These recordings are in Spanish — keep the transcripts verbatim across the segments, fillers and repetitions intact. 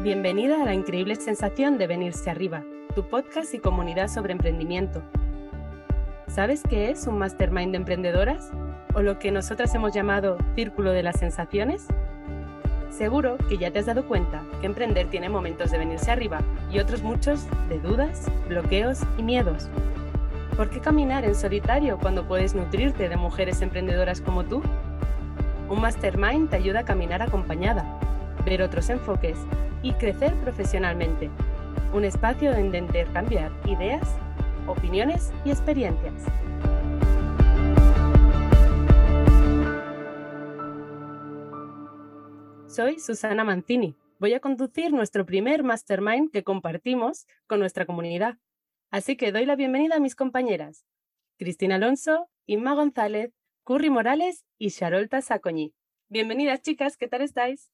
Bienvenida a la increíble sensación de venirse arriba, tu podcast y comunidad sobre emprendimiento. ¿Sabes qué es un mastermind de emprendedoras? ¿O lo que nosotras hemos llamado Círculo de las Sensaciones? Seguro que ya te has dado cuenta que emprender tiene momentos de venirse arriba y otros muchos de dudas, bloqueos y miedos. ¿Por qué caminar en solitario cuando puedes nutrirte de mujeres emprendedoras como tú? Un mastermind te ayuda a caminar acompañada, ver otros enfoques y crecer profesionalmente. Un espacio donde intercambiar ideas, opiniones y experiencias. Soy Susana Mancini. Voy a conducir nuestro primer mastermind que compartimos con nuestra comunidad. Así que doy la bienvenida a mis compañeras, Cristina Alonso, Inma González, Curry Morales y Xarolta Sacoñí. Bienvenidas, chicas, ¿qué tal estáis?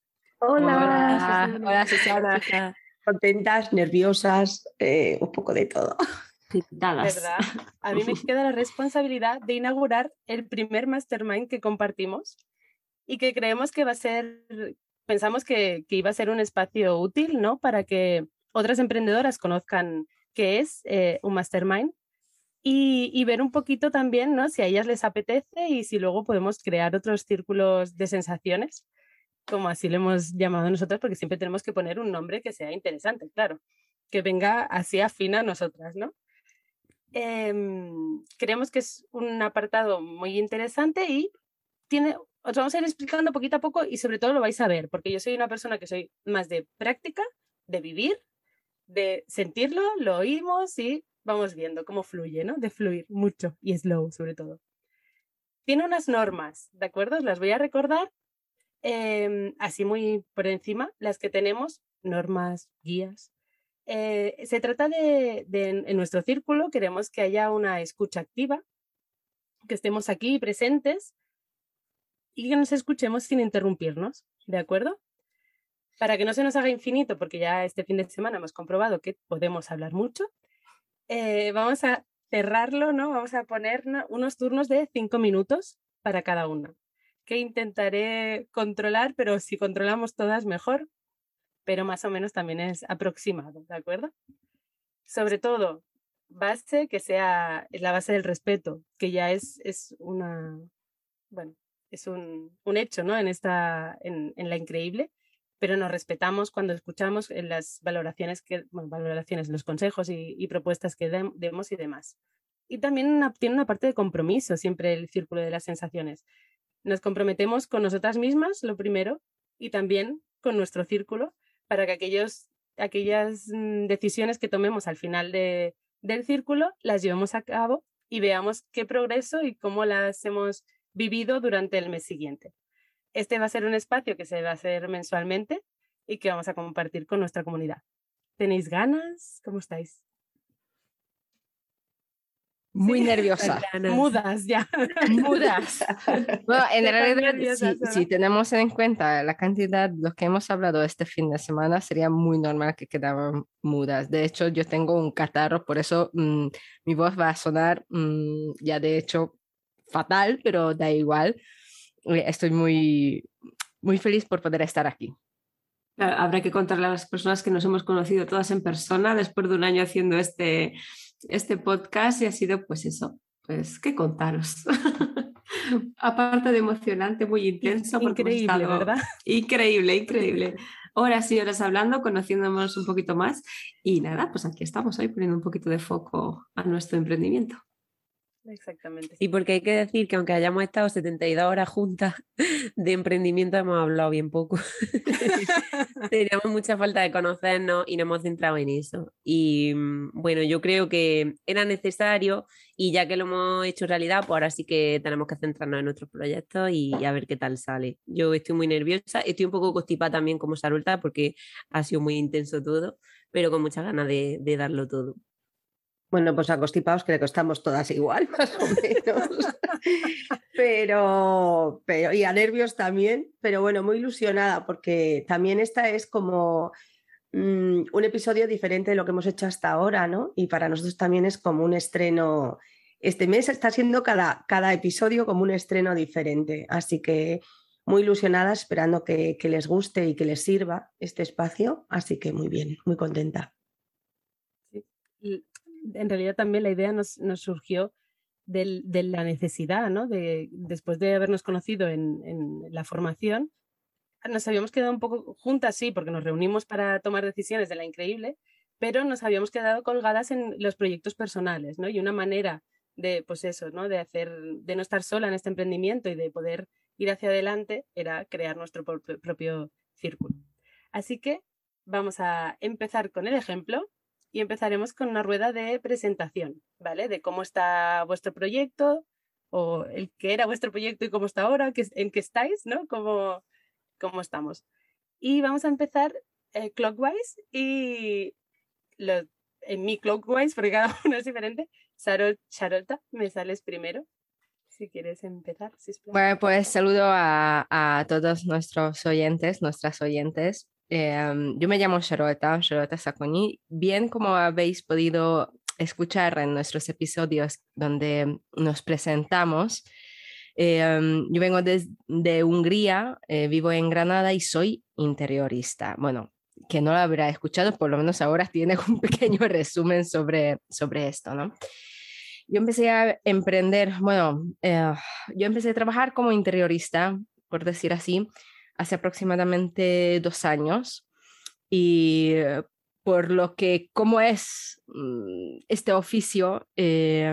Hola, hola, hola Susana. Contentas, nerviosas, eh, un poco de todo. ¿Verdad? A mí me queda la responsabilidad de inaugurar el primer mastermind que compartimos y que creemos que va a ser, pensamos que, que iba a ser un espacio útil, ¿no? Para que otras emprendedoras conozcan qué es eh, un mastermind y, y ver un poquito también, ¿no? Si a ellas les apetece y si luego podemos crear otros círculos de sensaciones, como así le hemos llamado nosotros, porque siempre tenemos que poner un nombre que sea interesante, claro, que venga así afín a nosotras, ¿no? Eh, creemos que es un apartado muy interesante y tiene, os vamos a ir explicando poquito a poco y sobre todo lo vais a ver, porque yo soy una persona que soy más de práctica, de vivir, de sentirlo, lo oímos y vamos viendo cómo fluye, ¿no? De fluir mucho y slow sobre todo. Tiene unas normas, ¿de acuerdo? Os las voy a recordar eh, así muy por encima, las que tenemos, normas, guías. Eh, se trata de, de, en nuestro círculo, queremos que haya una escucha activa, que estemos aquí presentes y que nos escuchemos sin interrumpirnos, ¿de acuerdo? Para que no se nos haga infinito, porque ya este fin de semana hemos comprobado que podemos hablar mucho, eh, vamos a cerrarlo, ¿no? Vamos a poner unos turnos de cinco minutos para cada una, que intentaré controlar, pero si controlamos todas mejor, pero más o menos también es aproximado, ¿de acuerdo? Sobre todo, base que sea es la base del respeto, que ya es, es una, bueno, es un, un hecho, ¿no? En esta, en, en la increíble, pero nos respetamos cuando escuchamos en las valoraciones, que, bueno, valoraciones, los consejos y, y propuestas que de, demos y demás. Y también una, tiene una parte de compromiso, siempre el círculo de las sensaciones. Nos comprometemos con nosotras mismas, lo primero, y también con nuestro círculo, para que aquellos, aquellas decisiones que tomemos al final de, del círculo las llevemos a cabo y veamos qué progreso y cómo las hemos vivido durante el mes siguiente. Este va a ser un espacio que se va a hacer mensualmente y que vamos a compartir con nuestra comunidad. ¿Tenéis ganas? ¿Cómo estáis? Muy sí. nerviosas. Mudas ya. Mudas. Bueno, en realidad, si, si tenemos en cuenta la cantidad de los que hemos hablado este fin de semana, sería muy normal que quedaran mudas. De hecho, yo tengo un catarro, por eso mmm, mi voz va a sonar mmm, ya de hecho fatal, pero da igual. Estoy muy, muy feliz por poder estar aquí. Claro, habrá que contarle a las personas que nos hemos conocido todas en persona después de un año haciendo este, este podcast y ha sido pues eso, pues qué contaros. Aparte de emocionante, muy intenso. Increíble, ¿verdad? Increíble, increíble. Horas y horas hablando, conociéndonos un poquito más y nada, pues aquí estamos hoy poniendo un poquito de foco a nuestro emprendimiento. Exactamente. Y porque hay que decir que aunque hayamos estado setenta y dos horas juntas de emprendimiento, hemos hablado bien poco. Teníamos mucha falta de conocernos y nos hemos centrado en eso. Y bueno, yo creo que era necesario y ya que lo hemos hecho realidad, pues ahora sí que tenemos que centrarnos en nuestros proyectos y a ver qué tal sale. Yo estoy muy nerviosa, estoy un poco constipada también como Xarolta porque ha sido muy intenso todo, pero con muchas ganas de, de darlo todo. Bueno, pues a constipados creo que estamos todas igual, más o menos. pero, pero, y a nervios también, pero bueno, muy ilusionada porque también esta es como mmm, un episodio diferente de lo que hemos hecho hasta ahora, ¿no? Y para nosotros también es como un estreno. Este mes está siendo cada, cada episodio como un estreno diferente, así que muy ilusionada, esperando que, que les guste y que les sirva este espacio, así que muy bien, muy contenta. Sí. Y en realidad también la idea nos, nos surgió de, de la necesidad, ¿no? De, después de habernos conocido en, en la formación, nos habíamos quedado un poco juntas, sí, porque nos reunimos para tomar decisiones de la increíble, pero nos habíamos quedado colgadas en los proyectos personales, ¿no? Y una manera de, pues eso, ¿no? De hacer, de no estar sola en este emprendimiento y de poder ir hacia adelante era crear nuestro propio, propio círculo. Así que vamos a empezar con el ejemplo y empezaremos con una rueda de presentación, ¿vale? De cómo está vuestro proyecto o el que era vuestro proyecto y cómo está ahora, que, en qué estáis, ¿no? Cómo, cómo estamos. Y vamos a empezar eh, clockwise y lo, en mi clockwise, porque cada uno es diferente. Sarol, Charolta, me sales primero. Si quieres empezar, si es Bueno, pues saludo a, a todos nuestros oyentes, nuestras oyentes. Eh, yo me llamo Charolta, Charolta Saconi. Bien como habéis podido escuchar en nuestros episodios donde nos presentamos, eh, yo vengo de, de Hungría, eh, vivo en Granada y soy interiorista. Bueno, que no lo habrá escuchado, por lo menos ahora tiene un pequeño resumen sobre, sobre esto, ¿no? Yo empecé a emprender, bueno, eh, yo empecé a trabajar como interiorista, por decir así, hace aproximadamente dos años. Y eh, por lo que, como es mm, este oficio, eh,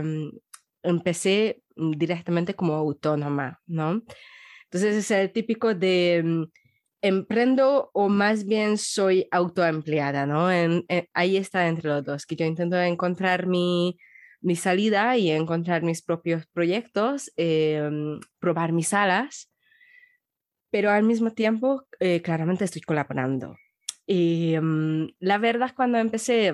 empecé directamente como autónoma, ¿no? Entonces es el típico de mm, emprendo o más bien soy autoempleada, ¿no? En, en, ahí está entre los dos, que yo intento encontrar mi, mi salida y encontrar mis propios proyectos, eh, probar mis alas, pero al mismo tiempo eh, claramente estoy colaborando. Y um, la verdad, cuando empecé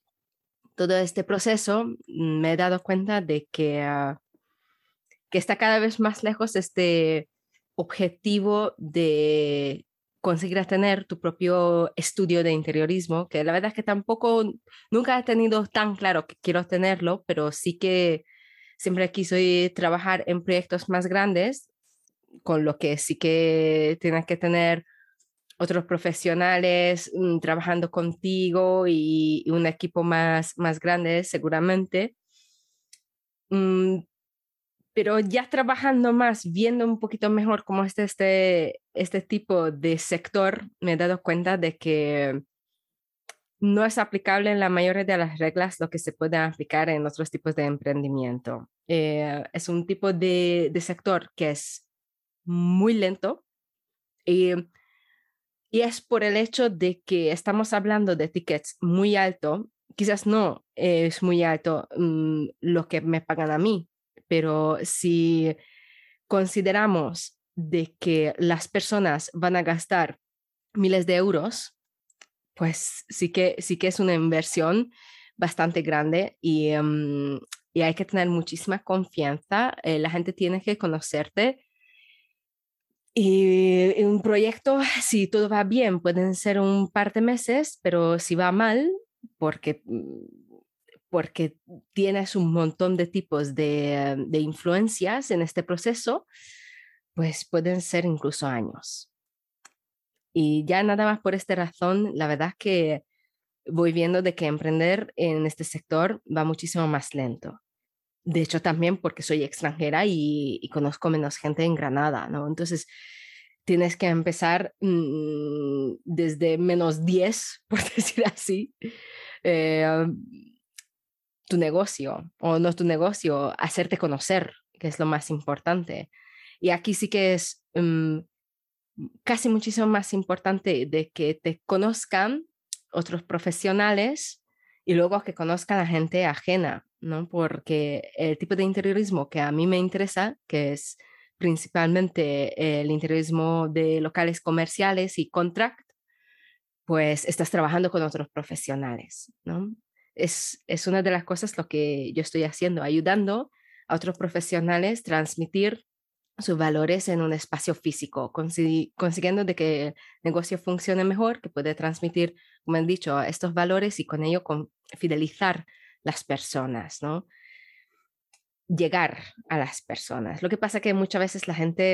todo este proceso, me he dado cuenta de que, uh, que está cada vez más lejos este objetivo de conseguir tener tu propio estudio de interiorismo, que la verdad es que tampoco, nunca he tenido tan claro que quiero tenerlo, pero sí que siempre quise trabajar en proyectos más grandes, con lo que sí que tienes que tener otros profesionales mmm, trabajando contigo y, y un equipo más, más grande seguramente. Mm, pero ya trabajando más, viendo un poquito mejor cómo es este, este tipo de sector, me he dado cuenta de que no es aplicable en la mayoría de las reglas lo que se puede aplicar en otros tipos de emprendimiento. Eh, es un tipo de, de sector que es muy lento y, y es por el hecho de que estamos hablando de tickets muy alto. Quizás no es muy alto mmm, lo que me pagan a mí, pero si consideramos de que las personas van a gastar miles de euros, pues sí que, sí que es una inversión bastante grande y, um, y hay que tener muchísima confianza. Eh, la gente tiene que conocerte. Y en un proyecto, si todo va bien, pueden ser un par de meses, pero si va mal, porque porque tienes un montón de tipos de, de influencias en este proceso, pues pueden ser incluso años. Y ya nada más por esta razón, la verdad es que voy viendo de que emprender en este sector va muchísimo más lento. De hecho, también porque soy extranjera y, y conozco menos gente en Granada, ¿no? Entonces, tienes que empezar mmm, desde menos diez, por decir así, eh, tu negocio, o no tu negocio, hacerte conocer, que es lo más importante. Y aquí sí que es um, casi muchísimo más importante de que te conozcan otros profesionales y luego que conozcan a gente ajena, ¿no? Porque el tipo de interiorismo que a mí me interesa, que es principalmente el interiorismo de locales comerciales y contract, pues estás trabajando con otros profesionales, ¿no? Es, es una de las cosas lo que yo estoy haciendo, ayudando a otros profesionales a transmitir sus valores en un espacio físico, consi- consiguiendo de que el negocio funcione mejor, que puede transmitir, como han dicho, estos valores y con ello con fidelizar las personas, ¿no? Llegar a las personas. Lo que pasa que muchas veces la gente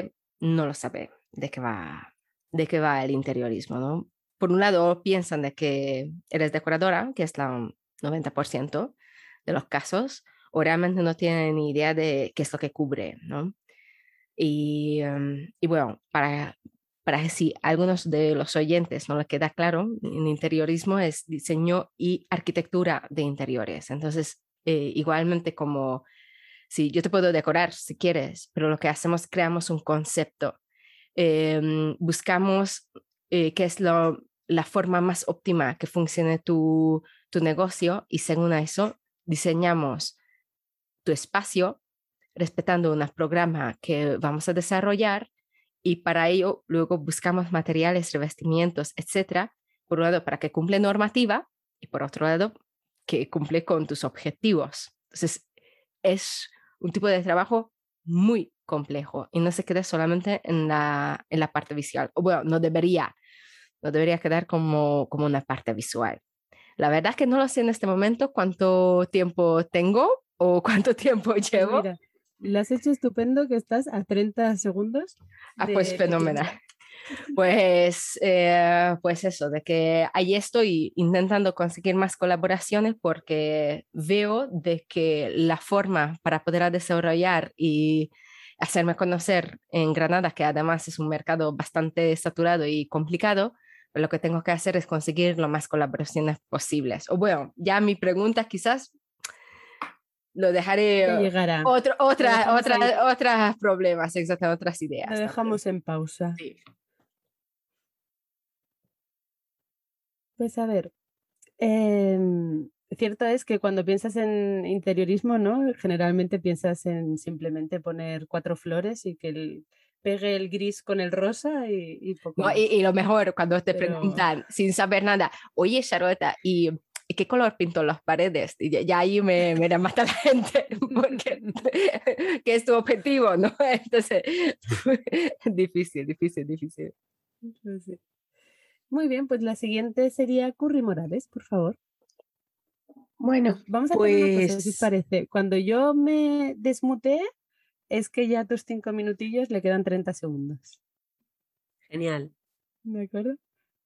no lo sabe de qué va, de qué va el interiorismo, ¿no? Por un lado, piensan de que eres decoradora, que es la noventa por ciento de los casos, o realmente no tienen ni idea de qué es lo que cubre, ¿no? Y, um, y bueno, para, para si a algunos de los oyentes no les queda claro, el interiorismo es diseño y arquitectura de interiores. Entonces, eh, igualmente como, sí, yo te puedo decorar si quieres, pero lo que hacemos, creamos un concepto. Eh, buscamos eh, qué es lo, la forma más óptima que funcione tu, tu negocio y según eso diseñamos tu espacio respetando un programa que vamos a desarrollar y para ello luego buscamos materiales, revestimientos, etcétera, por un lado para que cumple normativa y por otro lado que cumple con tus objetivos. Entonces es un tipo de trabajo muy complejo y no se queda solamente en la, en la parte visual. O bueno, no debería, no debería quedar como, como una parte visual. La verdad es que no lo sé en este momento cuánto tiempo tengo o cuánto tiempo llevo. Pues mira, lo has hecho estupendo que estás a treinta segundos. Ah, pues fenomenal. Pues, eh, pues eso, de que ahí estoy intentando conseguir más colaboraciones porque veo de que la forma para poder desarrollar y hacerme conocer en Granada, que además es un mercado bastante saturado y complicado, lo que tengo que hacer es conseguir lo más colaboraciones posibles. O bueno, ya mi pregunta quizás lo dejaré ya llegará. Otro, otra, otra, otras problemas, exacto, otras ideas. Lo dejamos también en pausa. Sí. Pues a ver, eh, cierto es que cuando piensas en interiorismo, ¿no? Generalmente piensas en simplemente poner cuatro flores y que el, pegue el gris con el rosa y, y poco no, más. Y, y lo mejor, cuando te Pero... preguntan sin saber nada, oye, Charlotte, ¿y qué color pintó las paredes? Y ya, ya ahí me, me mata la gente, porque ¿qué es tu objetivo? ¿No? Entonces, difícil, difícil, difícil. Sí. Muy bien, pues la siguiente sería Curry Morales, por favor. Bueno, vamos a pues... hacer una cosa, si os parece. Cuando yo me desmutee, es que ya a tus cinco minutillos le quedan treinta segundos. Genial. ¿De acuerdo?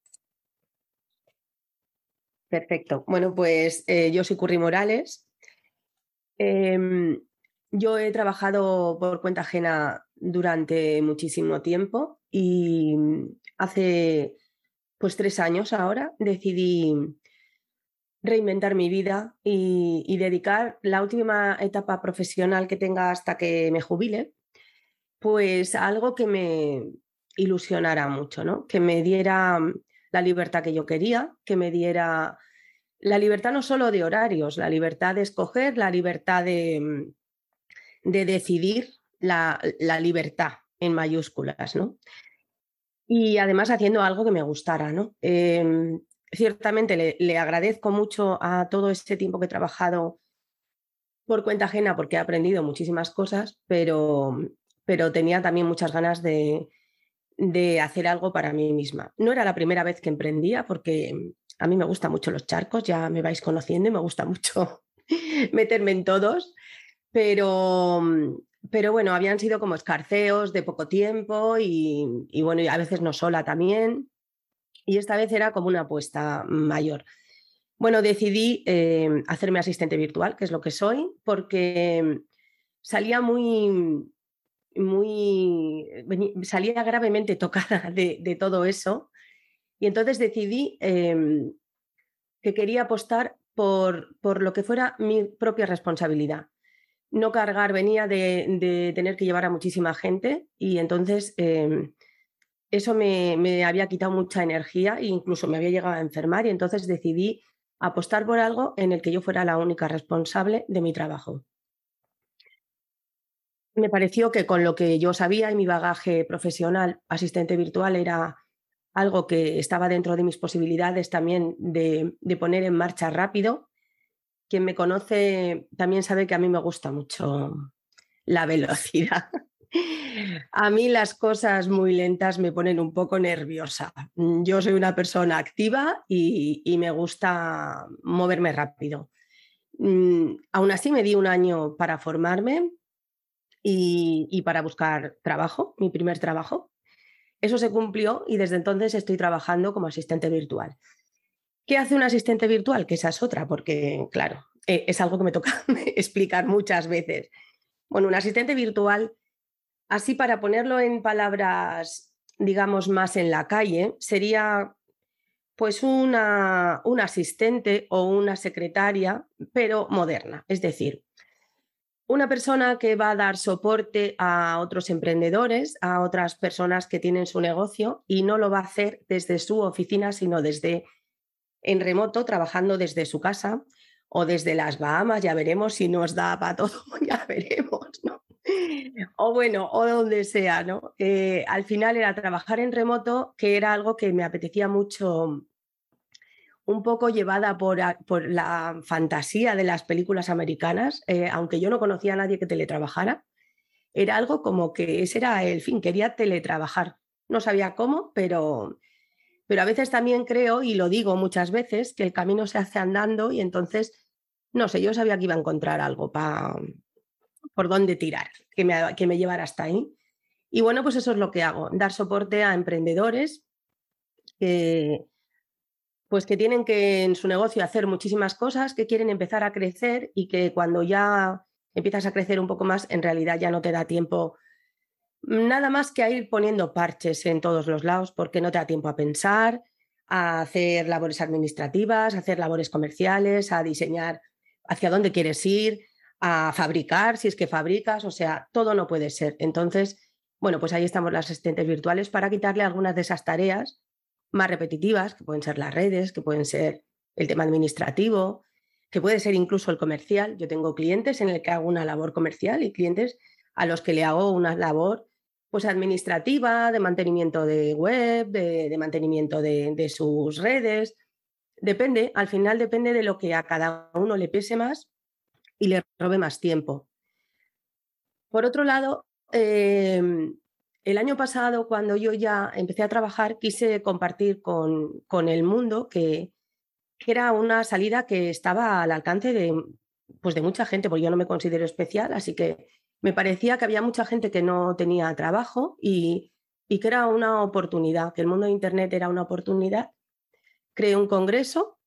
Perfecto. Bueno, pues eh, yo soy Curry Morales. Eh, yo he trabajado por cuenta ajena durante muchísimo tiempo y hace pues tres años ahora decidí reinventar mi vida y, y dedicar la última etapa profesional que tenga hasta que me jubile, pues a algo que me ilusionara mucho, ¿no? Que me diera la libertad que yo quería, que me diera la libertad no solo de horarios, la libertad de escoger, la libertad de, de decidir, la, la libertad en mayúsculas, ¿no? Y además haciendo algo que me gustara, ¿no? Eh, ciertamente le, le agradezco mucho a todo este tiempo que he trabajado por cuenta ajena porque he aprendido muchísimas cosas, pero, pero tenía también muchas ganas de, de hacer algo para mí misma. No era la primera vez que emprendía porque a mí me gustan mucho los charcos, ya me vais conociendo y me gusta mucho meterme en todos, pero, pero bueno, habían sido como escarceos de poco tiempo y, y bueno, y a veces no sola también. Y esta vez era como una apuesta mayor. Bueno, decidí eh, hacerme asistente virtual, que es lo que soy, porque salía muy, muy, salía gravemente tocada de, de todo eso. Y entonces decidí eh, que quería apostar por, por lo que fuera mi propia responsabilidad. No cargar, venía de, de tener que llevar a muchísima gente y entonces eh, eso me, me había quitado mucha energía e incluso me había llegado a enfermar y entonces decidí apostar por algo en el que yo fuera la única responsable de mi trabajo. Me pareció que con lo que yo sabía y mi bagaje profesional, asistente virtual era algo que estaba dentro de mis posibilidades también de, de poner en marcha rápido. Quien me conoce también sabe que a mí me gusta mucho la velocidad. A mí las cosas muy lentas me ponen un poco nerviosa. Yo soy una persona activa y, y me gusta moverme rápido. Mm, aún así me di un año para formarme y, y para buscar trabajo, mi primer trabajo. Eso se cumplió y desde entonces estoy trabajando como asistente virtual. ¿Qué hace un asistente virtual? Que esa es otra, porque claro, eh, es algo que me toca explicar muchas veces. Bueno, un asistente virtual, así para ponerlo en palabras, digamos, más en la calle, sería pues una, una asistente o una secretaria, pero moderna. Es decir, una persona que va a dar soporte a otros emprendedores, a otras personas que tienen su negocio y no lo va a hacer desde su oficina, sino desde en remoto, trabajando desde su casa o desde las Bahamas, ya veremos si nos da para todo, ya veremos, ¿no? O bueno, o donde sea, ¿no? Eh, al final era trabajar en remoto, que era algo que me apetecía mucho, un poco llevada por, por la fantasía de las películas americanas, eh, aunque yo no conocía a nadie que teletrabajara, era algo como que ese era el fin, quería teletrabajar. No sabía cómo, pero, pero a veces también creo, y lo digo muchas veces, que el camino se hace andando y entonces, no sé, yo sabía que iba a encontrar algo para por dónde tirar, que me, que me llevara hasta ahí. Y bueno, pues eso es lo que hago, dar soporte a emprendedores que, pues que tienen que en su negocio hacer muchísimas cosas, que quieren empezar a crecer y que cuando ya empiezas a crecer un poco más, en realidad ya no te da tiempo nada más que a ir poniendo parches en todos los lados, porque no te da tiempo a pensar, a hacer labores administrativas, a hacer labores comerciales, a diseñar hacia dónde quieres ir, a fabricar, si es que fabricas, o sea, todo no puede ser. Entonces, bueno, pues ahí estamos las asistentes virtuales para quitarle algunas de esas tareas más repetitivas, que pueden ser las redes, que pueden ser el tema administrativo, que puede ser incluso el comercial. Yo tengo clientes en el que hago una labor comercial y clientes a los que le hago una labor pues administrativa, de mantenimiento de web, de, de mantenimiento de, de sus redes. Depende, al final depende de lo que a cada uno le pese más y le robe más tiempo. Por otro lado, eh, el año pasado, cuando yo ya empecé a trabajar, quise compartir con, con el mundo que, que era una salida que estaba al alcance de, pues de mucha gente, porque yo no me considero especial, así que me parecía que había mucha gente que no tenía trabajo y, y que era una oportunidad, que el mundo de Internet era una oportunidad. Creé un congreso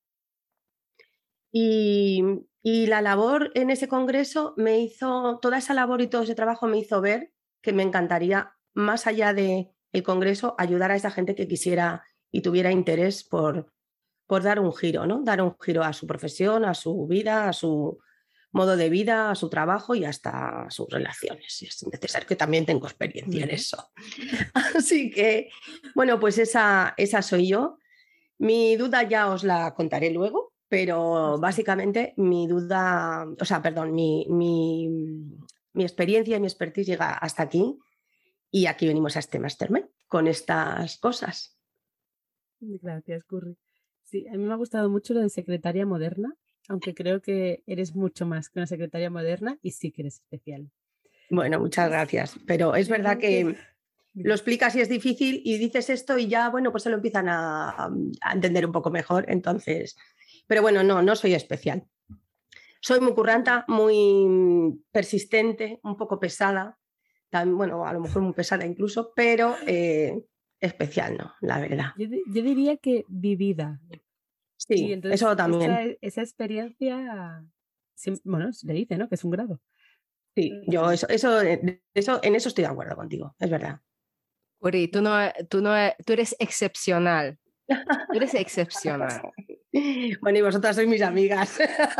y, y la labor en ese congreso me hizo, toda esa labor y todo ese trabajo me hizo ver que me encantaría, más allá del congreso, ayudar a esa gente que quisiera y tuviera interés por, por dar un giro, ¿no? Dar un giro a su profesión, a su vida, a su modo de vida, a su trabajo y hasta a sus relaciones. Es necesario, que también tengo experiencia en eso. Así que, bueno, pues esa, esa soy yo. Mi duda ya os la contaré luego, pero básicamente mi duda, o sea, perdón, mi, mi, mi experiencia y mi expertise llega hasta aquí y aquí venimos a este Mastermind con estas cosas. Gracias, Curry. Sí, a mí me ha gustado mucho lo de secretaria moderna, aunque creo que eres mucho más que una secretaria moderna y sí que eres especial. Bueno, muchas gracias, pero es verdad que lo explicas y es difícil y dices esto y ya, bueno, pues se lo empiezan a, a entender un poco mejor, entonces, pero bueno, no, no soy especial. Soy muy curranta, muy persistente, un poco pesada, también, bueno, a lo mejor muy pesada incluso, pero eh, especial no, la verdad. Yo, yo diría que vivida. Sí, entonces, eso también. Esa, esa experiencia, bueno, le dice, ¿no? Que es un grado. Sí, yo eso, eso, eso, en eso estoy de acuerdo contigo, es verdad. Uri, tú, no, tú, no, tú eres excepcional. Tú eres excepcional. Bueno, y vosotras sois mis amigas.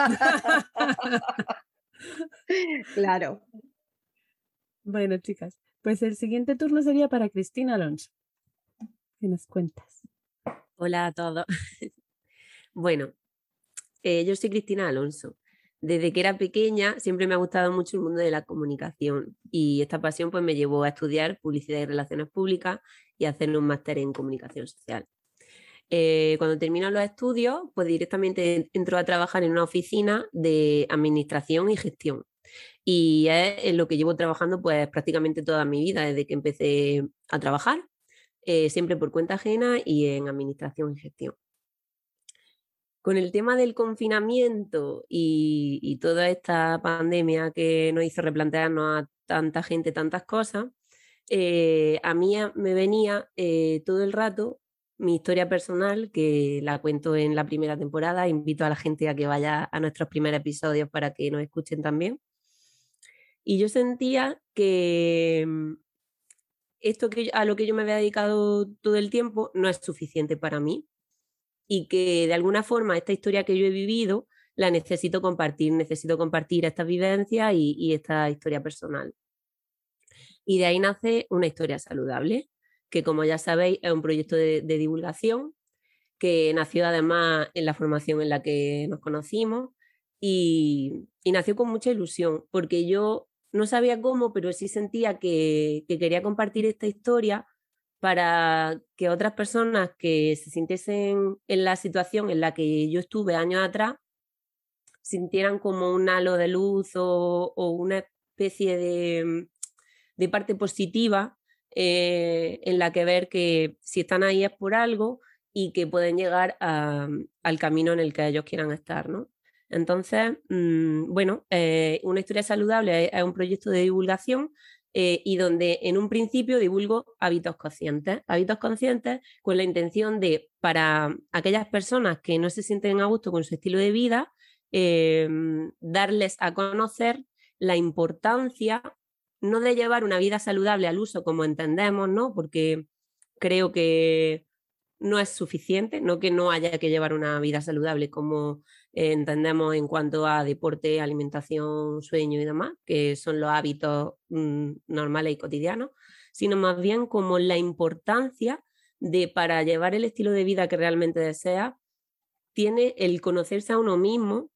Claro. Bueno, chicas, pues el siguiente turno sería para Cristina Alonso. ¿Qué nos cuentas? Hola a todos. Bueno, eh, yo soy Cristina Alonso. Desde que era pequeña siempre me ha gustado mucho el mundo de la comunicación y esta pasión pues me llevó a estudiar publicidad y relaciones públicas y a hacer un máster en comunicación social. Eh, cuando termino los estudios, pues directamente entro a trabajar en una oficina de administración y gestión. Y es en lo que llevo trabajando pues prácticamente toda mi vida, desde que empecé a trabajar, eh, siempre por cuenta ajena y en administración y gestión. Con el tema del confinamiento y, y toda esta pandemia que nos hizo replantearnos a tanta gente, tantas cosas, eh, a mí me venía eh, todo el rato mi historia personal, que la cuento en la primera temporada. Invito a la gente a que vaya a nuestros primeros episodios para que nos escuchen también. Y yo sentía que esto que, a lo que yo me había dedicado todo el tiempo no es suficiente para mí y que de alguna forma esta historia que yo he vivido la necesito compartir, necesito compartir estas vivencias y, y esta historia personal. Y de ahí nace Una historia saludable, que como ya sabéis es un proyecto de, de divulgación que nació además en la formación en la que nos conocimos y, y nació con mucha ilusión, porque yo no sabía cómo, pero sí sentía que, que quería compartir esta historia para que otras personas que se sintiesen en la situación en la que yo estuve años atrás sintieran como un halo de luz o, o una especie de, de parte positiva eh, en la que ver que si están ahí es por algo y que pueden llegar a, al camino en el que ellos quieran estar, ¿no? Entonces, mmm, bueno, eh, Una historia saludable es, es un proyecto de divulgación eh, y donde en un principio divulgo hábitos conscientes, hábitos conscientes con la intención de, para aquellas personas que no se sienten a gusto con su estilo de vida, eh, darles a conocer la importancia no de llevar una vida saludable al uso como entendemos, ¿no? Porque creo que no es suficiente, no que no haya que llevar una vida saludable como eh, entendemos en cuanto a deporte, alimentación, sueño y demás, que son los hábitos mmm, normales y cotidianos, sino más bien como la importancia de, para llevar el estilo de vida que realmente desea, tiene el conocerse a uno mismo,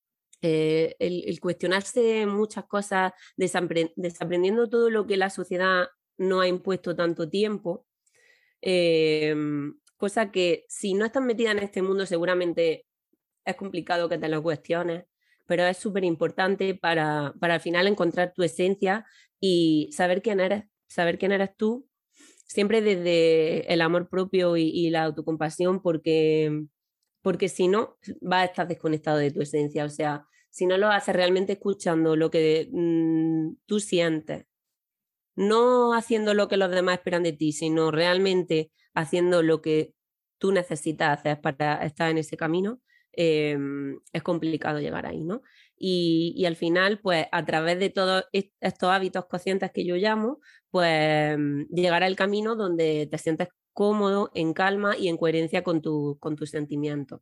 eh, el, el cuestionarse muchas cosas, desaprend- desaprendiendo todo lo que la sociedad no ha impuesto tanto tiempo, eh, cosa que si no estás metida en este mundo seguramente es complicado que te lo cuestiones, pero es súper importante para, para al final encontrar tu esencia y saber quién eres, saber quién eres tú, siempre desde el amor propio y, y la autocompasión, porque, porque si no vas a estar desconectado de tu esencia, o sea, si no lo haces realmente escuchando lo que mmm, tú sientes, no haciendo lo que los demás esperan de ti, sino realmente haciendo lo que tú necesitas hacer para estar en ese camino, eh, es complicado llegar ahí, ¿no? Y, y al final, pues a través de todos estos hábitos conscientes que yo llamo, pues llegar al camino donde te sientes cómodo, en calma y en coherencia con, tu, con tus sentimientos.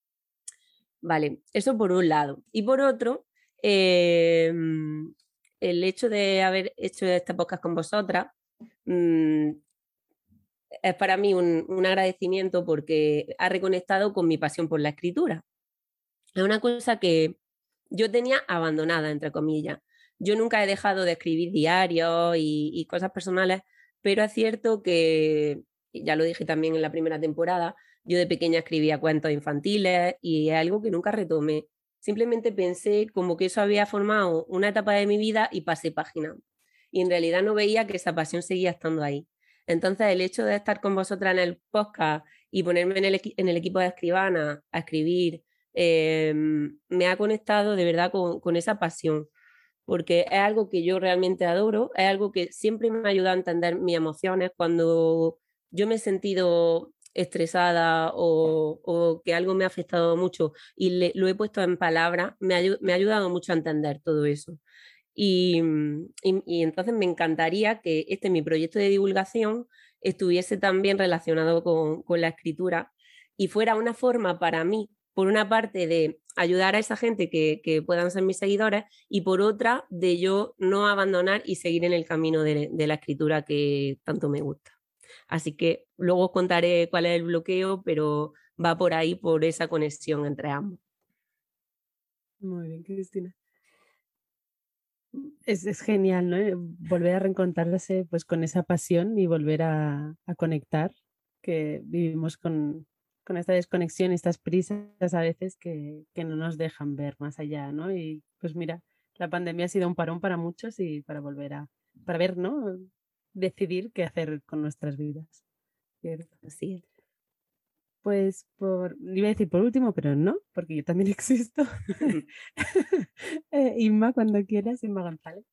Vale, eso por un lado. Y por otro, eh, el hecho de haber hecho este podcast con vosotras mmm, es para mí un, un agradecimiento porque ha reconectado con mi pasión por la escritura. Es una cosa que yo tenía abandonada, entre comillas. Yo nunca he dejado de escribir diarios y, y cosas personales, pero es cierto que, ya lo dije también en la primera temporada, yo de pequeña escribía cuentos infantiles y es algo que nunca retomé. Simplemente pensé como que eso había formado una etapa de mi vida y pasé página. Y en realidad no veía que esa pasión seguía estando ahí. Entonces el hecho de estar con vosotras en el podcast y ponerme en el, en el equipo de escribana a escribir, eh, me ha conectado de verdad con, con esa pasión, porque es algo que yo realmente adoro, es algo que siempre me ayuda a entender mis emociones cuando yo me he sentido estresada o, o que algo me ha afectado mucho y le, lo he puesto en palabras, me ha, me ha ayudado mucho a entender todo eso. Y, y, y entonces me encantaría que este mi proyecto de divulgación estuviese también relacionado con, con la escritura y fuera una forma para mí, por una parte, de ayudar a esa gente que, que puedan ser mis seguidores y por otra, de yo no abandonar y seguir en el camino de, de la escritura que tanto me gusta. Así que luego os contaré cuál es el bloqueo, pero va por ahí, por esa conexión entre ambos. Muy bien, Cristina. Es, es genial, ¿no? Volver a reencontrarse pues, con esa pasión y volver a, a conectar, que vivimos con, con esta desconexión, estas prisas a veces que, que no nos dejan ver más allá, ¿no? Y pues mira, la pandemia ha sido un parón para muchos y para volver a, para ver, ¿no? Decidir qué hacer con nuestras vidas. ¿Cierto? Así es. Pues por, iba a decir por último, pero no, porque yo también existo. eh, Inma, cuando quieras, Inma González.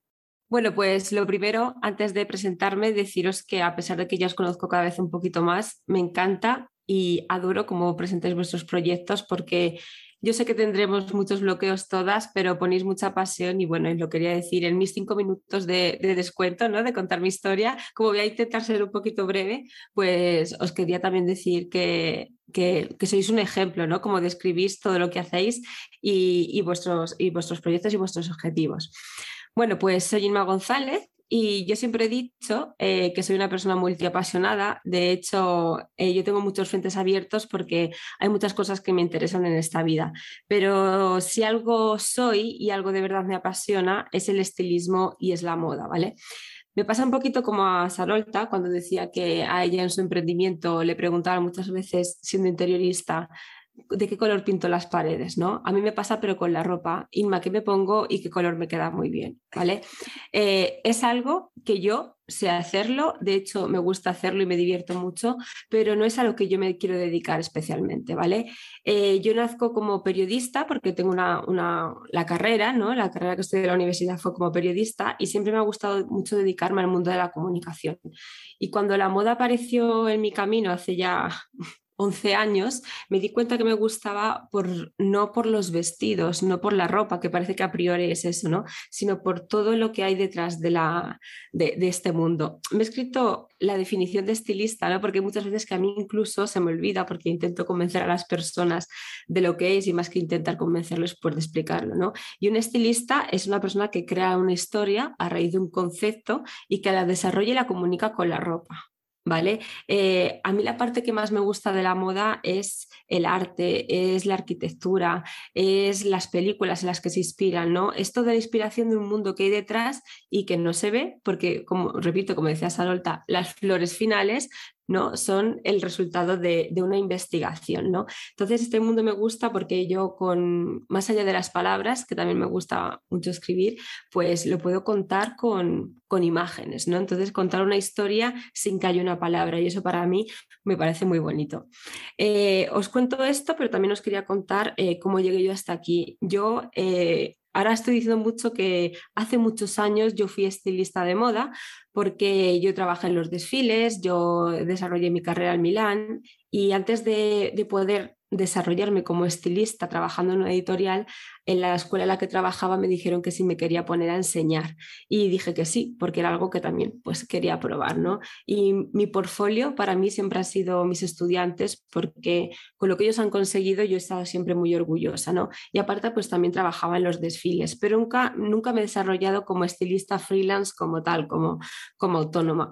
Bueno, pues lo primero, antes de presentarme, deciros que a pesar de que ya os conozco cada vez un poquito más, me encanta y adoro cómo presentáis vuestros proyectos porque yo sé que tendremos muchos bloqueos todas, pero ponéis mucha pasión y bueno, lo quería decir en mis cinco minutos de, de descuento, ¿no? De contar mi historia, como voy a intentar ser un poquito breve, pues os quería también decir que, que, que sois un ejemplo, ¿no? Como describís todo lo que hacéis y, y, vuestros, y vuestros proyectos y vuestros objetivos. Bueno, pues soy Inma González y yo siempre he dicho eh, que soy una persona multiapasionada. De hecho, eh, yo tengo muchos frentes abiertos porque hay muchas cosas que me interesan en esta vida. Pero si algo soy y algo de verdad me apasiona es el estilismo y es la moda, ¿vale? Me pasa un poquito como a Sarolta cuando decía que a ella en su emprendimiento le preguntaban muchas veces, siendo interiorista, de qué color pinto las paredes, ¿no? A mí me pasa, pero con la ropa. Inma, ¿qué me pongo y qué color me queda muy bien? ¿Vale? Eh, es algo que yo sé hacerlo, de hecho me gusta hacerlo y me divierto mucho, pero no es a lo que yo me quiero dedicar especialmente, ¿vale? Eh, yo nazco como periodista porque tengo una, una, la carrera, ¿no? La carrera que estudié en la universidad fue como periodista y siempre me ha gustado mucho dedicarme al mundo de la comunicación. Y cuando la moda apareció en mi camino hace ya once años, me di cuenta que me gustaba por, no por los vestidos, no por la ropa, que parece que a priori es eso, ¿no? Sino por todo lo que hay detrás de, la, de, de este mundo. Me he escrito la definición de estilista, ¿no? Porque muchas veces que a mí incluso se me olvida porque intento convencer a las personas de lo que es y más que intentar convencerles por explicarlo, ¿no? Y un estilista es una persona que crea una historia a raíz de un concepto y que la desarrolla y la comunica con la ropa. ¿Vale? Eh, a mí la parte que más me gusta de la moda es el arte, es la arquitectura, es las películas en las que se inspiran, ¿no? Es toda la inspiración de un mundo que hay detrás y que no se ve porque, como repito, como decía Sarolta, las flores finales, ¿no? Son el resultado de, de una investigación, ¿no? Entonces este mundo me gusta porque yo con, más allá de las palabras, que también me gusta mucho escribir, pues lo puedo contar con, con imágenes, ¿no? Entonces contar una historia sin que haya una palabra y eso para mí me parece muy bonito. Eh, os cuento esto, pero también os quería contar eh, cómo llegué yo hasta aquí. Yo... Eh, Ahora estoy diciendo mucho que hace muchos años yo fui estilista de moda porque yo trabajé en los desfiles, yo desarrollé mi carrera en Milán y antes de, de poder desarrollarme como estilista trabajando en una editorial, en la escuela en la que trabajaba me dijeron que si me quería poner a enseñar y dije que sí, porque era algo que también pues quería probar, ¿no? Y mi portfolio para mí siempre ha sido mis estudiantes porque con lo que ellos han conseguido yo he estado siempre muy orgullosa, ¿no? Y aparte pues también trabajaba en los desfiles, pero nunca, nunca me he desarrollado como estilista freelance como tal, como, como autónoma.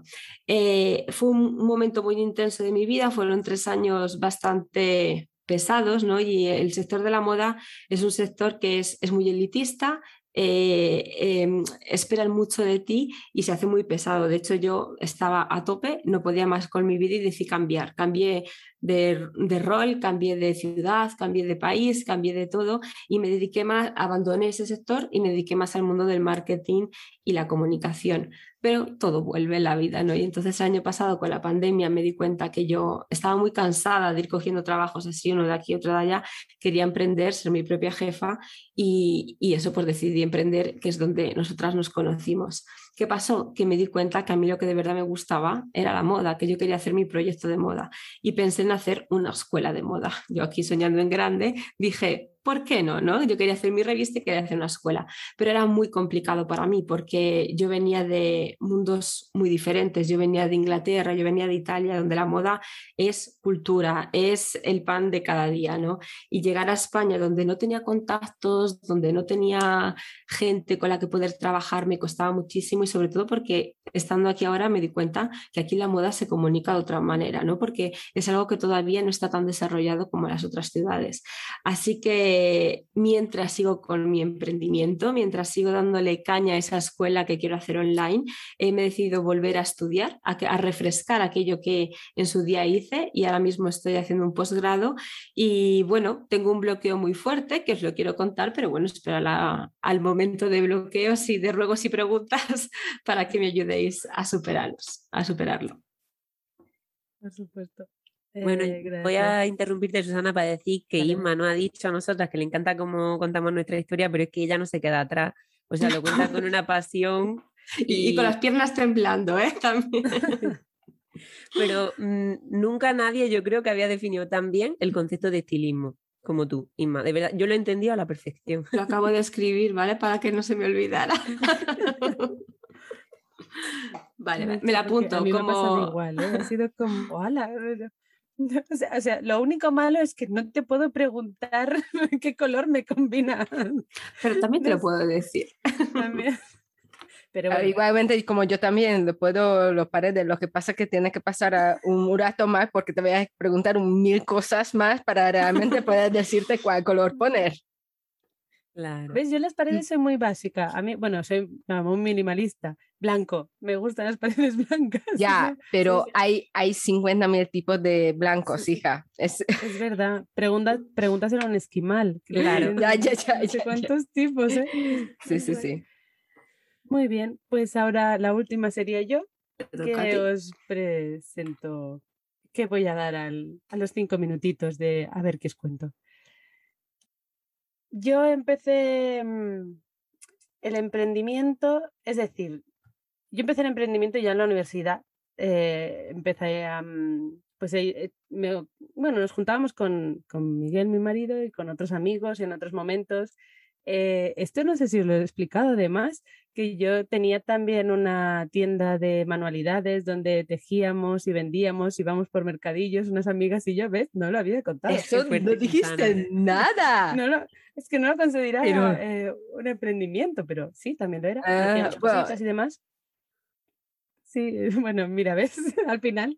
Eh, fue un momento muy intenso de mi vida, fueron tres años bastante pesados, ¿no? Y el sector de la moda es un sector que es, es muy elitista, eh, eh, esperan mucho de ti y se hace muy pesado. De hecho, yo estaba a tope, no podía más con mi vida y decidí cambiar. Cambié de, de rol, cambié de ciudad, cambié de país, cambié de todo y me dediqué más, abandoné ese sector y me dediqué más al mundo del marketing y la comunicación. Pero todo vuelve en la vida, ¿no? Y entonces el año pasado con la pandemia me di cuenta que yo estaba muy cansada de ir cogiendo trabajos así, uno de aquí, otro de allá, quería emprender, ser mi propia jefa y, y eso pues decidí emprender, que es donde nosotras nos conocimos. ¿Qué pasó? Que me di cuenta que a mí lo que de verdad me gustaba era la moda, que yo quería hacer mi proyecto de moda y pensé en hacer una escuela de moda. Yo aquí soñando en grande dije, ¿por qué no, no? Yo quería hacer mi revista y quería hacer una escuela, pero era muy complicado para mí porque yo venía de mundos muy diferentes, yo venía de Inglaterra, yo venía de Italia, donde la moda es cultura, es el pan de cada día, ¿no? Y llegar a España, donde no tenía contactos, donde no tenía gente con la que poder trabajar, me costaba muchísimo y sobre todo porque estando aquí ahora me di cuenta que aquí la moda se comunica de otra manera, ¿no? Porque es algo que todavía no está tan desarrollado como en las otras ciudades. Así que mientras sigo con mi emprendimiento, mientras sigo dándole caña a esa escuela que quiero hacer online, eh, me he decidido volver a estudiar, a, a refrescar aquello que en su día hice y ahora mismo estoy haciendo un posgrado y bueno, tengo un bloqueo muy fuerte que os lo quiero contar, pero bueno, espero la, al momento de bloqueos y de ruegos y preguntas para que me ayudéis a superarlos, a superarlo. Por supuesto. Bueno, eh, voy a interrumpirte, Susana, para decir que vale. Inma nos ha dicho a nosotras que le encanta cómo contamos nuestra historia, pero es que ella no se queda atrás. O sea, lo cuenta con una pasión Y, y con las piernas temblando, ¿eh? También. Pero mmm, nunca nadie, yo creo que había definido tan bien el concepto de estilismo como tú, Inma. De verdad, yo lo he entendido a la perfección. Lo acabo de escribir, ¿vale? Para que no se me olvidara. Vale, No me la sé, porque apunto. A mí como... me ha pasado igual, ¿eh? Ha sido como, hola. O sea, o sea, lo único malo es que no te puedo preguntar qué color me combina. Pero también te No lo puedo decir. También. Pero Ah, bueno, igualmente, como yo también lo puedo, los paredes, lo que pasa es que tienes que pasar a un rato más porque te voy a preguntar un mil cosas más para realmente poder decirte cuál color poner. Claro. ¿ves? Yo en las paredes soy muy básica. A mí, bueno, soy no, un minimalista. Blanco. Me gustan las paredes blancas. Ya, pero Sí, sí. hay, hay cincuenta mil tipos de blancos, Sí. hija. Es... Es verdad. Pregunta, pregúntaselo a un esquimal. Que Claro. tiene Ya, ya, ya, no sé ya, cuántos tipos, ¿eh? Sí, sí, sí. Muy bien, pues ahora la última sería yo, Te toca a que ti. os presento, que voy a dar al, a los cinco minutitos de a ver qué os cuento. Yo empecé mm, el emprendimiento, es decir, yo empecé el emprendimiento ya en la universidad. Eh, empecé a, mm, pues, eh, eh, me- bueno, nos juntábamos con, con Miguel, mi marido, y con otros amigos en otros momentos. Eh, esto no sé si os lo he explicado, además, que yo tenía también una tienda de manualidades donde tejíamos y vendíamos, íbamos por mercadillos, unas amigas y yo, ¿ves? No lo había contado. Eso Qué fuerte, no dijiste Susana. nada. No lo, es que no lo considera Pero- eh, un emprendimiento, pero sí, también lo era. Ah, Hacíamos bueno. cositas y demás. Sí, bueno, mira, ves, al final.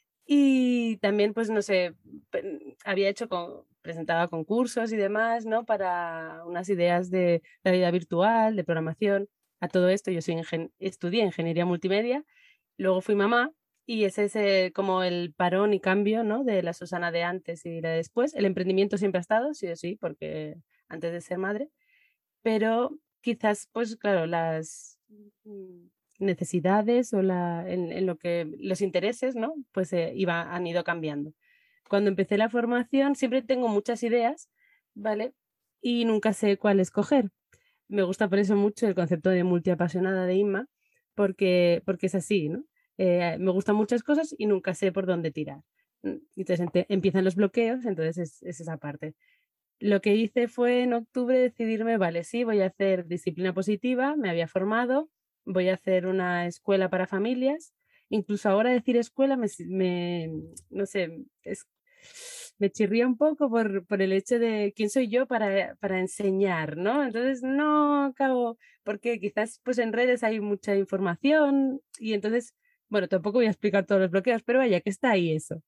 Y también, pues, no sé, pe- había hecho, con, presentaba concursos y demás, ¿no? Para unas ideas de realidad virtual, de programación. A todo esto, yo soy ingen- estudié ingeniería multimedia, luego fui mamá y ese es eh, como el parón y cambio, ¿no? De la Susana de antes y la de después. El emprendimiento siempre ha estado, sí o sí, porque antes de ser madre, pero quizás, pues claro, las mm, necesidades o la, en, en lo que los intereses, ¿no? Pues eh, iba, han ido cambiando. Cuando empecé la formación siempre tengo muchas ideas, ¿vale? Y nunca sé cuál escoger. Me gusta por eso mucho el concepto de multiapasionada de Inma, porque, porque es así, ¿no? Eh, me gustan muchas cosas y nunca sé por dónde tirar. Mm, Entonces ente- empiezan los bloqueos, entonces es, es esa parte. Lo que hice fue en octubre decidirme, vale, sí, voy a hacer disciplina positiva, me había formado, voy a hacer una escuela para familias. Incluso ahora decir escuela me, si- me- no sé, es, me chirría un poco por, por el hecho de quién soy yo para, para enseñar, ¿no? Entonces no acabo, porque quizás pues en redes hay mucha información y entonces, bueno, tampoco voy a explicar todos los bloqueos, pero vaya, que está ahí eso.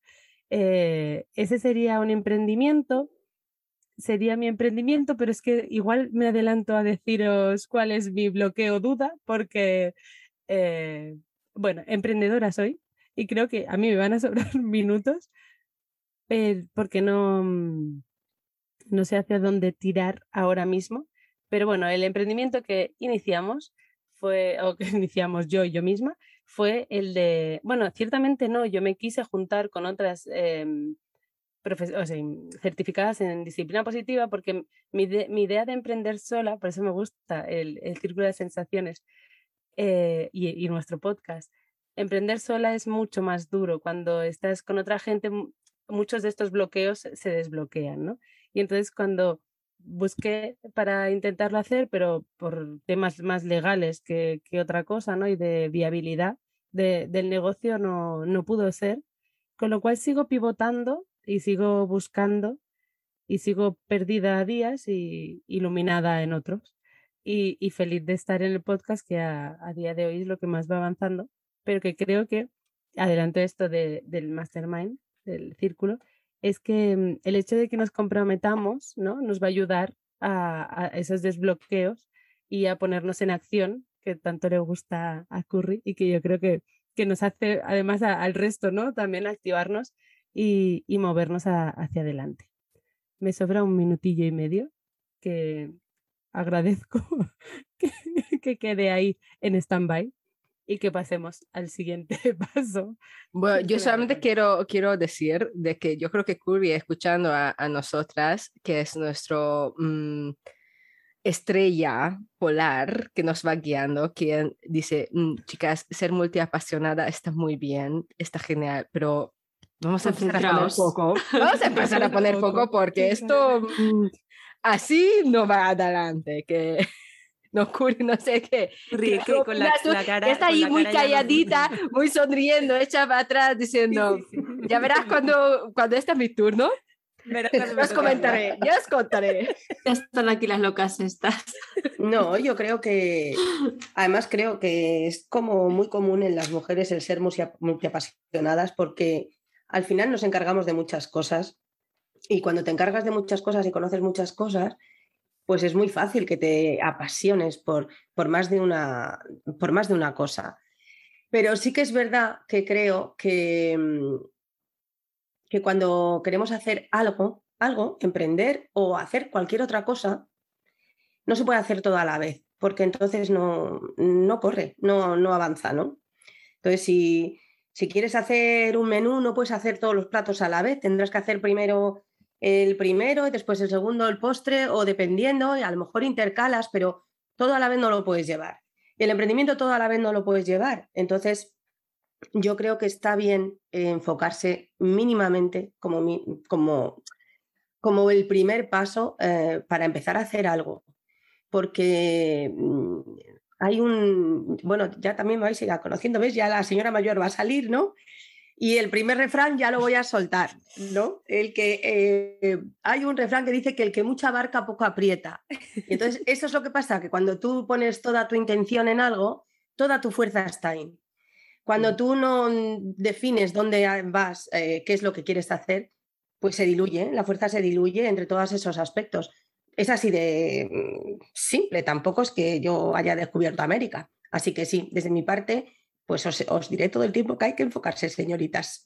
Eh, ese sería un emprendimiento, sería mi emprendimiento, pero es que igual me adelanto a deciros cuál es mi bloqueo duda, porque, eh, bueno, emprendedora soy y creo que a mí me van a sobrar minutos, eh, porque no, mm, no sé hacia dónde tirar ahora mismo. Pero bueno, el emprendimiento que iniciamos fue, o que iniciamos yo y yo misma, fue el de, bueno, ciertamente no, yo me quise juntar con otras em, profe- o sea, certificadas en disciplina positiva, porque mi, ide- mi idea de emprender sola, por eso me gusta el, el círculo de sensaciones eh, y, y nuestro podcast. Emprender sola es mucho más duro. Cuando estás con otra gente, mu- muchos de estos bloqueos se desbloquean, ¿no? Y entonces cuando busqué para intentarlo hacer, pero por temas más legales que, que otra cosa, ¿no? Y de viabilidad de- del negocio no, no pudo ser, con lo cual sigo pivotando y sigo buscando y sigo perdida a días y iluminada en otros. Y, y feliz de estar en el podcast, que a, a día de hoy es lo que más va avanzando, pero que creo que, adelanto esto de, del mastermind, del círculo, es que mm, el hecho de que nos comprometamos, ¿no? Nos va a ayudar a, a esos desbloqueos y a ponernos en acción, que tanto le gusta a Curry y que yo creo que, que nos hace, además a- al resto, ¿no? También activarnos y, y movernos a- hacia adelante. Me sobra un minutillo y medio que agradezco que, que quede ahí en stand-by y que pasemos al siguiente paso. Bueno, yo Que me solamente toca. quiero, quiero decir de que yo creo que Curvy, escuchando a, a nosotras, que es nuestro, mm, estrella polar que nos va guiando, quien dice, mm, chicas, ser multiapasionada está muy bien, está genial, pero vamos a empezar a poner poco. Vamos a empezar a poner poco porque esto mm, así no va adelante, que no ocurre, no sé qué. Ríe, ¿Qué que con la, tú? la cara, que está con ahí la muy cara ya calladita, no... muy sonriendo, hecha para atrás, diciendo, Sí, sí, sí. ya verás cuando, cuando este es mi turno. Verás Ya os comentaré, ya os contaré. Ya están aquí las locas estas. No, yo creo que, además creo que es como muy común en las mujeres el ser multiapasionadas porque al final nos encargamos de muchas cosas y cuando te encargas de muchas cosas y conoces muchas cosas, pues es muy fácil que te apasiones por, por, más de una, por más de una cosa. Pero sí que es verdad que creo que, que cuando queremos hacer algo, algo, emprender o hacer cualquier otra cosa, no se puede hacer todo a la vez, porque entonces no, no corre, no, no avanza, ¿no? Entonces, si, si quieres hacer un menú, no puedes hacer todos los platos a la vez, tendrás que hacer primero el primero y después el segundo, el postre, o dependiendo, y a lo mejor intercalas, pero todo a la vez no lo puedes llevar. Y el emprendimiento todo a la vez no lo puedes llevar. Entonces, yo creo que está bien enfocarse mínimamente como, como, como el primer paso eh, para empezar a hacer algo. Porque hay un, bueno, ya también me vais a ir conociendo, ¿ves? Ya la señora mayor va a salir, ¿no? Y el primer refrán ya lo voy a soltar, ¿no? El que eh, hay un refrán que dice que el que mucha abarca poco aprieta. Y entonces, eso es lo que pasa, que cuando tú pones toda tu intención en algo, toda tu fuerza está ahí. Cuando tú no defines dónde vas, eh, qué es lo que quieres hacer, pues se diluye, la fuerza se diluye entre todos esos aspectos. Es así de simple, tampoco es que yo haya descubierto América. Así que sí, desde mi parte, pues os, os diré todo el tiempo que hay que enfocarse, señoritas.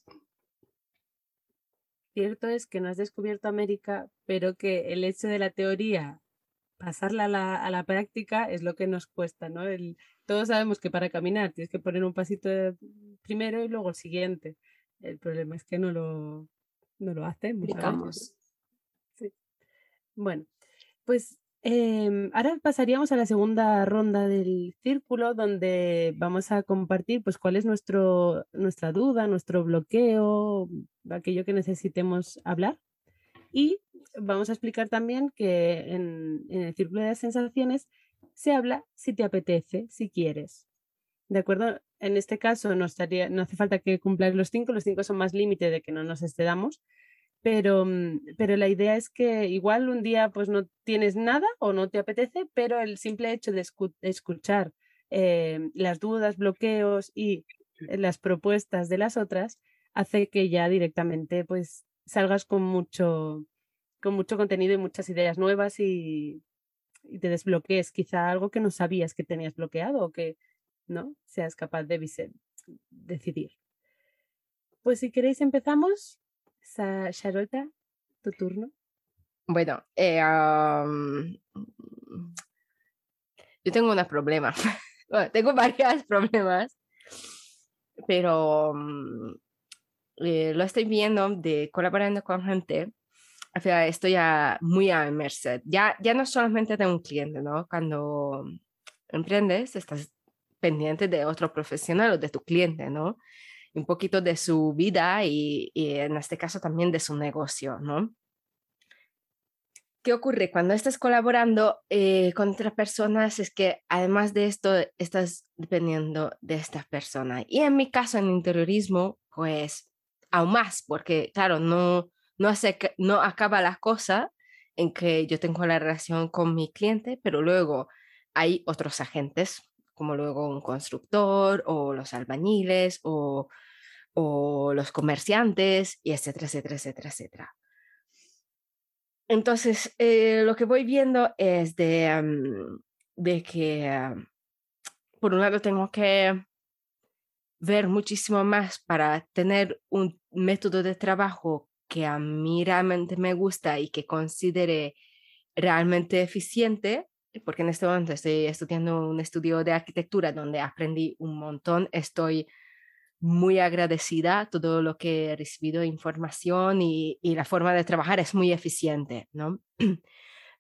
Cierto es que no has descubierto América, pero que el hecho de la teoría, pasarla a la, a la práctica es lo que nos cuesta, ¿no? El, todos sabemos que para caminar tienes que poner un pasito primero y luego el siguiente. El problema es que no lo, no lo hacemos. Aplicamos. Sí. Bueno, pues eh, ahora pasaríamos a la segunda ronda del círculo donde vamos a compartir pues cuál es nuestro, nuestra duda, nuestro bloqueo, aquello que necesitemos hablar. Y vamos a explicar también que en, en el círculo de las sensaciones se habla si te apetece, si quieres. ¿De acuerdo? En este caso no, estaría, no hace falta que cumplan los cinco, los cinco son más límite de que no nos excedamos, pero, pero la idea es que igual un día pues no tienes nada o no te apetece, pero el simple hecho de escu escuchar eh, las dudas, bloqueos y las propuestas de las otras hace que ya directamente pues salgas con mucho, con mucho contenido y muchas ideas nuevas y, y te desbloquees quizá algo que no sabías que tenías bloqueado o que no seas capaz de decidir. Pues si queréis empezamos. Charlotte, tu turno. Bueno, eh, um, yo tengo unos problemas. Bueno, tengo varios problemas, pero um, eh, lo estoy viendo de colaborando con gente. Al final estoy ya muy a merced. Ya, ya no solamente de un cliente, ¿no? Cuando emprendes, estás pendiente de otro profesional o de tu cliente, ¿no? Un poquito de su vida y, y en este caso también de su negocio, ¿no? ¿Qué ocurre cuando estás colaborando eh, con otras personas? Es que además de esto estás dependiendo de estas personas. Y en mi caso, en interiorismo, pues aún más, porque claro, no, no, hace, no acaba la cosa en que yo tengo la relación con mi cliente, pero luego hay otros agentes, como luego un constructor o los albañiles o, o los comerciantes, y etcétera, etcétera, etcétera, etcétera. Entonces, eh, lo que voy viendo es de, um, de que, uh, por un lado, tengo que ver muchísimo más para tener un método de trabajo que a mí realmente me gusta y que considere realmente eficiente, porque en este momento estoy estudiando un estudio de arquitectura donde aprendí un montón, estoy muy agradecida, todo lo que he recibido información y, y la forma de trabajar es muy eficiente, ¿no?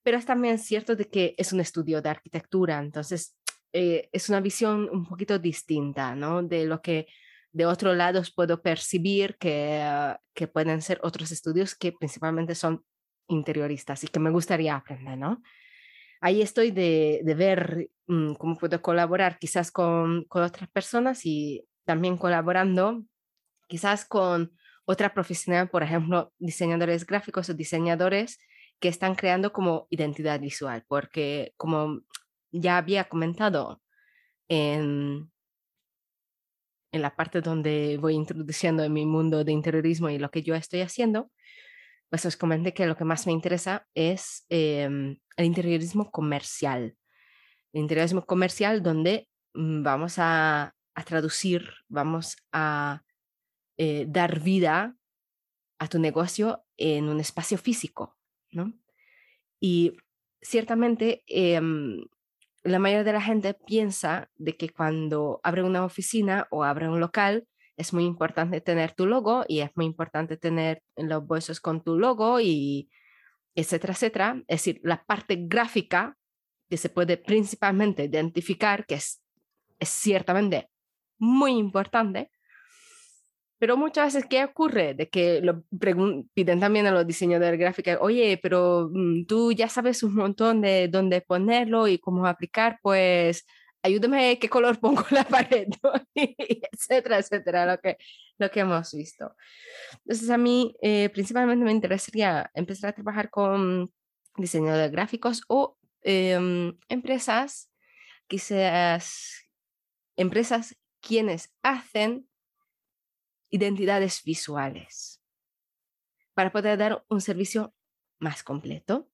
pero es también cierto de que es un estudio de arquitectura, entonces eh, es una visión un poquito distinta, ¿no? De lo que de otro lado puedo percibir que, uh, que pueden ser otros estudios que principalmente son interioristas y que me gustaría aprender, ¿no? Ahí estoy de, de ver um, cómo puedo colaborar quizás con, con otras personas y también colaborando quizás con otra profesional, por ejemplo, diseñadores gráficos o diseñadores que están creando como identidad visual, porque como ya había comentado en, en la parte donde voy introduciendo en mi mundo de interiorismo y lo que yo estoy haciendo, pues os comenté que lo que más me interesa es eh, el interiorismo comercial. El interiorismo comercial donde mm, vamos a, a traducir, vamos a eh, dar vida a tu negocio en un espacio físico, ¿no? Y ciertamente eh, la mayoría de la gente piensa de que cuando abre una oficina o abre un local es muy importante tener tu logo y es muy importante tener los bolsos con tu logo y etcétera, etcétera. Es decir, la parte gráfica que se puede principalmente identificar, que es, es ciertamente muy importante, pero muchas veces, ¿qué ocurre? De que lo piden también a los diseñadores gráficos, oye, pero mm, tú ya sabes un montón de dónde ponerlo y cómo aplicar, pues ayúdame qué color pongo en la pared, ¿no? etcétera, etcétera, lo que, lo que hemos visto. Entonces a mí eh, principalmente me interesaría empezar a trabajar con diseñadores gráficos o eh, empresas, quizás empresas quienes hacen identidades visuales para poder dar un servicio más completo.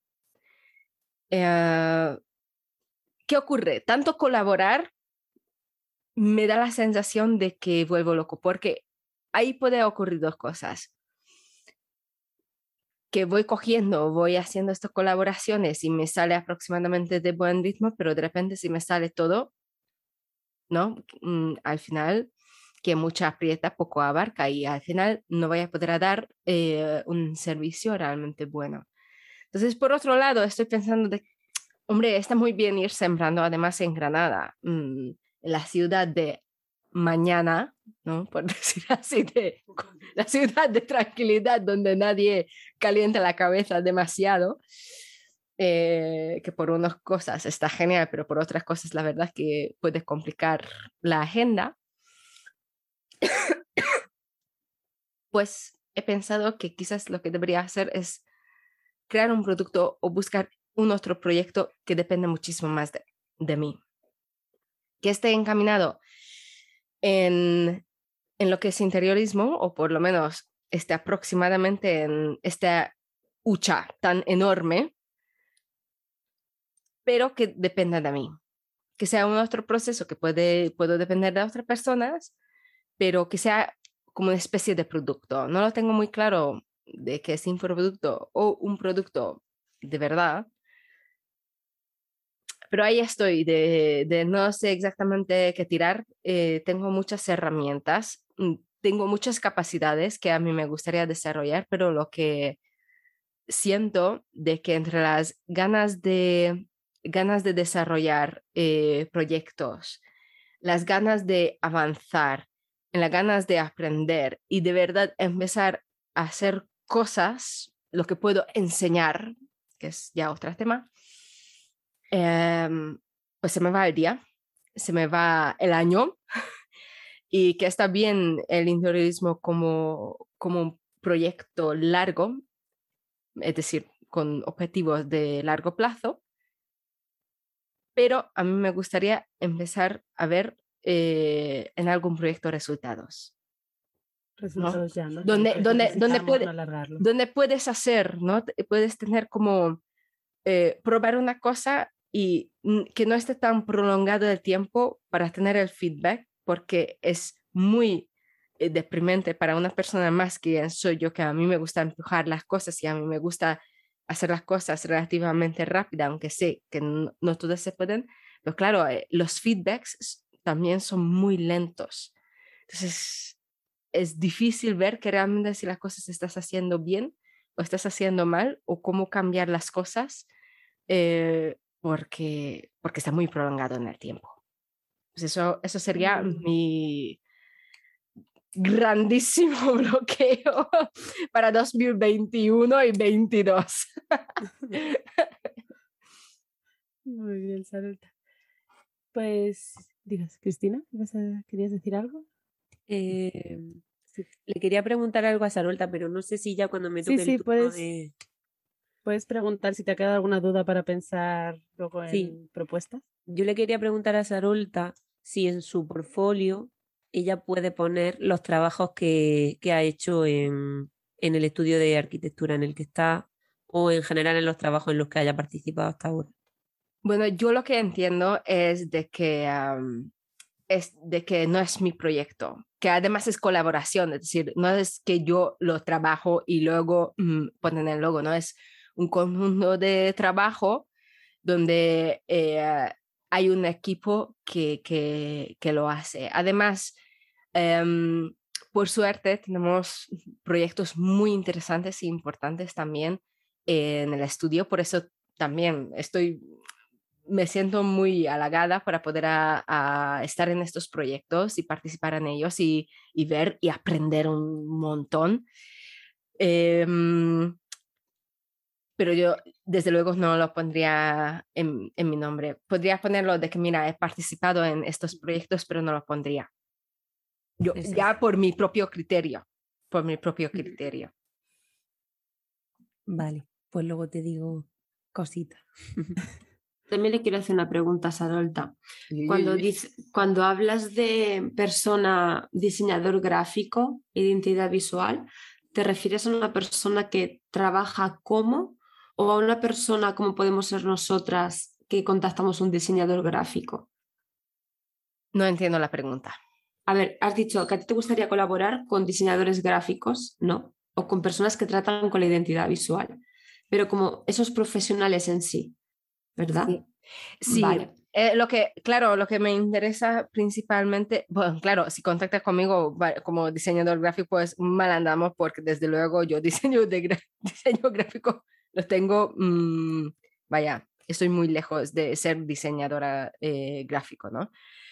Eh, ¿Qué ocurre? Tanto colaborar me da la sensación de que vuelvo loco, porque ahí puede ocurrir dos cosas. Que voy cogiendo, voy haciendo estas colaboraciones y me sale aproximadamente de buen ritmo, pero de repente si me sale todo, ¿no? Mm, al final, que mucha aprieta, poco abarca y al final no voy a poder dar eh, un servicio realmente bueno. Entonces, por otro lado, estoy pensando de, hombre, está muy bien ir sembrando, además en Granada, mmm, en la ciudad de mañana, ¿no? Por decir así, de, la ciudad de tranquilidad donde nadie calienta la cabeza demasiado. Eh, que por unas cosas está genial, pero por otras cosas la verdad es que puede complicar la agenda. Pues he pensado que quizás lo que debería hacer es crear un producto o buscar un otro proyecto que depende muchísimo más de, de mí, que esté encaminado en, en lo que es interiorismo, o por lo menos esté aproximadamente en esta hucha tan enorme, pero que dependa de mí, que sea un otro proceso que puede, puedo depender de otras personas, pero que sea como una especie de producto. No lo tengo muy claro de que es infoproducto o un producto de verdad, pero ahí estoy, de, de no sé exactamente qué tirar. Eh, tengo muchas herramientas, tengo muchas capacidades que a mí me gustaría desarrollar, pero lo que siento de que entre las ganas de, ganas de desarrollar eh, proyectos, las ganas de avanzar, las ganas de aprender y de verdad empezar a hacer cosas, lo que puedo enseñar, que es ya otro tema, eh, pues se me va el día, se me va el año y que está bien el interiorismo como, como un proyecto largo, es decir, con objetivos de largo plazo, pero a mí me gustaría empezar a ver eh, en algún proyecto resultados. Resultados ¿no? ya, ¿no? Donde, donde, donde, puede, no alargarlo. donde puedes hacer, ¿no? Puedes tener como eh, probar una cosa y que no esté tan prolongado el tiempo para tener el feedback, porque es muy eh, deprimente para una persona más que soy yo, que a mí me gusta empujar las cosas y a mí me gusta hacer las cosas relativamente rápida, aunque sé que no, no todas se pueden, pero claro, eh, los feedbacks también son muy lentos. Entonces, es difícil ver que realmente si las cosas estás haciendo bien o estás haciendo mal o cómo cambiar las cosas eh, porque, porque está muy prolongado en el tiempo. Pues eso, eso sería mm. mi grandísimo bloqueo para dos mil veintiuno y veintidós. Muy bien, Sarolta. Pues, digas, Cristina, ¿querías decir algo? Eh, sí. Le quería preguntar algo a Sarolta, pero no sé si ya cuando me toque sí, sí, el turno puedes, de... puedes preguntar si te ha quedado alguna duda para pensar luego en sí. propuestas. Yo le quería preguntar a Sarolta si en su portfolio ella puede poner los trabajos que, que ha hecho en, en el estudio de arquitectura en el que está o en general en los trabajos en los que haya participado hasta ahora. Bueno, yo lo que entiendo es de que, um, es de que no es mi proyecto, que además es colaboración, es decir, no es que yo lo trabajo y luego mm, ponen el logo, no es un conjunto de trabajo donde eh, hay un equipo que, que, que lo hace. Además, um, por suerte, tenemos proyectos muy interesantes e importantes también en el estudio, por eso también estoy, me siento muy halagada para poder a, a estar en estos proyectos y participar en ellos y, y ver y aprender un montón. Eh, pero yo desde luego no lo pondría en, en mi nombre. Podría ponerlo de que, mira, he participado en estos proyectos, pero no lo pondría. Yo, Eso. ya por mi propio criterio, por mi propio criterio. Vale, pues luego te digo cositas. También le quiero hacer una pregunta a Sarolta. Cuando, dice, cuando hablas de persona, diseñador gráfico, identidad visual, ¿te refieres a una persona que trabaja como o a una persona como podemos ser nosotras que contactamos un diseñador gráfico? No entiendo la pregunta. A ver, has dicho que a ti te gustaría colaborar con diseñadores gráficos, ¿no? O con personas que tratan con la identidad visual, pero como esos profesionales en sí, ¿verdad? Sí, sí. Vale. Eh, lo que, claro, lo que me interesa principalmente, bueno, claro, si contactas conmigo como diseñador gráfico, pues mal andamos porque desde luego yo diseño, de gra diseño gráfico lo tengo, mmm, vaya, estoy muy lejos de ser diseñadora eh, gráfico, ¿no?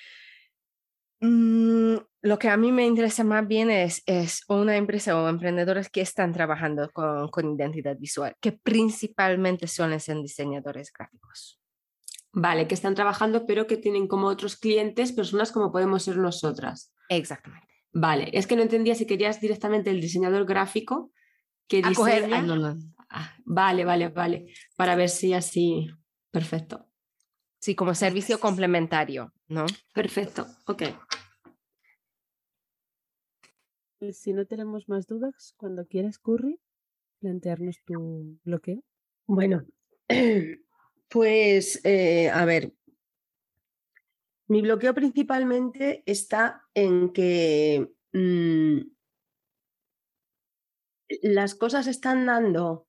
Mm, lo que a mí me interesa más bien es, es una empresa o emprendedores que están trabajando con, con identidad visual, que principalmente suelen ser diseñadores gráficos. Vale, que están trabajando, pero que tienen como otros clientes, personas como podemos ser nosotras. Exactamente. Vale, es que no entendía si querías directamente el diseñador gráfico que diseña... Coger... Ay, no, no. Ah, vale, vale, vale. Para ver si así... Perfecto. Sí, como servicio Perfecto. complementario, ¿no? Perfecto, ok. Si no tenemos más dudas, cuando quieras, Curry, plantearnos tu bloqueo. Bueno, pues eh, a ver, mi bloqueo principalmente está en que mmm, las cosas están dando,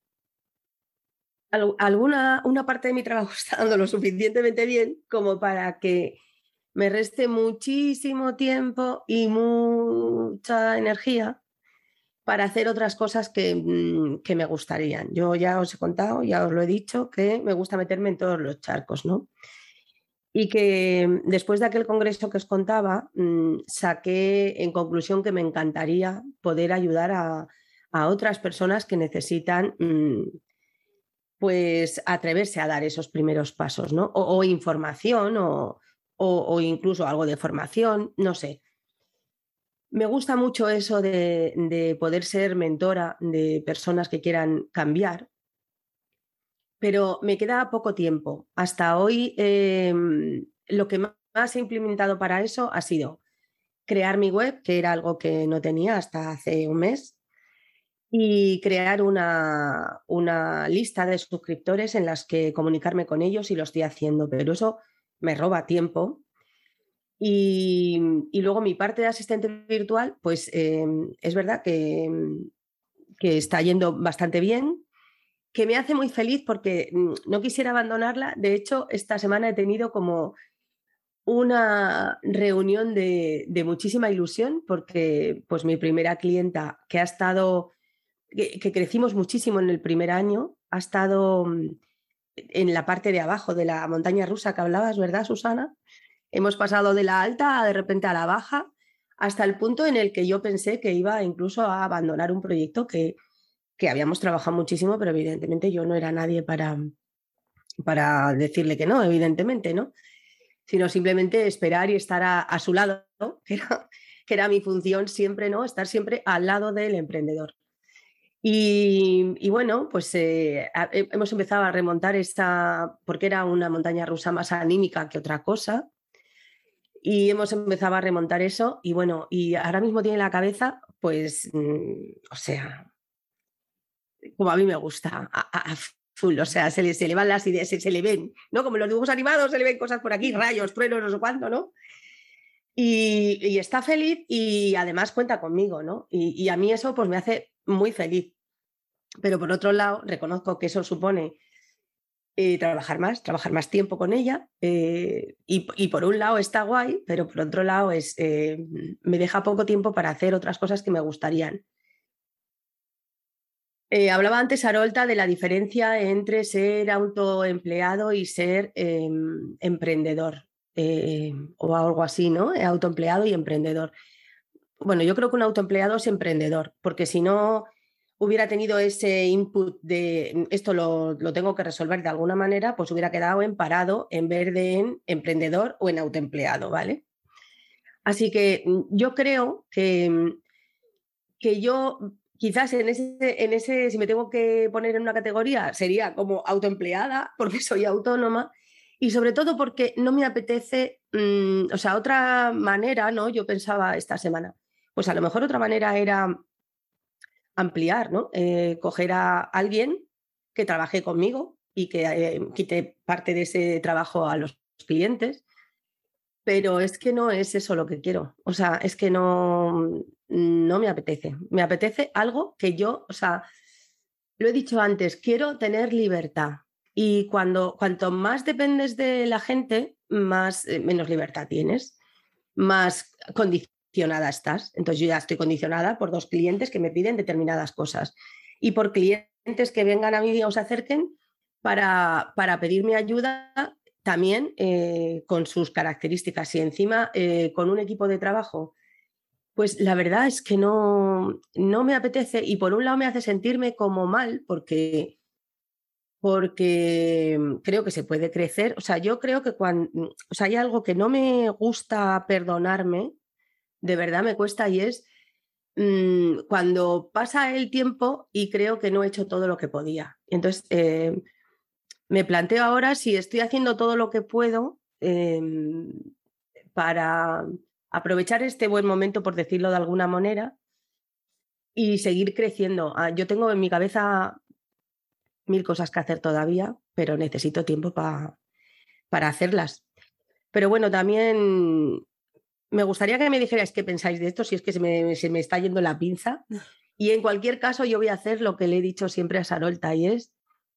alguna una parte de mi trabajo está dando lo suficientemente bien como para que me reste muchísimo tiempo y mucha energía para hacer otras cosas que, que me gustarían. Yo ya os he contado, ya os lo he dicho, que me gusta meterme en todos los charcos, ¿no? Y que después de aquel congreso que os contaba, mmm, saqué en conclusión que me encantaría poder ayudar a, a otras personas que necesitan mmm, pues atreverse a dar esos primeros pasos, ¿no? O, o información o, o, o incluso algo de formación, no sé. Me gusta mucho eso de, de poder ser mentora de personas que quieran cambiar, pero me queda poco tiempo. Hasta hoy eh, lo que más he implementado para eso ha sido crear mi web, que era algo que no tenía hasta hace un mes, y crear una, una lista de suscriptores en las que comunicarme con ellos y lo estoy haciendo, pero eso me roba tiempo. Y, y luego mi parte de asistente virtual, pues eh, es verdad que, que está yendo bastante bien, que me hace muy feliz porque no quisiera abandonarla. De hecho, esta semana he tenido como una reunión de, de muchísima ilusión porque pues mi primera clienta que ha estado, que, que crecimos muchísimo en el primer año, ha estado en la parte de abajo de la montaña rusa que hablabas, ¿verdad, Susana? Hemos pasado de la alta de repente a la baja, hasta el punto en el que yo pensé que iba incluso a abandonar un proyecto que, que habíamos trabajado muchísimo, pero evidentemente yo no era nadie para, para decirle que no, evidentemente, ¿no? Sino simplemente esperar y estar a, a su lado, ¿no? que, era, que era mi función siempre, ¿no? Estar siempre al lado del emprendedor. Y, y bueno, pues eh, hemos empezado a remontar esta, porque era una montaña rusa más anímica que otra cosa, y hemos empezado a remontar eso y bueno, y ahora mismo tiene la cabeza, pues, mmm, o sea, como a mí me gusta, a, a full, o sea, se le, se le van las ideas, se, se le ven, ¿no? Como en los dibujos animados se le ven cosas por aquí, rayos, truenos, no sé cuánto, ¿no? Y, y está feliz y además cuenta conmigo, ¿no? Y, y a mí eso pues me hace muy feliz. Pero por otro lado, reconozco que eso supone eh, trabajar más, trabajar más tiempo con ella. Eh, y, y por un lado está guay, pero por otro lado es, eh, me deja poco tiempo para hacer otras cosas que me gustarían. Eh, hablaba antes, Arolta, de la diferencia entre ser autoempleado y ser eh, emprendedor, eh, o algo así, ¿no? Autoempleado y emprendedor. Bueno, yo creo que un autoempleado es emprendedor, porque si no hubiera tenido ese input de esto lo, lo tengo que resolver de alguna manera, pues hubiera quedado en parado en vez de en emprendedor o en autoempleado, ¿vale? Así que yo creo que, que yo quizás en ese, en ese, si me tengo que poner en una categoría, sería como autoempleada, porque soy autónoma, y sobre todo porque no me apetece, mmm, o sea, otra manera, ¿no? Yo pensaba esta semana, pues a lo mejor otra manera era ampliar, ¿no? Eh, coger a alguien que trabaje conmigo y que eh, quite parte de ese trabajo a los clientes, pero es que no es eso lo que quiero. O sea, es que no, no me apetece. Me apetece algo que yo, o sea, lo he dicho antes, quiero tener libertad. Y cuando, cuanto más dependes de la gente, más, eh, menos libertad tienes, más condicionada estás. Entonces yo ya estoy condicionada por dos clientes que me piden determinadas cosas y por clientes que vengan a mí o se acerquen para, para pedirme ayuda también eh, con sus características y encima eh, con un equipo de trabajo. Pues la verdad es que no, no me apetece y por un lado me hace sentirme como mal porque porque creo que se puede crecer. O sea, yo creo que cuando, o sea, hay algo que no me gusta perdonarme, de verdad me cuesta y es mmm, cuando pasa el tiempo y creo que no he hecho todo lo que podía. Entonces, eh, me planteo ahora si estoy haciendo todo lo que puedo eh, para aprovechar este buen momento, por decirlo de alguna manera, y seguir creciendo. Ah, yo tengo en mi cabeza mil cosas que hacer todavía, pero necesito tiempo pa, para hacerlas. Pero bueno, también me gustaría que me dijerais qué pensáis de esto, si es que se me, se me está yendo la pinza. Y en cualquier caso, yo voy a hacer lo que le he dicho siempre a Sarolta y es,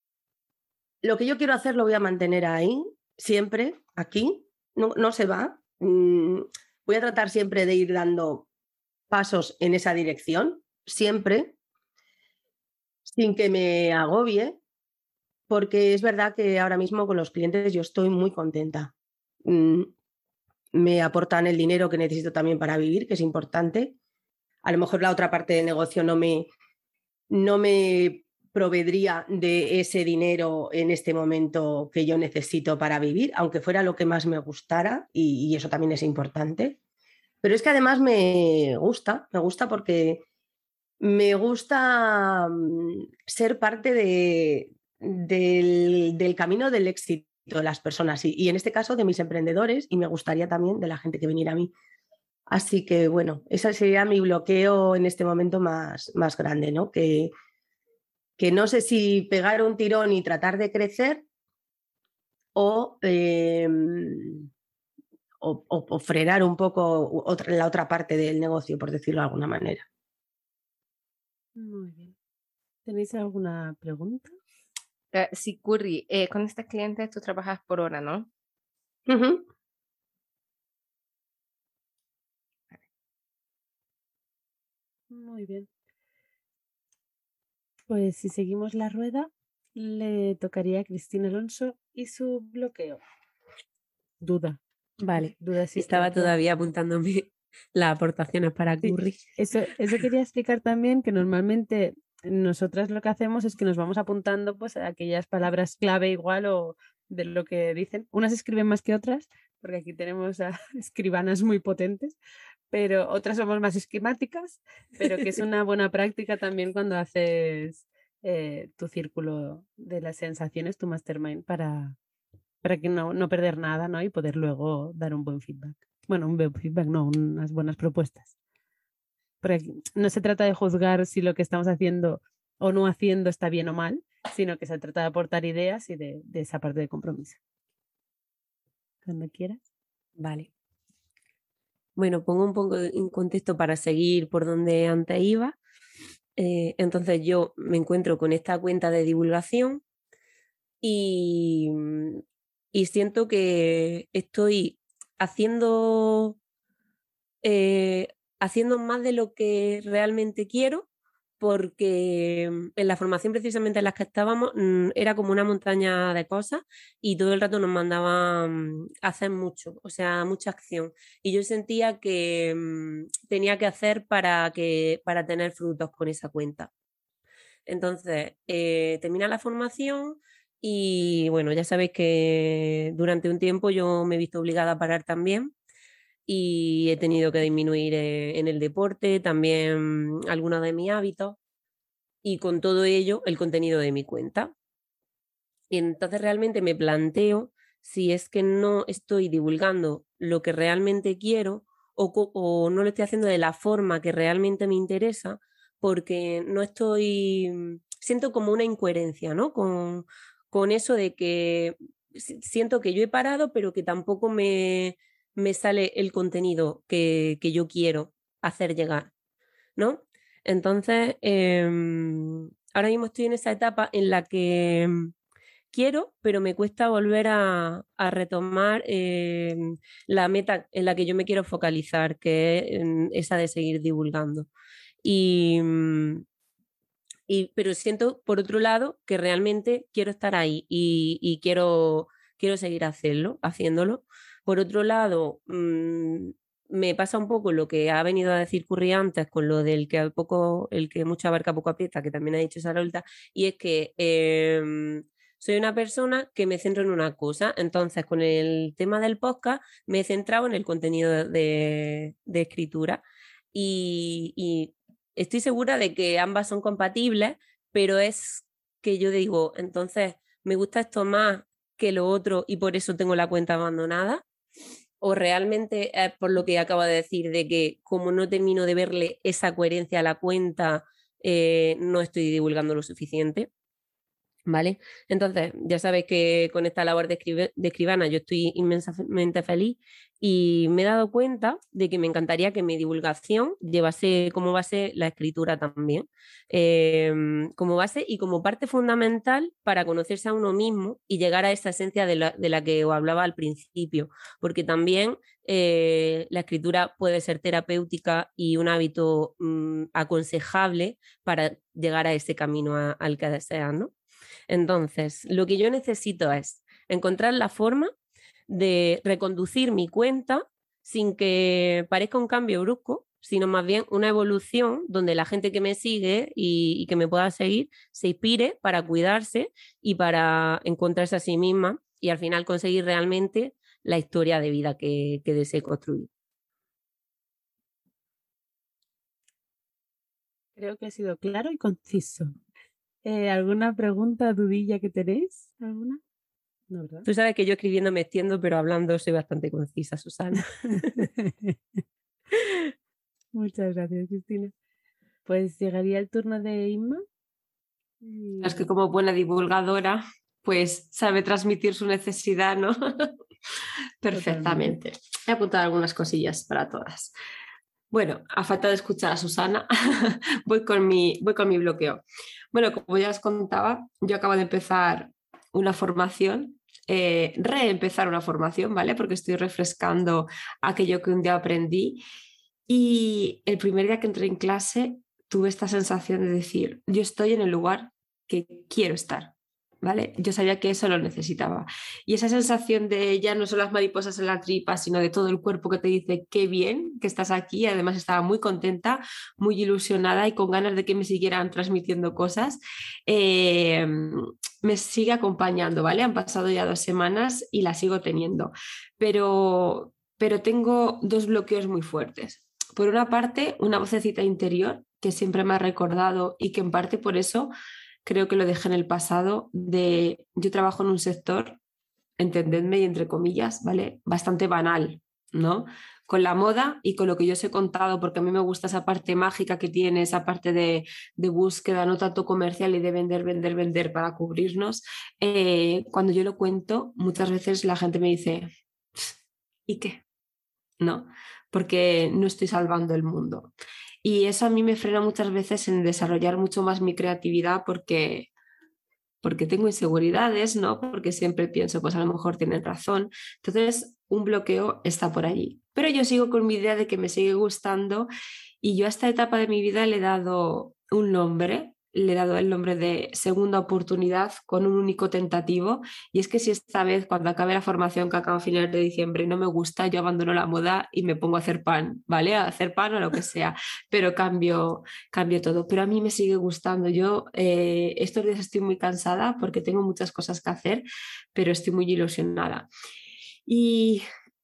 lo que yo quiero hacer lo voy a mantener ahí, siempre, aquí, no, no se va. Mm, voy a tratar siempre de ir dando pasos en esa dirección, siempre, sin que me agobie, porque es verdad que ahora mismo con los clientes yo estoy muy contenta. Mm, me aportan el dinero que necesito también para vivir, que es importante. A lo mejor la otra parte del negocio no me, no me proveería de ese dinero en este momento que yo necesito para vivir, aunque fuera lo que más me gustara, y, y eso también es importante. Pero es que además me gusta, me gusta porque me gusta ser parte de, del, del camino del éxito de las personas y, y en este caso de mis emprendedores y me gustaría también de la gente que viniera a mí. Así que bueno, ese sería mi bloqueo en este momento más, más grande, ¿no? Que, que no sé si pegar un tirón y tratar de crecer o, eh, o, o, o frenar un poco otra, la otra parte del negocio, por decirlo de alguna manera. Muy bien. ¿Tenéis alguna pregunta? Uh, sí, Curry, eh, con este cliente tú trabajas por hora, ¿no? Uh-huh. Muy bien. Pues si seguimos la rueda, le tocaría a Cristina Alonso y su bloqueo. Duda. Vale, duda estaba todavía apuntándome las aportaciones para Curry. Sí, eso, eso quería explicar también, que normalmente nosotras lo que hacemos es que nos vamos apuntando pues a aquellas palabras clave igual o de lo que dicen. Unas escriben más que otras, porque aquí tenemos a escribanas muy potentes, pero otras somos más esquemáticas, pero que es una buena práctica también cuando haces eh, tu círculo de las sensaciones, tu mastermind, para, para que no, no perder nada, ¿no? Y poder luego dar un buen feedback. Bueno, un buen feedback, no, unas buenas propuestas. Porque no se trata de juzgar si lo que estamos haciendo o no haciendo está bien o mal, sino que se trata de aportar ideas y de, de esa parte de compromiso. Cuando quieras. Vale. Bueno, pongo un poco en contexto para seguir por donde antes iba. Eh, entonces yo me encuentro con esta cuenta de divulgación y, y siento que estoy haciendo, eh, haciendo más de lo que realmente quiero, porque en la formación precisamente en la que estábamos era como una montaña de cosas y todo el rato nos mandaban a hacer mucho, o sea, mucha acción. Y yo sentía que um, tenía que hacer para, que, para tener frutos con esa cuenta. Entonces, eh, termina la formación y bueno, ya sabéis que durante un tiempo yo me he visto obligada a parar también y he tenido que disminuir eh, en el deporte, también algunos de mis hábitos y con todo ello el contenido de mi cuenta. Y entonces realmente me planteo si es que no estoy divulgando lo que realmente quiero o, o no lo estoy haciendo de la forma que realmente me interesa, porque no estoy, siento como una incoherencia, ¿no? Con, con eso de que siento que yo he parado, pero que tampoco me, me sale el contenido que, que yo quiero hacer llegar, ¿no? Entonces, eh, ahora mismo estoy en esa etapa en la que quiero, pero me cuesta volver a, a retomar eh, la meta en la que yo me quiero focalizar, que es en esa de seguir divulgando. Y, y, pero siento, por otro lado, que realmente quiero estar ahí y, y quiero, quiero seguir hacerlo, haciéndolo. Por otro lado, mmm, me pasa un poco lo que ha venido a decir Curry antes con lo del que poco, el que mucho abarca poco aprieta, que también ha dicho Sarolta, y es que eh, soy una persona que me centro en una cosa. Entonces, con el tema del podcast me he centrado en el contenido de, de escritura y, y estoy segura de que ambas son compatibles, pero es que yo digo, entonces, ¿me gusta esto más que lo otro y por eso tengo la cuenta abandonada? ¿O realmente es por lo que acabo de decir, de que como no termino de verle esa coherencia a la cuenta, eh, no estoy divulgando lo suficiente? ¿Vale? Entonces, ya sabéis que con esta labor de, escribe, de escribana yo estoy inmensamente feliz y me he dado cuenta de que me encantaría que mi divulgación llevase como base la escritura también, eh, como base y como parte fundamental para conocerse a uno mismo y llegar a esa esencia de la, de la que os hablaba al principio, porque también eh, la escritura puede ser terapéutica y un hábito mmm, aconsejable para llegar a ese camino a, al que deseas, ¿no? Entonces, lo que yo necesito es encontrar la forma de reconducir mi cuenta sin que parezca un cambio brusco, sino más bien una evolución donde la gente que me sigue y, y que me pueda seguir se inspire para cuidarse y para encontrarse a sí misma y al final conseguir realmente la historia de vida que, que desee construir. Creo que ha sido claro y conciso. Eh, ¿Alguna pregunta, dudilla que tenéis? ¿Alguna? No, ¿verdad? Tú sabes que yo escribiendo me extiendo, pero hablando soy bastante concisa, Susana. Muchas gracias, Cristina. Pues llegaría el turno de Inma. Y... Es que como buena divulgadora, pues sabe transmitir su necesidad, ¿no? Perfectamente. Totalmente. He apuntado algunas cosillas para todas. Bueno, a falta de escuchar a Susana, voy, con mi, voy con mi bloqueo. Bueno, como ya os contaba, yo acabo de empezar una formación, eh, reempezar una formación, ¿vale? Porque estoy refrescando aquello que un día aprendí. Y el primer día que entré en clase tuve esta sensación de decir, yo estoy en el lugar que quiero estar. ¿vale? Yo sabía que eso lo necesitaba. Y esa sensación de ya no son las mariposas en la tripa, sino de todo el cuerpo que te dice qué bien que estás aquí. Además estaba muy contenta, muy ilusionada y con ganas de que me siguieran transmitiendo cosas. Eh, me sigue acompañando, ¿vale? Han pasado ya dos semanas y la sigo teniendo. Pero, pero tengo dos bloqueos muy fuertes. Por una parte, una vocecita interior que siempre me ha recordado y que en parte por eso creo que lo dejé en el pasado, de yo trabajo en un sector, entendedme y entre comillas, ¿vale? Bastante banal, ¿no? Con la moda y con lo que yo os he contado, porque a mí me gusta esa parte mágica que tiene, esa parte de, de búsqueda, no tanto comercial y de vender, vender, vender para cubrirnos. Eh, cuando yo lo cuento, muchas veces la gente me dice, ¿y qué? ¿No? Porque no estoy salvando el mundo. Y eso a mí me frena muchas veces en desarrollar mucho más mi creatividad porque, porque tengo inseguridades, ¿no? Porque siempre pienso, pues a lo mejor tienen razón. Entonces, un bloqueo está por allí. Pero yo sigo con mi idea de que me sigue gustando y yo a esta etapa de mi vida le he dado un nombre, le he dado el nombre de segunda oportunidad con un único tentativo, y es que si esta vez cuando acabe la formación que acabo a finales de diciembre no me gusta, yo abandono la moda y me pongo a hacer pan, ¿vale? A hacer pan o lo que sea, pero cambio, cambio todo. Pero a mí me sigue gustando. Yo eh, estos días estoy muy cansada porque tengo muchas cosas que hacer, pero estoy muy ilusionada. Y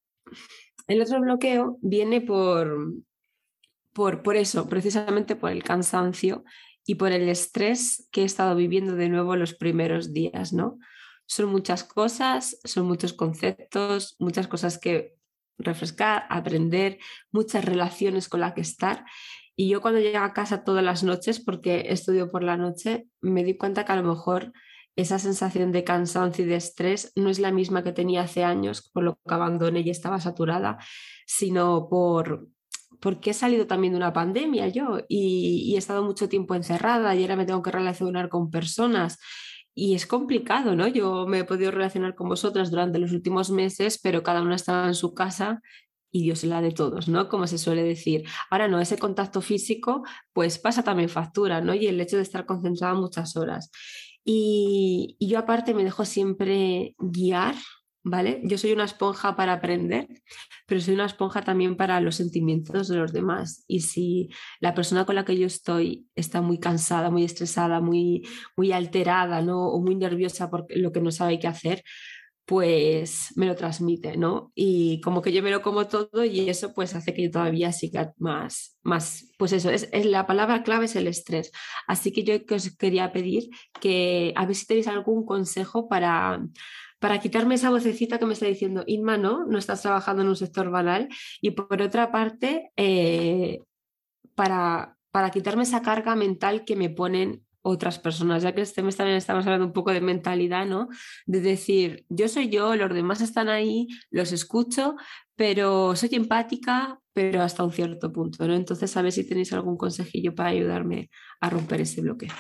el otro bloqueo viene por, por, por eso, precisamente por el cansancio y por el estrés que he estado viviendo de nuevo los primeros días, ¿no? Son muchas cosas, son muchos conceptos, muchas cosas que refrescar, aprender, muchas relaciones con las que estar. Y yo cuando llego a casa todas las noches, porque estudio por la noche, me di cuenta que a lo mejor esa sensación de cansancio y de estrés no es la misma que tenía hace años, por lo que abandoné y estaba saturada, sino por... porque he salido también de una pandemia yo y, y he estado mucho tiempo encerrada y ahora me tengo que relacionar con personas y es complicado, ¿no? Yo me he podido relacionar con vosotras durante los últimos meses, pero cada una estaba en su casa y Dios es la de todos, ¿no? Como se suele decir. Ahora no, ese contacto físico pues pasa también factura, ¿no? Y el hecho de estar concentrada muchas horas. Y, y yo aparte me dejo siempre guiar, ¿vale? Yo soy una esponja para aprender, pero soy una esponja también para los sentimientos de los demás. Y si la persona con la que yo estoy está muy cansada, muy estresada, muy, muy alterada, ¿no? O muy nerviosa por lo que no sabe qué hacer, pues me lo transmite, ¿no? Y como que yo me lo como todo y eso pues hace que yo todavía siga más, más pues eso, es, es la palabra clave es el estrés. Así que yo que os quería pedir que a ver si tenéis algún consejo para... para quitarme esa vocecita que me está diciendo, Inma, no, no estás trabajando en un sector banal. Y por otra parte, eh, para, para quitarme esa carga mental que me ponen otras personas, ya que este mes también estamos hablando un poco de mentalidad, ¿no? De decir, yo soy yo, los demás están ahí, los escucho, pero soy empática, pero hasta un cierto punto, ¿no? Entonces, a ver si tenéis algún consejillo para ayudarme a romper ese bloqueo.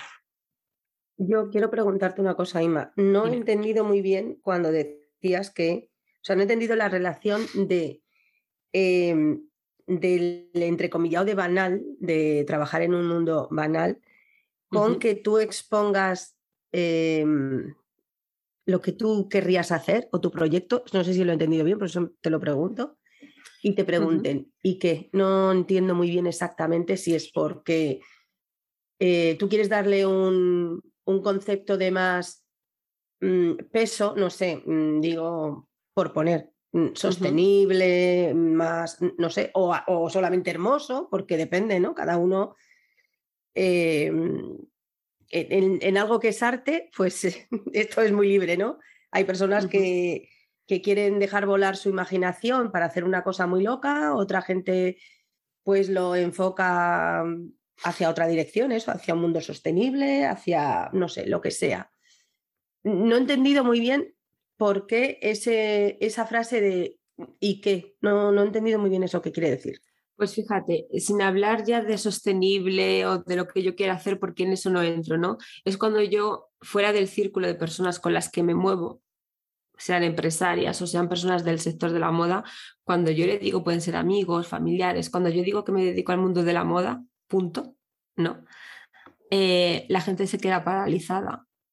Yo quiero preguntarte una cosa, Inma. No he entendido muy bien cuando decías que, o sea, no he entendido la relación de eh, del entrecomillado de banal, de trabajar en un mundo banal, con uh-huh. que tú expongas eh, lo que tú querrías hacer o tu proyecto. No sé si lo he entendido bien, por eso te lo pregunto. Y te pregunten, uh-huh. ¿y qué? No entiendo muy bien exactamente si es porque eh, tú quieres darle un, un concepto de más mmm, peso, no sé, mmm, digo, por poner, mmm, sostenible, uh-huh. más, no sé, o, o solamente hermoso, porque depende, ¿no? Cada uno... Eh, en, en algo que es arte, pues esto es muy libre, ¿no? Hay personas uh-huh. que, que quieren dejar volar su imaginación para hacer una cosa muy loca, otra gente pues lo enfoca hacia otra dirección, eso, hacia un mundo sostenible, hacia, no sé, lo que sea. No he entendido muy bien por qué ese, esa frase de ¿y qué? No, no he entendido muy bien eso que quiere decir. Pues fíjate, sin hablar ya de sostenible o de lo que yo quiera hacer, porque en eso no entro, ¿no? Es cuando yo, fuera del círculo de personas con las que me muevo, sean empresarias o sean personas del sector de la moda, cuando yo le digo, pueden ser amigos, familiares, cuando yo digo que me dedico al mundo de la moda, punto, no. Eh, la gente se queda paralizada.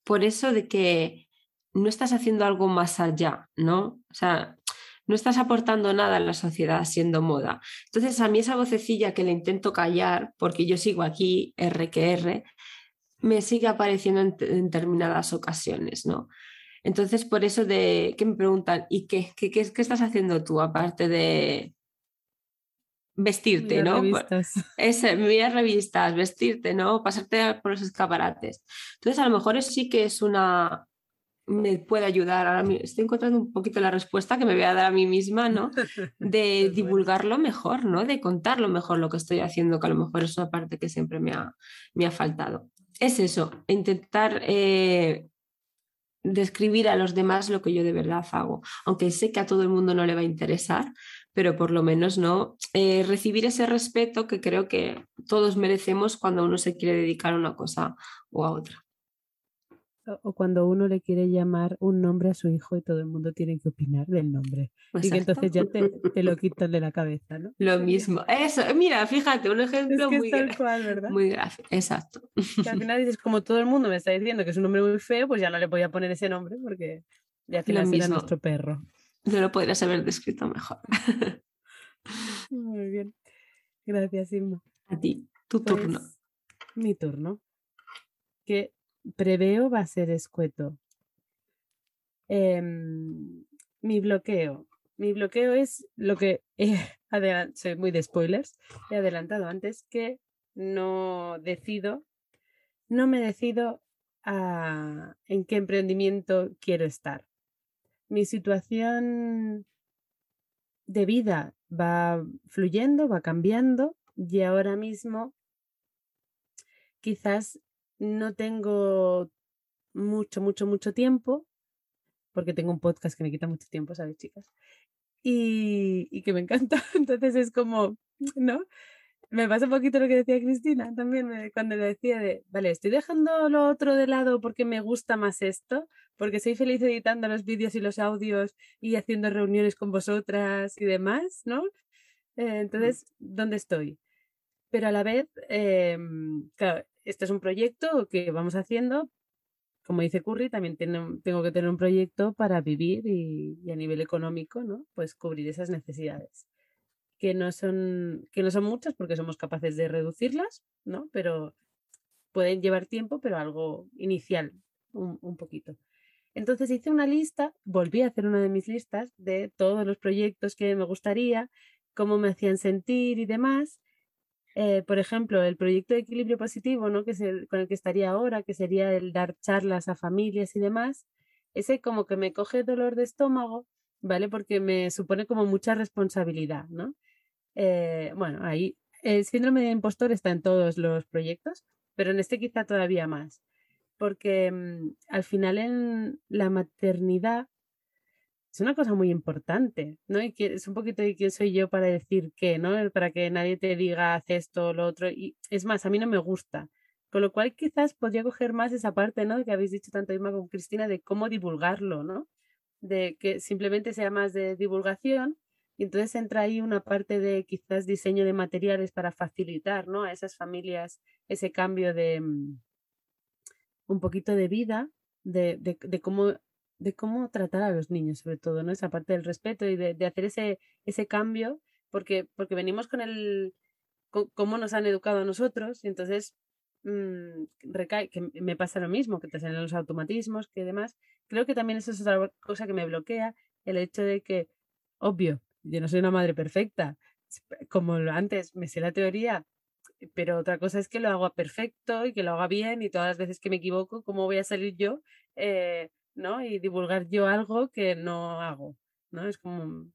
por eso de que no estás haciendo algo más allá, ¿no? O sea, no estás aportando nada a la sociedad siendo moda. Entonces, a mí esa vocecilla que le intento callar, porque yo sigo aquí, R que R, me sigue apareciendo en, en determinadas ocasiones, ¿no? Entonces, por eso de que me preguntan, ¿y qué? ¿Qué, qué, qué estás haciendo tú aparte de vestirte, Mirar ¿no? revistas. Es, mirar revistas, vestirte, ¿no? Pasarte por los escaparates. Entonces, a lo mejor eso sí que es una... me puede ayudar. Ahora estoy encontrando un poquito la respuesta que me voy a dar a mí misma, ¿no? De Pues divulgarlo mejor, ¿no? De contarlo mejor lo que estoy haciendo, que a lo mejor es una parte que siempre me ha, me ha faltado. Es eso, intentar eh, describir a los demás lo que yo de verdad hago, aunque sé que a todo el mundo no le va a interesar, pero por lo menos no eh, recibir ese respeto que creo que todos merecemos cuando uno se quiere dedicar a una cosa o a otra. O, o cuando uno le quiere llamar un nombre a su hijo y todo el mundo tiene que opinar del nombre. Exacto. Y que entonces ya te, te lo quitan de la cabeza, ¿no? Lo mismo. Eso, mira, fíjate, un ejemplo es que muy, es tal cual, ¿verdad? muy gráfico. Exacto. Que al final dices, como todo el mundo me está diciendo que es un nombre muy feo, pues ya no le voy a poner ese nombre porque ya al final será nuestro perro. No lo podrías haber descrito mejor. Muy bien. Gracias, Inma. A ti, tu pues, turno. Mi turno. Que preveo va a ser escueto. Eh, mi bloqueo. Mi bloqueo es lo que he adelantado, soy muy de spoilers, he adelantado antes, que no decido, no me decido a en qué emprendimiento quiero estar. Mi situación de vida va fluyendo, va cambiando y ahora mismo quizás no tengo mucho, mucho, mucho tiempo, porque tengo un podcast que me quita mucho tiempo, ¿sabes, chicas? Y, y que me encanta. Entonces es como, ¿no? Me pasa un poquito lo que decía Cristina también, me, cuando le decía de, vale, estoy dejando lo otro de lado porque me gusta más esto, porque soy feliz editando los vídeos y los audios y haciendo reuniones con vosotras y demás, ¿no? Eh, entonces, ¿dónde estoy? Pero a la vez, eh, claro, este es un proyecto que vamos haciendo. Como dice Curry, también tengo, tengo que tener un proyecto para vivir y, y a nivel económico, ¿no? Pues cubrir esas necesidades. Que no son, que no son muchas porque somos capaces de reducirlas, ¿no? Pero pueden llevar tiempo, pero algo inicial, un, un poquito. Entonces hice una lista, volví a hacer una de mis listas de todos los proyectos que me gustaría, cómo me hacían sentir y demás. Eh, por ejemplo, el proyecto de equilibrio positivo, ¿no? Que es el con el que estaría ahora, que sería el dar charlas a familias y demás, ese como que me coge dolor de estómago, ¿vale? Porque me supone como mucha responsabilidad, ¿no? Eh, bueno, ahí el síndrome de impostor está en todos los proyectos, pero en este quizá todavía más, porque mmm, al final en la maternidad es una cosa muy importante, ¿no? Y que es un poquito de quién soy yo para decir qué, ¿no? Para que nadie te diga haz esto o lo otro. Y es más, a mí no me gusta. Con lo cual quizás podría coger más esa parte, ¿no? Que habéis dicho tanto Inma como Cristina, de cómo divulgarlo, ¿no? De que simplemente sea más de divulgación. Y entonces entra ahí una parte de quizás diseño de materiales para facilitar, ¿no? A esas familias ese cambio de um, un poquito de vida, de, de, de cómo de cómo tratar a los niños, sobre todo, ¿no? Esa parte del respeto y de, de hacer ese, ese cambio, porque, porque venimos con el con, cómo nos han educado a nosotros, y entonces mmm, recae, que me pasa lo mismo, que te salen los automatismos, que demás. Creo que también eso es otra cosa que me bloquea, el hecho de que, obvio, yo no soy una madre perfecta, como antes me sé la teoría, pero otra cosa es que lo haga perfecto y que lo haga bien, y todas las veces que me equivoco, ¿cómo voy a salir yo? Eh, ¿no? Y divulgar yo algo que no hago, ¿no? Es como,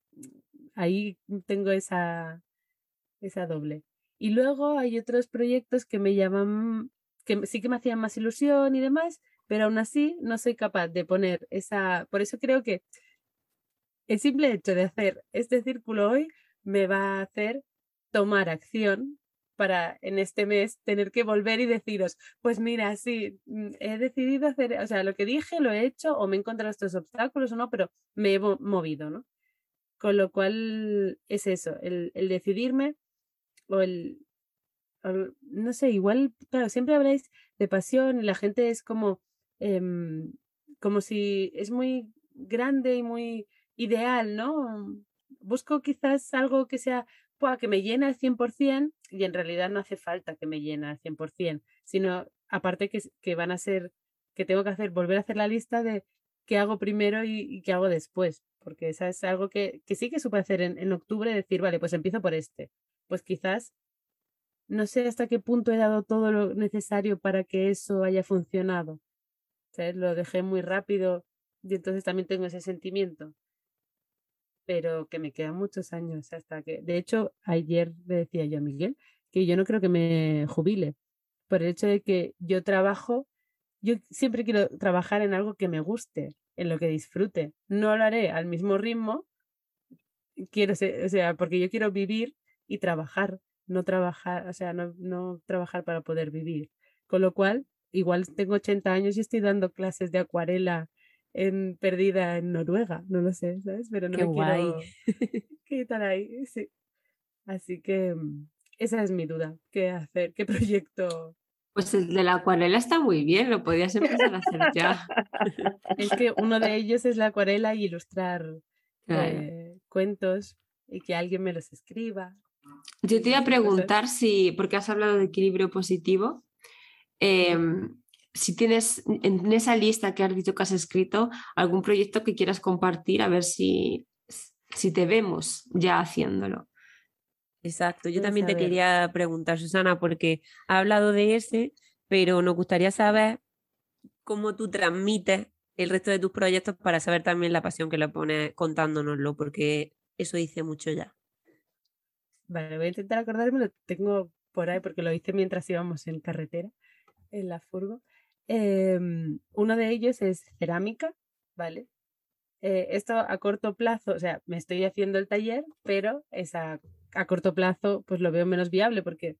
ahí tengo esa, esa doble. Y luego hay otros proyectos que me llaman, que sí que me hacían más ilusión y demás, pero aún así no soy capaz de poner esa, por eso creo que el simple hecho de hacer este círculo hoy me va a hacer tomar acción para en este mes tener que volver y deciros, pues mira, sí, he decidido hacer, o sea, lo que dije lo he hecho, o me he encontrado estos obstáculos o no, pero me he movido, ¿no? Con lo cual es eso, el, el decidirme o el, o, no sé, igual, claro, siempre habláis de pasión y la gente es como, eh, como si es muy grande y muy ideal, ¿no? Busco quizás algo que sea, ¡pua!, que me llene al cien por ciento y en realidad no hace falta que me llene al cien por ciento, sino aparte que, que van a ser, que tengo que hacer, volver a hacer la lista de qué hago primero y, y qué hago después, porque esa es algo que, que sí que supe hacer en, en octubre, decir, vale, pues empiezo por este. Pues quizás no sé hasta qué punto he dado todo lo necesario para que eso haya funcionado. ¿Sabes? Lo dejé muy rápido y entonces también tengo ese sentimiento. Pero que me quedan muchos años hasta que... De hecho, ayer le decía yo a Miguel que yo no creo que me jubile por el hecho de que yo trabajo, yo siempre quiero trabajar en algo que me guste, en lo que disfrute. No lo haré al mismo ritmo, quiero ser, o sea, porque yo quiero vivir y trabajar, no trabajar, o sea, no, no trabajar para poder vivir. Con lo cual, igual tengo ochenta años y estoy dando clases de acuarela en, perdida en Noruega, no lo sé, ¿sabes? Pero no Qué me guay. quiero quitar ahí, sí. Así que esa es mi duda, ¿qué hacer? ¿Qué proyecto? Pues el de la acuarela está muy bien, lo podías empezar a hacer ya. Es que uno de ellos es la acuarela y ilustrar Claro. eh, cuentos y que alguien me los escriba. Yo te iba a Esas cosas. preguntar si, porque has hablado de equilibrio positivo, eh, si tienes en esa lista que has dicho que has escrito algún proyecto que quieras compartir, a ver si, si te vemos ya haciéndolo. Exacto, yo Puedes también te saber. quería preguntar, Susana, porque ha hablado de ese, pero nos gustaría saber cómo tú transmites el resto de tus proyectos para saber también la pasión que le pones contándonoslo, porque eso dice mucho ya. Vale, voy a intentar acordarme, lo tengo por ahí porque lo hice mientras íbamos en carretera, en la furgo. Eh, uno de ellos es cerámica, ¿vale? Eh, esto a corto plazo, o sea, me estoy haciendo el taller, pero es a, a corto plazo pues lo veo menos viable porque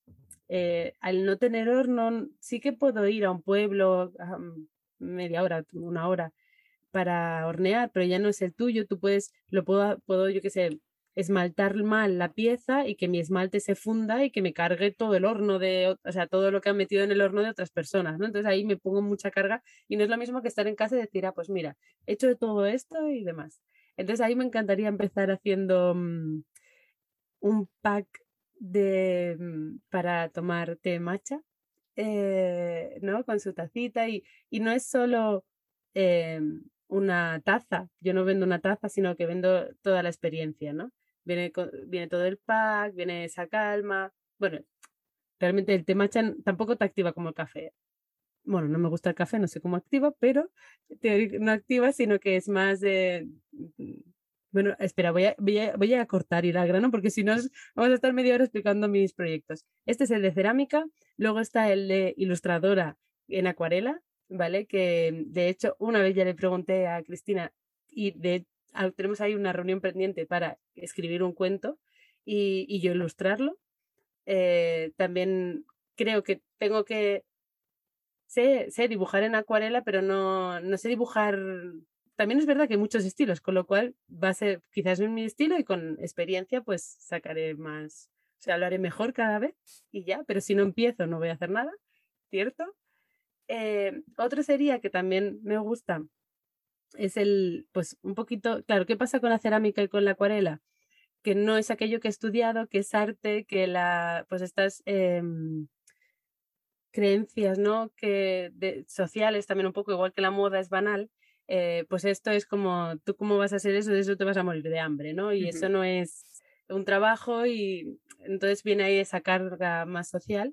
eh, al no tener horno sí que puedo ir a un pueblo a media hora, una hora para hornear, pero ya no es el tuyo, tú puedes, lo puedo, puedo yo qué sé, esmaltar mal la pieza y que mi esmalte se funda y que me cargue todo el horno de, o sea, todo lo que han metido en el horno de otras personas, ¿no? Entonces ahí me pongo mucha carga y no es lo mismo que estar en casa y decir, ah, pues mira, he hecho de todo esto y demás. Entonces ahí me encantaría empezar haciendo um, un pack de, um, para tomar té matcha, eh, ¿no? Con su tacita y, y no es solo... Eh, una taza. Yo no vendo una taza, sino que vendo toda la experiencia, ¿no? Viene, viene todo el pack, viene esa calma. Bueno, realmente el té matcha tampoco te activa como el café. Bueno, no me gusta el café, no sé cómo activa, pero te, no activa, sino que es más de... Bueno, espera, voy a, voy a, voy a cortar y ir al grano porque si no vamos a estar media hora explicando mis proyectos. Este es el de cerámica, luego está el de ilustradora en acuarela, ¿vale? Que de hecho una vez ya le pregunté a Cristina y de, a, tenemos ahí una reunión pendiente para escribir un cuento y, y yo ilustrarlo. Eh, también creo que tengo que... Sé, sé dibujar en acuarela, pero no, no sé dibujar... También es verdad que hay muchos estilos, con lo cual va a ser quizás en mi estilo y con experiencia pues sacaré más, o sea, lo haré mejor cada vez y ya, pero si no empiezo no voy a hacer nada, ¿cierto? Eh, otro sería que también me gusta, es el, pues un poquito, claro, ¿qué pasa con la cerámica y con la acuarela? Que no es aquello que he estudiado, que es arte, que la, pues estas eh, creencias, ¿no? Que de, sociales también un poco, igual que la moda es banal, eh, pues esto es como, tú cómo vas a hacer eso, de eso te vas a morir de hambre, ¿no? Y uh-huh. Eso no es un trabajo y entonces viene ahí esa carga más social.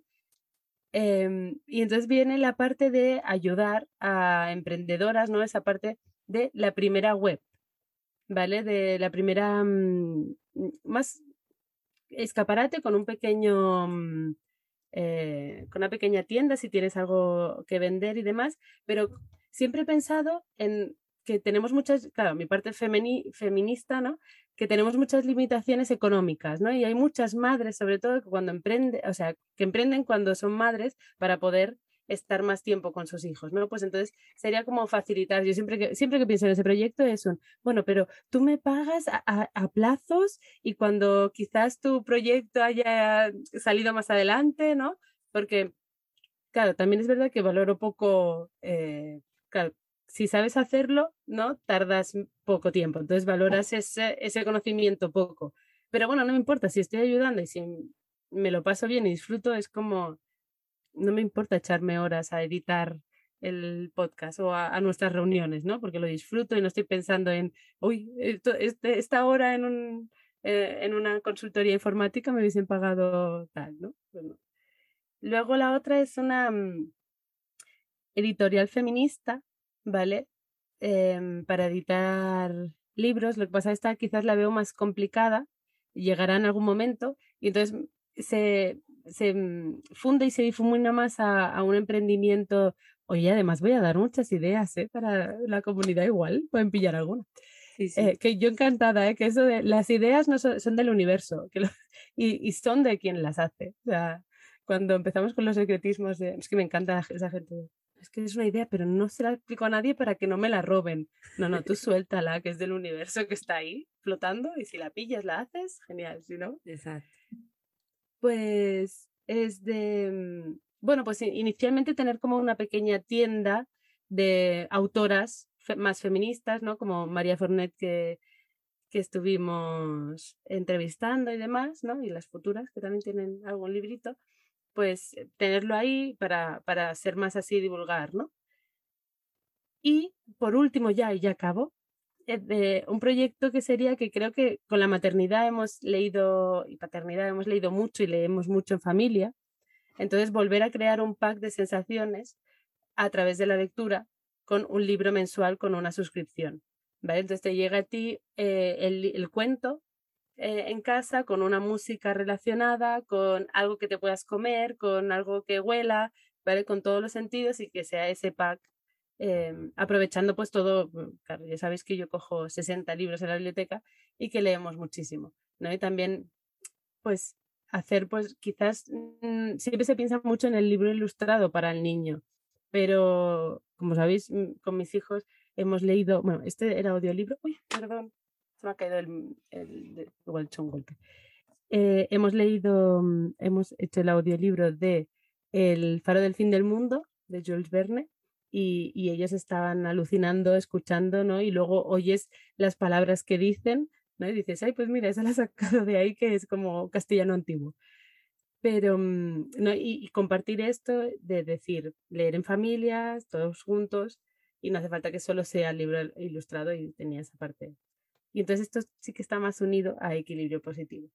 Eh, y entonces viene la parte de ayudar a emprendedoras, ¿no? Esa parte de la primera web, ¿vale? De la primera mmm, más escaparate con un pequeño... Mmm, eh, con una pequeña tienda si tienes algo que vender y demás, pero siempre he pensado en que tenemos muchas, claro, mi parte femini, feminista, ¿no? Que tenemos muchas limitaciones económicas, ¿no? Y hay muchas madres, sobre todo, que cuando emprenden, o sea, que emprenden cuando son madres para poder estar más tiempo con sus hijos, ¿no? Pues entonces sería como facilitar. Yo siempre que, siempre que pienso en ese proyecto es un, bueno, pero tú me pagas a, a, a plazos y cuando quizás tu proyecto haya salido más adelante, ¿no? Porque claro, también es verdad que valoro poco, eh, claro, si sabes hacerlo, ¿no? Tardas poco tiempo, entonces valoras ese, ese conocimiento poco. Pero bueno, no me importa, si estoy ayudando y si me lo paso bien y disfruto, es como, no me importa echarme horas a editar el podcast o a, a nuestras reuniones, ¿no? Porque lo disfruto y no estoy pensando en, uy, esto, este, esta hora en, un, eh, en una consultoría informática me hubiesen pagado tal, ¿no? Pues no. Luego la otra es una um, editorial feminista, ¿vale? Eh, para editar libros. Lo que pasa es que esta quizás la veo más complicada, llegará en algún momento, y entonces se, se funde y se difumina más a, a un emprendimiento. Oye, además voy a dar muchas ideas, ¿eh? Para la comunidad igual, pueden pillar alguna. Sí, sí. Eh, que yo encantada, ¿eh? Que eso de las ideas no son, son del universo que lo, y, y son de quien las hace. O sea, cuando empezamos con los secretismos, de, es que me encanta esa gente. Es que es una idea, pero no se la explico a nadie para que no me la roben. No, no, tú suéltala, que es del universo, que está ahí flotando, y si la pillas, la haces, genial, si no. Exacto. Pues es de, bueno, pues inicialmente tener como una pequeña tienda de autoras fe más feministas, ¿no? Como María Fornet, que, que estuvimos entrevistando y demás, ¿no? Y las futuras, que también tienen algún librito, pues tenerlo ahí para, para ser más así, divulgar, ¿no? Y por último, ya, y ya acabo, de un proyecto que sería que creo que con la maternidad hemos leído y paternidad hemos leído mucho y leemos mucho en familia, entonces volver a crear un pack de sensaciones a través de la lectura con un libro mensual con una suscripción, ¿vale? Entonces te llega a ti eh, el, el cuento eh, en casa con una música relacionada, con algo que te puedas comer, con algo que huela, ¿vale? Con todos los sentidos, y que sea ese pack. Eh, aprovechando pues todo, claro, ya sabéis que yo cojo sesenta libros en la biblioteca y que leemos muchísimo, ¿no? Y también pues hacer pues quizás mmm, siempre se piensa mucho en el libro ilustrado para el niño, pero como sabéis, con mis hijos hemos leído, bueno, este era audiolibro, uy, perdón, se me ha caído el, el, igual he hecho un golpe. Eh, hemos leído, hemos hecho el audiolibro de El faro del fin del mundo, de Jules Verne, y, y ellos estaban alucinando, escuchando, ¿no? Y luego oyes las palabras que dicen, ¿no? Y dices, ay, pues mira, esa la he sacado de ahí, que es como castellano antiguo. Pero, ¿no? Y, y compartir esto de decir, leer en familias, todos juntos, y no hace falta que solo sea el libro ilustrado, y tenía esa parte. Y entonces esto sí que está más unido a equilibrio positivo.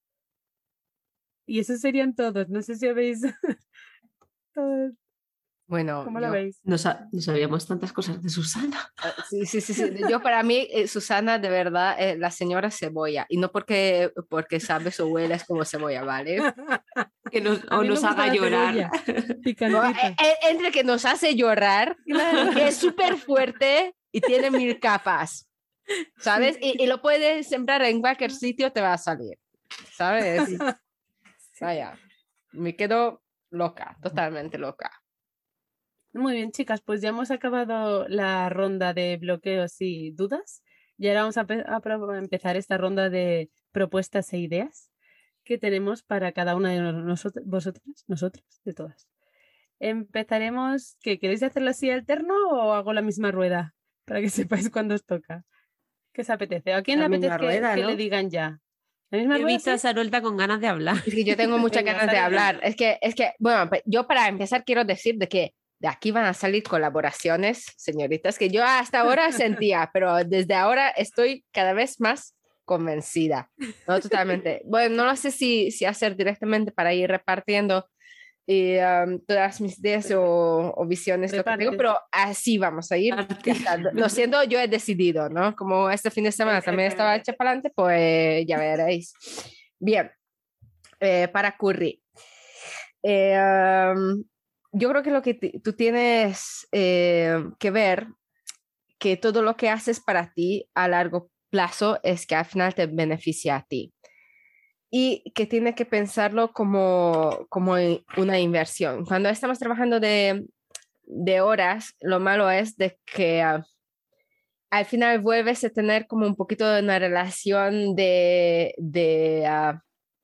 Y esos serían todos. No sé si habéis todos. Bueno, ¿Cómo yo, la veis? No, sa no sabíamos tantas cosas de Susana. Sí, sí, sí, sí. Yo para mí, eh, Susana, de verdad, eh, la señora cebolla. Y no porque, porque sabes o hueles como cebolla, ¿vale? Que nos, o nos haga llorar. No, eh, eh, entre que nos hace llorar, claro, que es súper fuerte y tiene mil capas, ¿sabes? Sí. Y, y lo puedes sembrar en cualquier sitio, te va a salir, ¿sabes? Sí. Vaya, me quedo loca, totalmente loca. Muy bien, chicas, pues ya hemos acabado la ronda de bloqueos y dudas, y ahora vamos a, a empezar esta ronda de propuestas e ideas que tenemos para cada una de nosotros, vosotras, nosotras, de todas. Empezaremos, ¿qué queréis hacerlo así alterno o hago la misma rueda para que sepáis cuándo os toca? ¿Qué os apetece? ¿A quién la le apetece rueda, que, ¿no? que le digan ya? ¿La misma He rueda, visto ¿sí? a Sarolta con ganas de hablar. Es que yo tengo muchas Venga, ganas de hablar. Es que, es que, bueno, yo para empezar quiero decir de que de aquí van a salir colaboraciones, señoritas, que yo hasta ahora sentía, pero desde ahora estoy cada vez más convencida. No, totalmente. Bueno, no lo sé si, si hacer directamente para ir repartiendo y, um, todas mis ideas o, o visiones, lo que tengo, pero así vamos a ir. Lo siento, yo he decidido, ¿no? Como este fin de semana también estaba hecha para adelante, pues ya veréis. Bien, eh, para Curry. Eh, um, yo creo que lo que tú tienes eh, que ver, que todo lo que haces para ti a largo plazo es que al final te beneficia a ti. Y que tiene que pensarlo como, como una inversión. Cuando estamos trabajando de, de horas, lo malo es de que uh, al final vuelves a tener como un poquito de una relación de... de uh,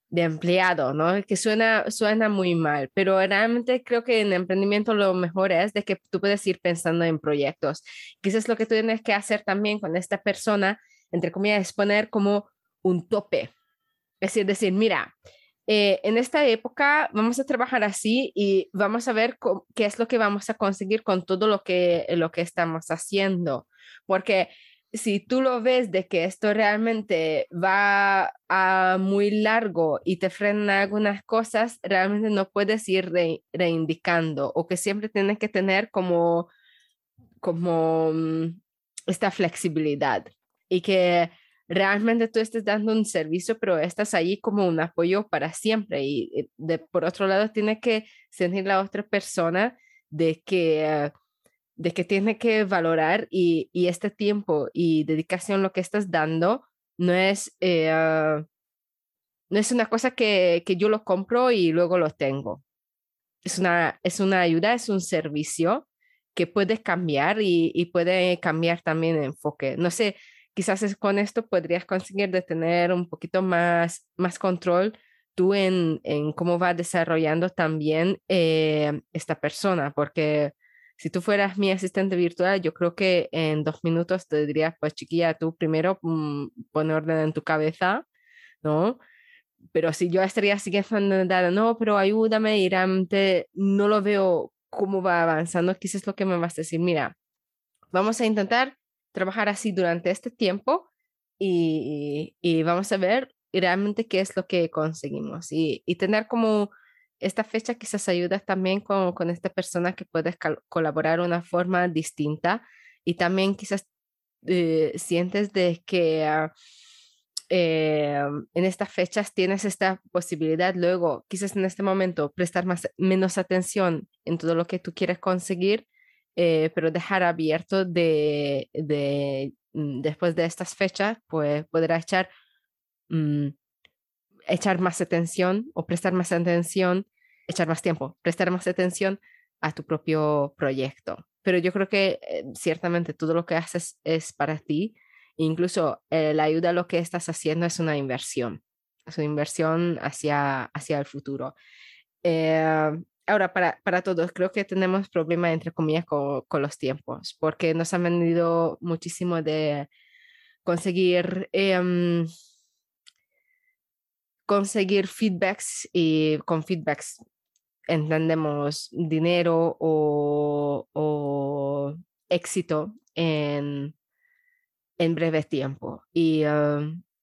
de empleado, ¿no? Que suena, suena muy mal, pero realmente creo que en emprendimiento lo mejor es de que tú puedes ir pensando en proyectos. Quizás lo que tú tienes que hacer también con esta persona, entre comillas, es poner como un tope. Es decir, decir, mira, eh, en esta época vamos a trabajar así y vamos a ver qué es lo que vamos a conseguir con todo lo que, lo que estamos haciendo. Porque si tú lo ves de que esto realmente va a muy largo y te frena algunas cosas, realmente no puedes ir re, reindicando o que siempre tienes que tener como, como um, esta flexibilidad y que realmente tú estés dando un servicio, pero estás ahí como un apoyo para siempre. Y de, por otro lado, tiene que sentir la otra persona de que... Uh, de que tiene que valorar y, y este tiempo y dedicación lo que estás dando no es, eh, uh, no es una cosa que, que yo lo compro y luego lo tengo. Es una, es una ayuda, es un servicio que puede cambiar y, y puede cambiar también el enfoque. No sé, quizás es, con esto podrías conseguir de tener un poquito más, más control tú en, en cómo va desarrollando también eh, esta persona, porque si tú fueras mi asistente virtual, yo creo que en dos minutos te diría, pues chiquilla, tú primero mmm, pon orden en tu cabeza, ¿no? Pero si yo estaría siguiendo, no, pero ayúdame y realmente no lo veo cómo va avanzando, quizás es lo que me vas a decir, mira, vamos a intentar trabajar así durante este tiempo y, y vamos a ver realmente qué es lo que conseguimos y, y tener como esta fecha quizás ayuda también con, con esta persona que puedes colaborar de una forma distinta y también quizás eh, sientes de que uh, eh, en estas fechas tienes esta posibilidad luego quizás en este momento prestar más, menos atención en todo lo que tú quieres conseguir, eh, pero dejar abierto de, de después de estas fechas, pues podrá echar um, echar más atención o prestar más atención, echar más tiempo, prestar más atención a tu propio proyecto. Pero yo creo que eh, ciertamente todo lo que haces es para ti. Incluso eh, la ayuda a lo que estás haciendo es una inversión, es una inversión hacia, hacia el futuro. Eh, ahora, para, para todos, creo que tenemos problemas, entre comillas, con, con los tiempos, porque nos han venido muchísimo de conseguir... Eh, conseguir feedbacks y con feedbacks entendemos dinero o, o éxito en, en breve tiempo y uh,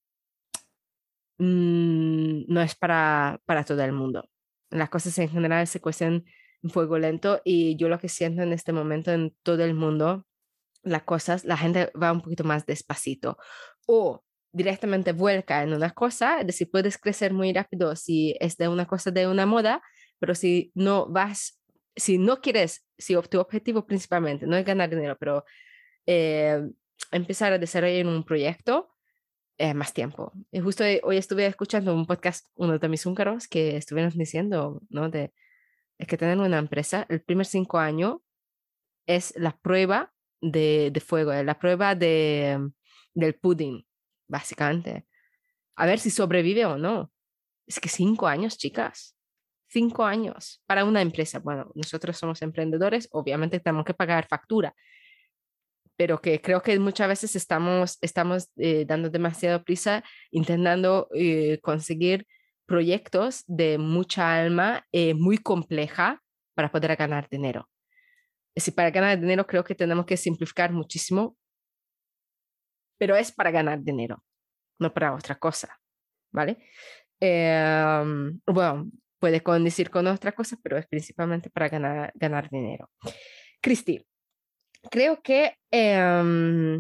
mm, no es para, para todo el mundo. Las cosas en general se cuecen en fuego lento y yo lo que siento en este momento en todo el mundo, las cosas, la gente va un poquito más despacito o directamente vuelca en una cosa, es decir, puedes crecer muy rápido si es de una cosa de una moda, pero si no vas, si no quieres, si tu objetivo principalmente no es ganar dinero, pero eh, empezar a desarrollar un proyecto, eh, más tiempo. Y justo hoy estuve escuchando un podcast, uno de mis húngaros, que estuvieron diciendo, ¿no? De, es que tener una empresa, el primer cinco años es la prueba de, de fuego, es la prueba de, del pudding, básicamente. A ver si sobrevive o no. Es que cinco años, chicas. Cinco años para una empresa. Bueno, nosotros somos emprendedores, obviamente tenemos que pagar factura, pero que creo que muchas veces estamos, estamos eh, dando demasiado prisa intentando eh, conseguir proyectos de mucha alma, eh, muy compleja para poder ganar dinero. Es decir, para ganar dinero creo que tenemos que simplificar muchísimo, pero es para ganar dinero, no para otra cosa, ¿vale? Eh, bueno, puede condecir con otra cosa, pero es principalmente para ganar, ganar dinero. Cristi, creo que eh,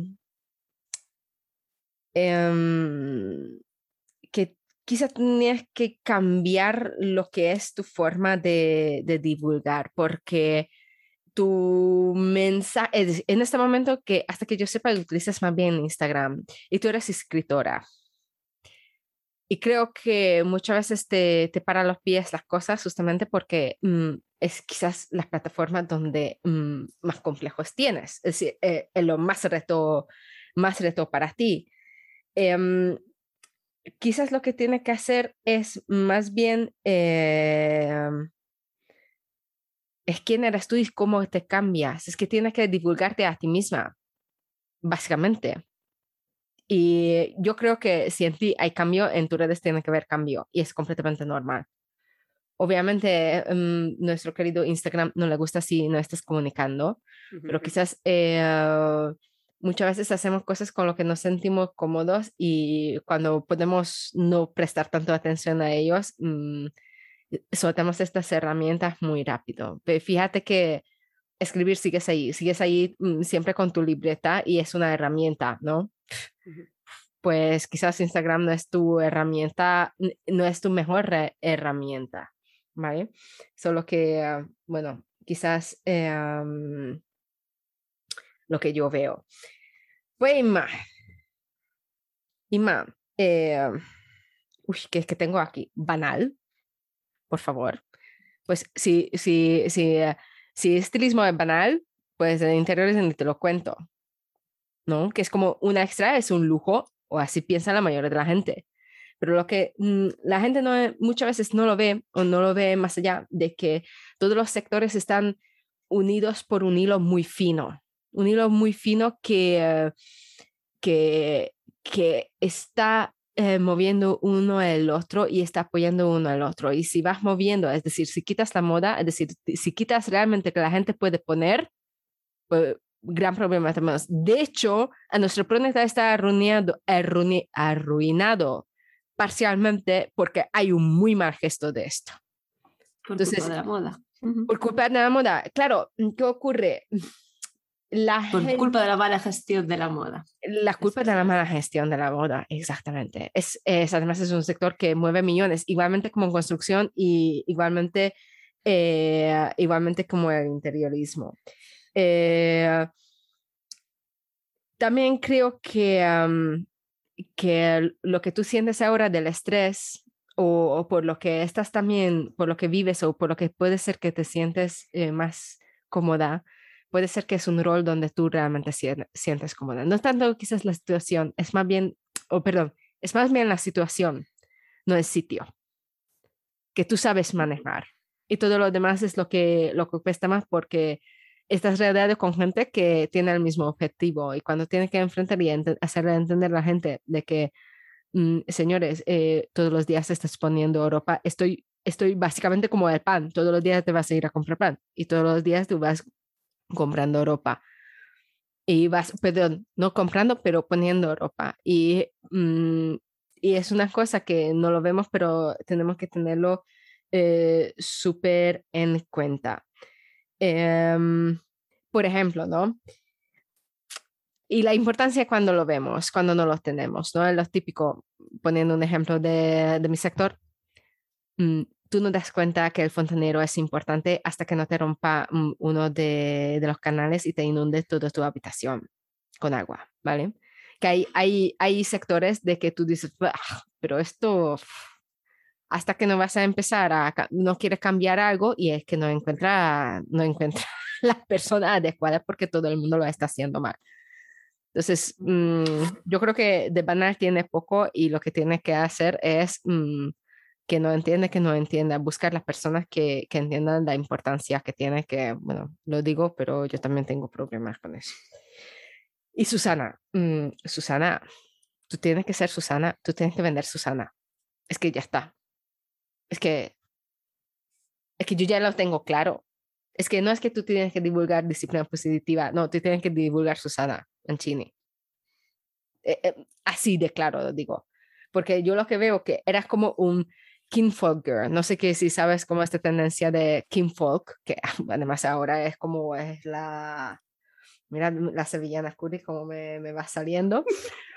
eh, que quizás tenías que cambiar lo que es tu forma de, de divulgar, porque tu mensaje, en este momento que hasta que yo sepa, utilizas más bien Instagram y tú eres escritora. Y creo que muchas veces te, te paran los pies las cosas justamente porque mm, es quizás las plataformas donde mm, más complejos tienes, es decir, eh, es lo más reto, más reto para ti. Eh, quizás lo que tiene que hacer es más bien eh, es quién eres tú y cómo te cambias. Es que tienes que divulgarte a ti misma, básicamente. Y yo creo que si en ti hay cambio, en tus redes tiene que haber cambio y es completamente normal. Obviamente, um, nuestro querido Instagram no le gusta si no estás comunicando, pero quizás eh, muchas veces hacemos cosas con lo que nos sentimos cómodos y cuando podemos no prestar tanto atención a ellos, um, soltamos estas herramientas muy rápido. Pero fíjate que escribir sigues ahí, sigues ahí um, siempre con tu libreta y es una herramienta, ¿no? Uh-huh. Pues quizás Instagram no es tu herramienta, no es tu mejor herramienta. ¿Vale? Solo que, uh, bueno, quizás eh, um, lo que yo veo. Pues, Ima, Ima, eh, uy, ¿qué es que tengo aquí? Banal, por favor. Pues si, si, si, uh, si estilismo es banal, pues en interiores ni te lo cuento, ¿no? Que es como una extra, es un lujo, o así piensa la mayoría de la gente. Pero lo que mmm, la gente no, muchas veces no lo ve o no lo ve más allá de que todos los sectores están unidos por un hilo muy fino, un hilo muy fino que, uh, que, que está eh, moviendo uno al otro y está apoyando uno al otro. Y si vas moviendo, es decir, si quitas la moda, es decir, si quitas realmente que la gente puede poner, pues, gran problema tenemos. De hecho, a nuestro planeta está arruinado, arruinado, arruinado parcialmente porque hay un muy mal gesto de esto. Por Entonces, culpa de la moda. Por culpa de la moda. Claro, ¿qué ocurre? La Por gente, culpa de la mala gestión de la moda. La culpa es de la mala gestión de la moda, exactamente. Es, es, además es un sector que mueve millones, igualmente como construcción y igualmente, eh, igualmente como el interiorismo. Eh, también creo que, um, que lo que tú sientes ahora del estrés o, o por lo que estás también, por lo que vives o por lo que puede ser que te sientes eh, más cómoda, puede ser que es un rol donde tú realmente sientes cómoda. No tanto quizás la situación, es más bien, o oh, perdón, es más bien la situación, no el sitio, que tú sabes manejar. Y todo lo demás es lo que, lo que cuesta más porque estás rodeado con gente que tiene el mismo objetivo y cuando tienes que enfrentar y ent hacerle entender a la gente de que, mm, señores, eh, todos los días estás poniendo ropa, estoy, estoy básicamente como el pan, todos los días te vas a ir a comprar pan y todos los días tú vas comprando ropa y vas, perdón, no comprando, pero poniendo ropa y, mm, y es una cosa que no lo vemos, pero tenemos que tenerlo eh, súper en cuenta. Um, por ejemplo, ¿no? Y la importancia cuando lo vemos, cuando no lo tenemos, ¿no? Lo típico, poniendo un ejemplo de, de mi sector, mmm, tú no das cuenta que el fontanero es importante hasta que no te rompa um, uno de, de los canales y te inunde toda tu habitación con agua, ¿vale? Que hay, hay, hay sectores de que tú dices, pero esto, hasta que no vas a empezar a, no quieres cambiar algo y es que no encuentra, no encuentra la persona adecuada porque todo el mundo lo está haciendo mal. Entonces, mmm, yo creo que de banal tiene poco y lo que tiene que hacer es mmm, que no entiende, que no entienda, buscar las personas que, que entiendan la importancia que tiene, que, bueno, lo digo, pero yo también tengo problemas con eso. Y Susana, mmm, Susana, tú tienes que ser Susana, tú tienes que vender Susana. Es que ya está. Es que, es que yo ya lo tengo claro. Es que no es que tú tienes que divulgar disciplina positiva, no, tú tienes que divulgar Susana Mancini. Eh, eh, así de claro lo digo. Porque yo lo que veo que eras como un kinfolk girl. No sé qué si sabes cómo esta tendencia de kinfolk, que además ahora es como es la... Mira la sevillana Curry como me, me va saliendo.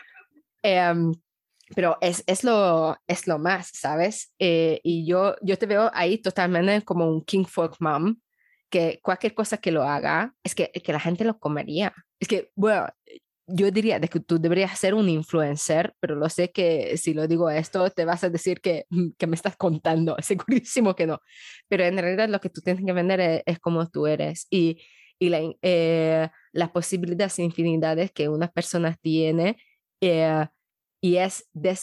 um, pero es, es, lo, es lo más, ¿sabes? Eh, y yo, yo te veo ahí totalmente como un kinfolk mom, que cualquier cosa que lo haga, es que, que la gente lo comería. Es que, bueno, yo diría de que tú deberías ser un influencer, pero lo sé que si lo digo esto, te vas a decir que, que me estás contando, segurísimo que no. Pero en realidad lo que tú tienes que vender es, es como tú eres y, y la, eh, las posibilidades infinidades que una persona tiene. Eh, y es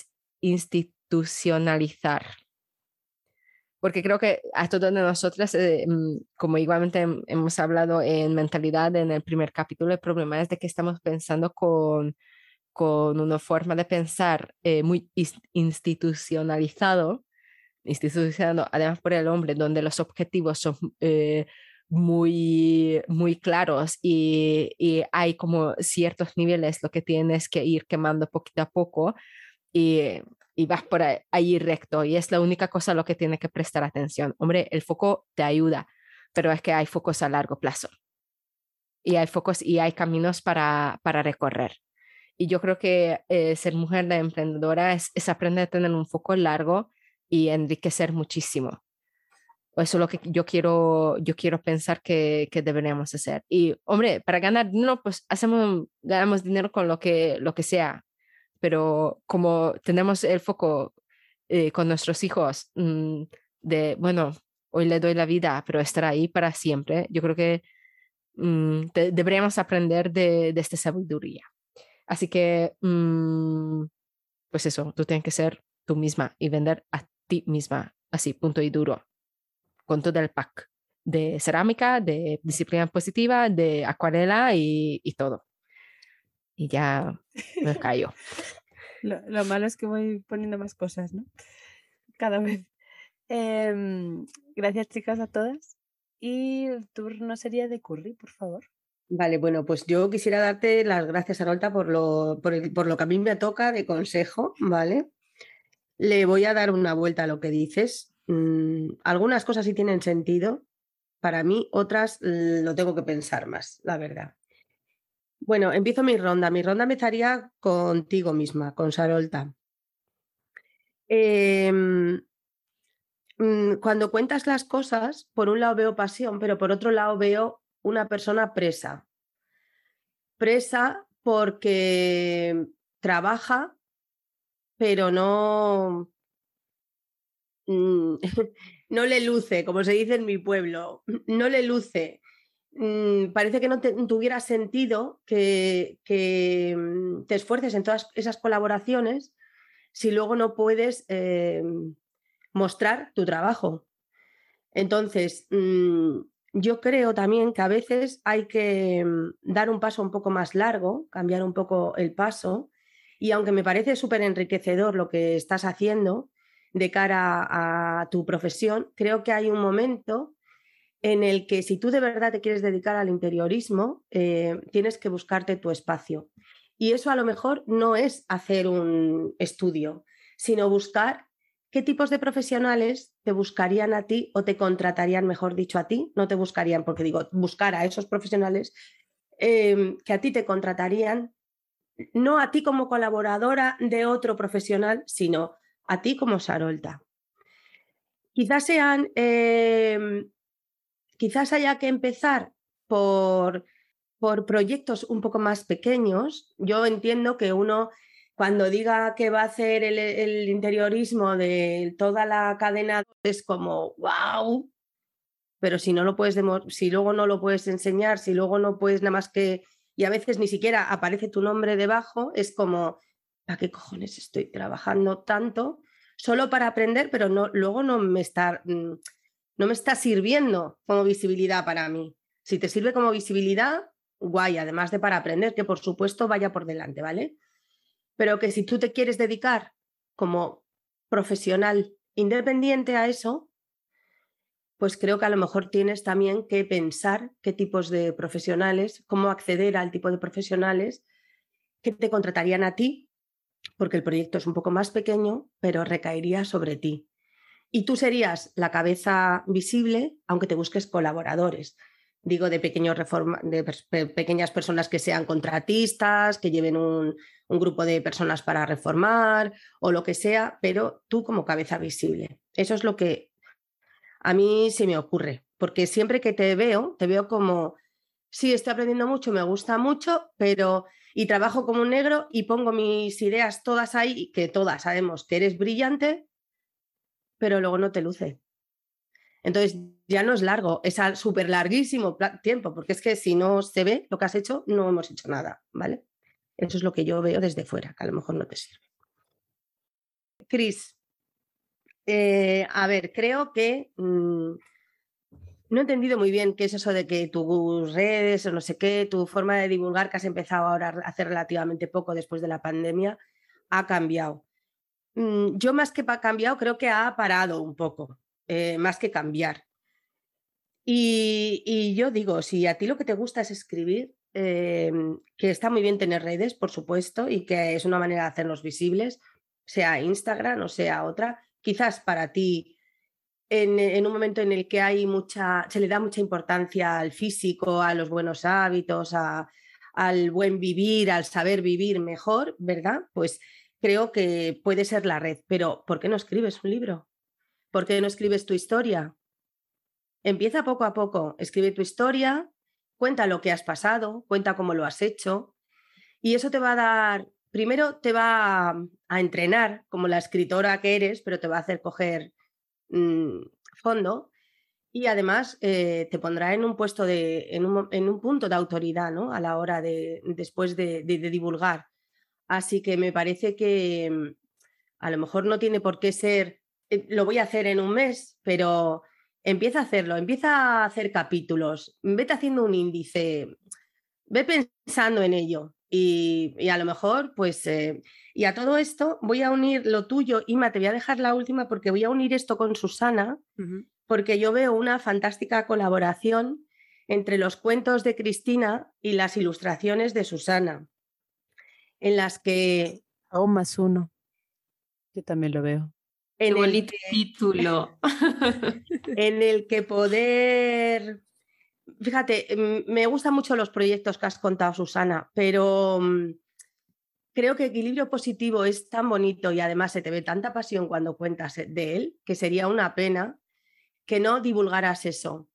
desinstitucionalizar. Porque creo que a todas de nosotras, eh, como igualmente hemos hablado en mentalidad en el primer capítulo, el problema es de que estamos pensando con, con una forma de pensar eh, muy institucionalizado, institucionalizado además por el hombre, donde los objetivos son eh, muy, muy claros y, y hay como ciertos niveles lo que tienes que ir quemando poquito a poco y, y vas por ahí, ahí recto y es la única cosa a lo que tienes que prestar atención. Hombre, el foco te ayuda, pero es que hay focos a largo plazo y hay focos y hay caminos para, para recorrer. Y yo creo que eh, ser mujer de emprendedora es, es aprender a tener un foco largo y enriquecer muchísimo. Eso es lo que yo quiero, yo quiero pensar que, que deberíamos hacer. Y, hombre, para ganar dinero, pues hacemos, ganamos dinero con lo que, lo que sea. Pero como tenemos el foco eh, con nuestros hijos mmm, de, bueno, hoy le doy la vida, pero estar ahí para siempre, yo creo que mmm, de, deberíamos aprender de, de esta sabiduría. Así que, mmm, pues eso, tú tienes que ser tú misma y vender a ti misma, así, punto y duro, con todo el pack de cerámica, de disciplina positiva, de acuarela y, y todo. Y ya me callo. Lo, lo malo es que voy poniendo más cosas, ¿no? Cada vez. Eh, gracias, chicas, a todas. Y el turno sería de Curry, por favor. Vale, bueno, pues yo quisiera darte las gracias, Sarolta, por lo, por, el, por lo que a mí me toca de consejo, ¿vale? Le voy a dar una vuelta a lo que dices. Mm, algunas cosas sí tienen sentido. Para mí, otras lo tengo que pensar más, la verdad. Bueno, empiezo mi ronda. Mi ronda empezaría contigo misma, con Sarolta. Eh, cuando cuentas las cosas, por un lado veo pasión, pero por otro lado veo una persona presa. Presa porque trabaja, pero no, no le luce, como se dice en mi pueblo, no le luce. Parece que no te, tuviera sentido que, que te esfuerces en todas esas colaboraciones si luego no puedes eh, mostrar tu trabajo. Entonces, mmm, yo creo también que a veces hay que dar un paso un poco más largo, cambiar un poco el paso, y aunque me parece súper enriquecedor lo que estás haciendo de cara a tu profesión, creo que hay un momento en el que si tú de verdad te quieres dedicar al interiorismo, eh, tienes que buscarte tu espacio. Y eso a lo mejor no es hacer un estudio, sino buscar qué tipos de profesionales te buscarían a ti o te contratarían, mejor dicho, a ti. No te buscarían, porque digo, buscar a esos profesionales eh, que a ti te contratarían, no a ti como colaboradora de otro profesional, sino a ti como Sarolta. Quizás sean... Eh, Quizás haya que empezar por, por proyectos un poco más pequeños. Yo entiendo que uno, cuando diga que va a hacer el, el interiorismo de toda la cadena, es como, wow, pero si, no lo puedes si luego no lo puedes enseñar, si luego no puedes nada más que... Y a veces ni siquiera aparece tu nombre debajo, es como, ¿para qué cojones estoy trabajando tanto? Solo para aprender, pero no, luego no me está... no me está sirviendo como visibilidad para mí. Si te sirve como visibilidad, guay, además de para aprender, que por supuesto vaya por delante, ¿vale? Pero que si tú te quieres dedicar como profesional independiente a eso, pues creo que a lo mejor tienes también que pensar qué tipos de profesionales, cómo acceder al tipo de profesionales que te contratarían a ti, porque el proyecto es un poco más pequeño, pero recaería sobre ti. Y tú serías la cabeza visible, aunque te busques colaboradores. Digo, de, pequeños reforma, de pe pequeñas personas que sean contratistas, que lleven un, un grupo de personas para reformar o lo que sea, pero tú como cabeza visible. Eso es lo que a mí se me ocurre, porque siempre que te veo, te veo como, sí, estoy aprendiendo mucho, me gusta mucho, pero... y trabajo como un negro y pongo mis ideas todas ahí, que todas sabemos que eres brillante, pero luego no te luce. Entonces ya no es largo, es súper larguísimo tiempo, porque es que si no se ve lo que has hecho, no hemos hecho nada, ¿vale? Eso es lo que yo veo desde fuera, que a lo mejor no te sirve. Cris, eh, a ver, creo que mmm, no he entendido muy bien qué es eso de que tus redes o no sé qué, tu forma de divulgar que has empezado ahora a hacer relativamente poco después de la pandemia, ha cambiado. Mm, yo más que ha cambiado, creo que ha parado un poco, eh, más que cambiar. Y, y yo digo, si a ti lo que te gusta es escribir, eh, que está muy bien tener redes, por supuesto, y que es una manera de hacernos visibles, sea Instagram o sea otra, quizás para ti, en, en un momento en el que hay mucha, se le da mucha importancia al físico, a los buenos hábitos, a, al buen vivir, al saber vivir mejor, ¿verdad? Pues creo que puede ser la red, pero ¿por qué no escribes un libro? ¿Por qué no escribes tu historia? Empieza poco a poco, escribe tu historia, cuenta lo que has pasado, cuenta cómo lo has hecho y eso te va a dar, primero te va a, a entrenar como la escritora que eres, pero te va a hacer coger mmm, fondo y además eh, te pondrá en un puesto de, en un, en un punto de autoridad, ¿no? A la hora de, después de, de, de divulgar. Así que me parece que a lo mejor no tiene por qué ser, eh, lo voy a hacer en un mes, pero empieza a hacerlo, empieza a hacer capítulos, vete haciendo un índice, ve pensando en ello y, y a lo mejor, pues, eh, y a todo esto voy a unir lo tuyo, Inma, te voy a dejar la última porque voy a unir esto con Susana, uh-huh. porque yo veo una fantástica colaboración entre los cuentos de Cristina y las ilustraciones de Susana, en las que... Aún más uno. Yo también lo veo. Qué en bonito el que, título. En el que poder... Fíjate, me gustan mucho los proyectos que has contado, Susana, pero creo que Equilibrio Positivo es tan bonito y además se te ve tanta pasión cuando cuentas de él, que sería una pena que no divulgaras eso.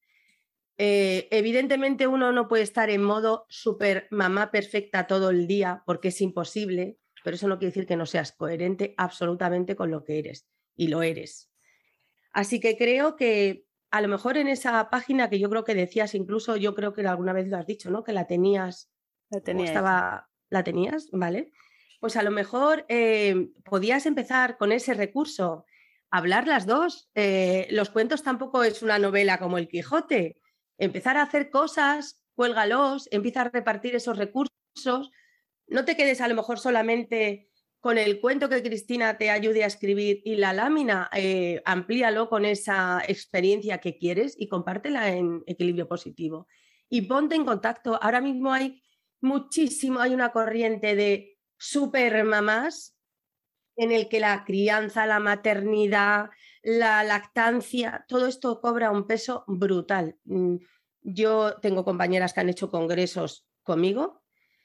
Eh, evidentemente uno no puede estar en modo super mamá perfecta todo el día porque es imposible, pero eso no quiere decir que no seas coherente absolutamente con lo que eres, y lo eres. Así que creo que a lo mejor en esa página que yo creo que decías, incluso yo creo que alguna vez lo has dicho, ¿no? Que la tenías, la tenía estaba, la tenías, ¿vale? Pues a lo mejor eh, podías empezar con ese recurso, hablar las dos. Eh, los cuentos tampoco es una novela como El Quijote. Empezar a hacer cosas, cuélgalos, empieza a repartir esos recursos. No te quedes a lo mejor solamente con el cuento que Cristina te ayude a escribir y la lámina, eh, amplíalo con esa experiencia que quieres y compártela en Equilibrio Positivo. Y ponte en contacto. Ahora mismo hay muchísimo, hay una corriente de super mamás en el que la crianza, la maternidad, la lactancia, todo esto cobra un peso brutal. Yo tengo compañeras que han hecho congresos conmigo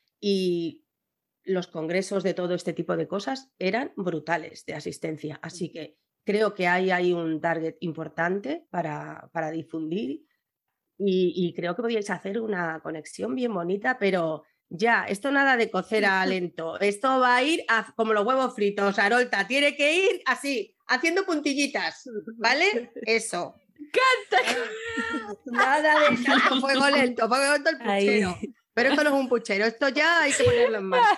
y los congresos de todo este tipo de cosas eran brutales de asistencia. Así que creo que hay, hay un target importante para, para difundir y, y creo que podríais hacer una conexión bien bonita, pero ya, esto nada de cocer a lento. Esto va a ir a, como los huevos fritos, Arolta. Tiene que ir así, haciendo puntillitas, ¿vale? Eso. ¡Canta! Nada de tanto fuego lento, fuego lento el puchero. Ahí. Pero esto no es un puchero, esto ya hay que ponerlo en marcha.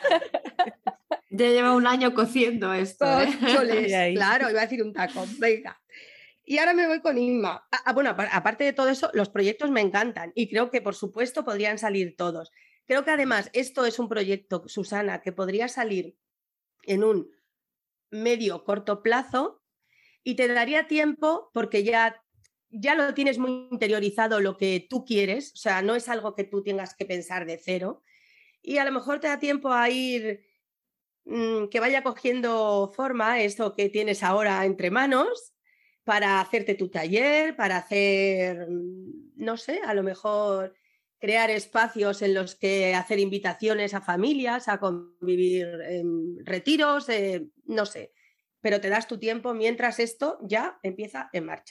Ya lleva un año cociendo esto, ¿eh? Choles, claro, iba a decir un taco. Venga. Y ahora me voy con Inma. Ah, bueno, aparte de todo eso, los proyectos me encantan y creo que, por supuesto, podrían salir todos. Creo que además esto es un proyecto, Susana, que podría salir en un medio corto plazo y te daría tiempo porque ya, ya lo tienes muy interiorizado lo que tú quieres, o sea, no es algo que tú tengas que pensar de cero y a lo mejor te da tiempo a ir, mmm, que vaya cogiendo forma esto que tienes ahora entre manos para hacerte tu taller, para hacer, no sé, a lo mejor... crear espacios en los que hacer invitaciones a familias, a convivir en retiros, eh, no sé, pero te das tu tiempo mientras esto ya empieza en marcha.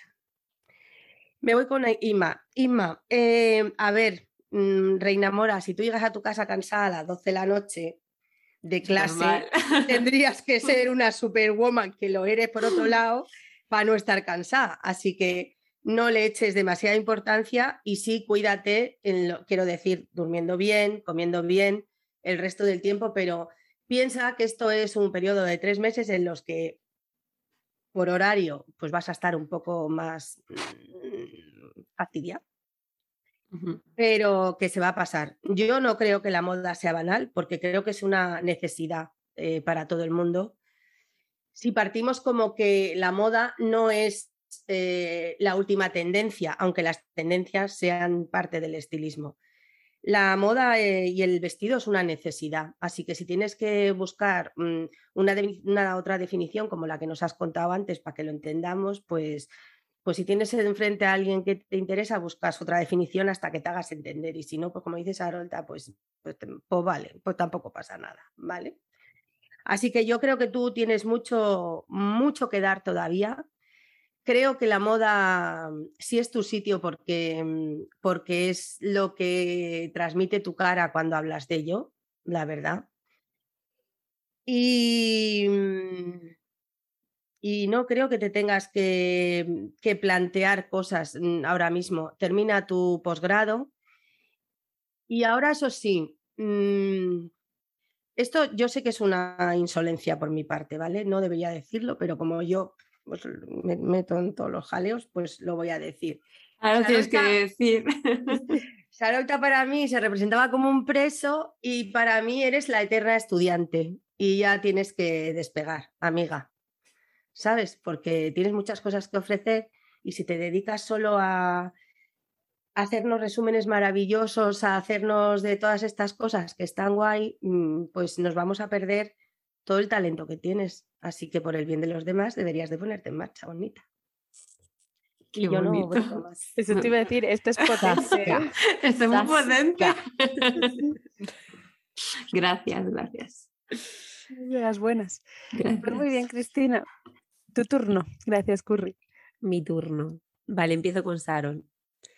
Me voy con Inma. Inma, eh, a ver, mmm, Reina Mora, si tú llegas a tu casa cansada a las doce de la noche de clase, tendrías que ser una superwoman, que lo eres por otro lado, para no estar cansada. Así que no le eches demasiada importancia y sí cuídate, en lo, quiero decir, durmiendo bien, comiendo bien el resto del tiempo, pero piensa que esto es un periodo de tres meses en los que por horario, pues vas a estar un poco más mmm, fastidiado. Uh-huh. Pero que se va a pasar. Yo no creo que la moda sea banal, porque creo que es una necesidad eh, para todo el mundo. Si partimos como que la moda no es eh, la última tendencia, aunque las tendencias sean parte del estilismo. La moda eh, y el vestido es una necesidad, así que si tienes que buscar mmm, una, de, una otra definición como la que nos has contado antes para que lo entendamos, pues, pues si tienes enfrente a alguien que te interesa, buscas otra definición hasta que te hagas entender, y si no, pues como dices, Arolta, pues, pues, pues vale, pues tampoco pasa nada, ¿vale? Así que yo creo que tú tienes mucho, mucho que dar todavía. Creo que la moda sí es tu sitio porque, porque es lo que transmite tu cara cuando hablas de ello, la verdad. Y, y no creo que te tengas que, que plantear cosas ahora mismo. Termina tu posgrado y ahora, eso sí, mmm, esto yo sé que es una insolencia por mi parte, ¿vale? No debería decirlo, pero como yo pues, me meto en todos los jaleos, pues lo voy a decir. Ahora tienes que decir. Sarolta para mí se representaba como un preso y para mí eres la eterna estudiante y ya tienes que despegar, amiga, ¿sabes? Porque tienes muchas cosas que ofrecer y si te dedicas solo a hacernos resúmenes maravillosos, a hacernos de todas estas cosas que están guay, pues nos vamos a perder todo el talento que tienes. Así que por el bien de los demás deberías de ponerte en marcha, bonita. Qué y yo bonito. no más. Eso te iba a decir, esto es potente. ¿eh? Esto es muy potente. Gracias, gracias. De las buenas. Gracias. Pues muy bien, Cristina. Tu turno. Gracias, Curry. Mi turno. Vale, empiezo con Sharon.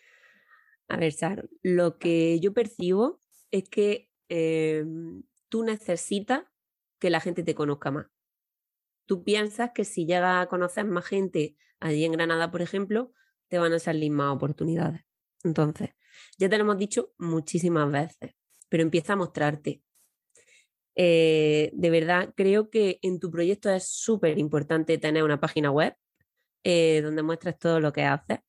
A ver, Sharon, lo que yo percibo es que eh, tú necesitas que la gente te conozca más. Tú piensas que si llegas a conocer más gente allí en Granada, por ejemplo, te van a salir más oportunidades. Entonces, ya te lo hemos dicho muchísimas veces, pero empieza a mostrarte. Eh, de verdad, creo que en tu proyecto es súper importante tener una página web eh, donde muestres todo lo que haces.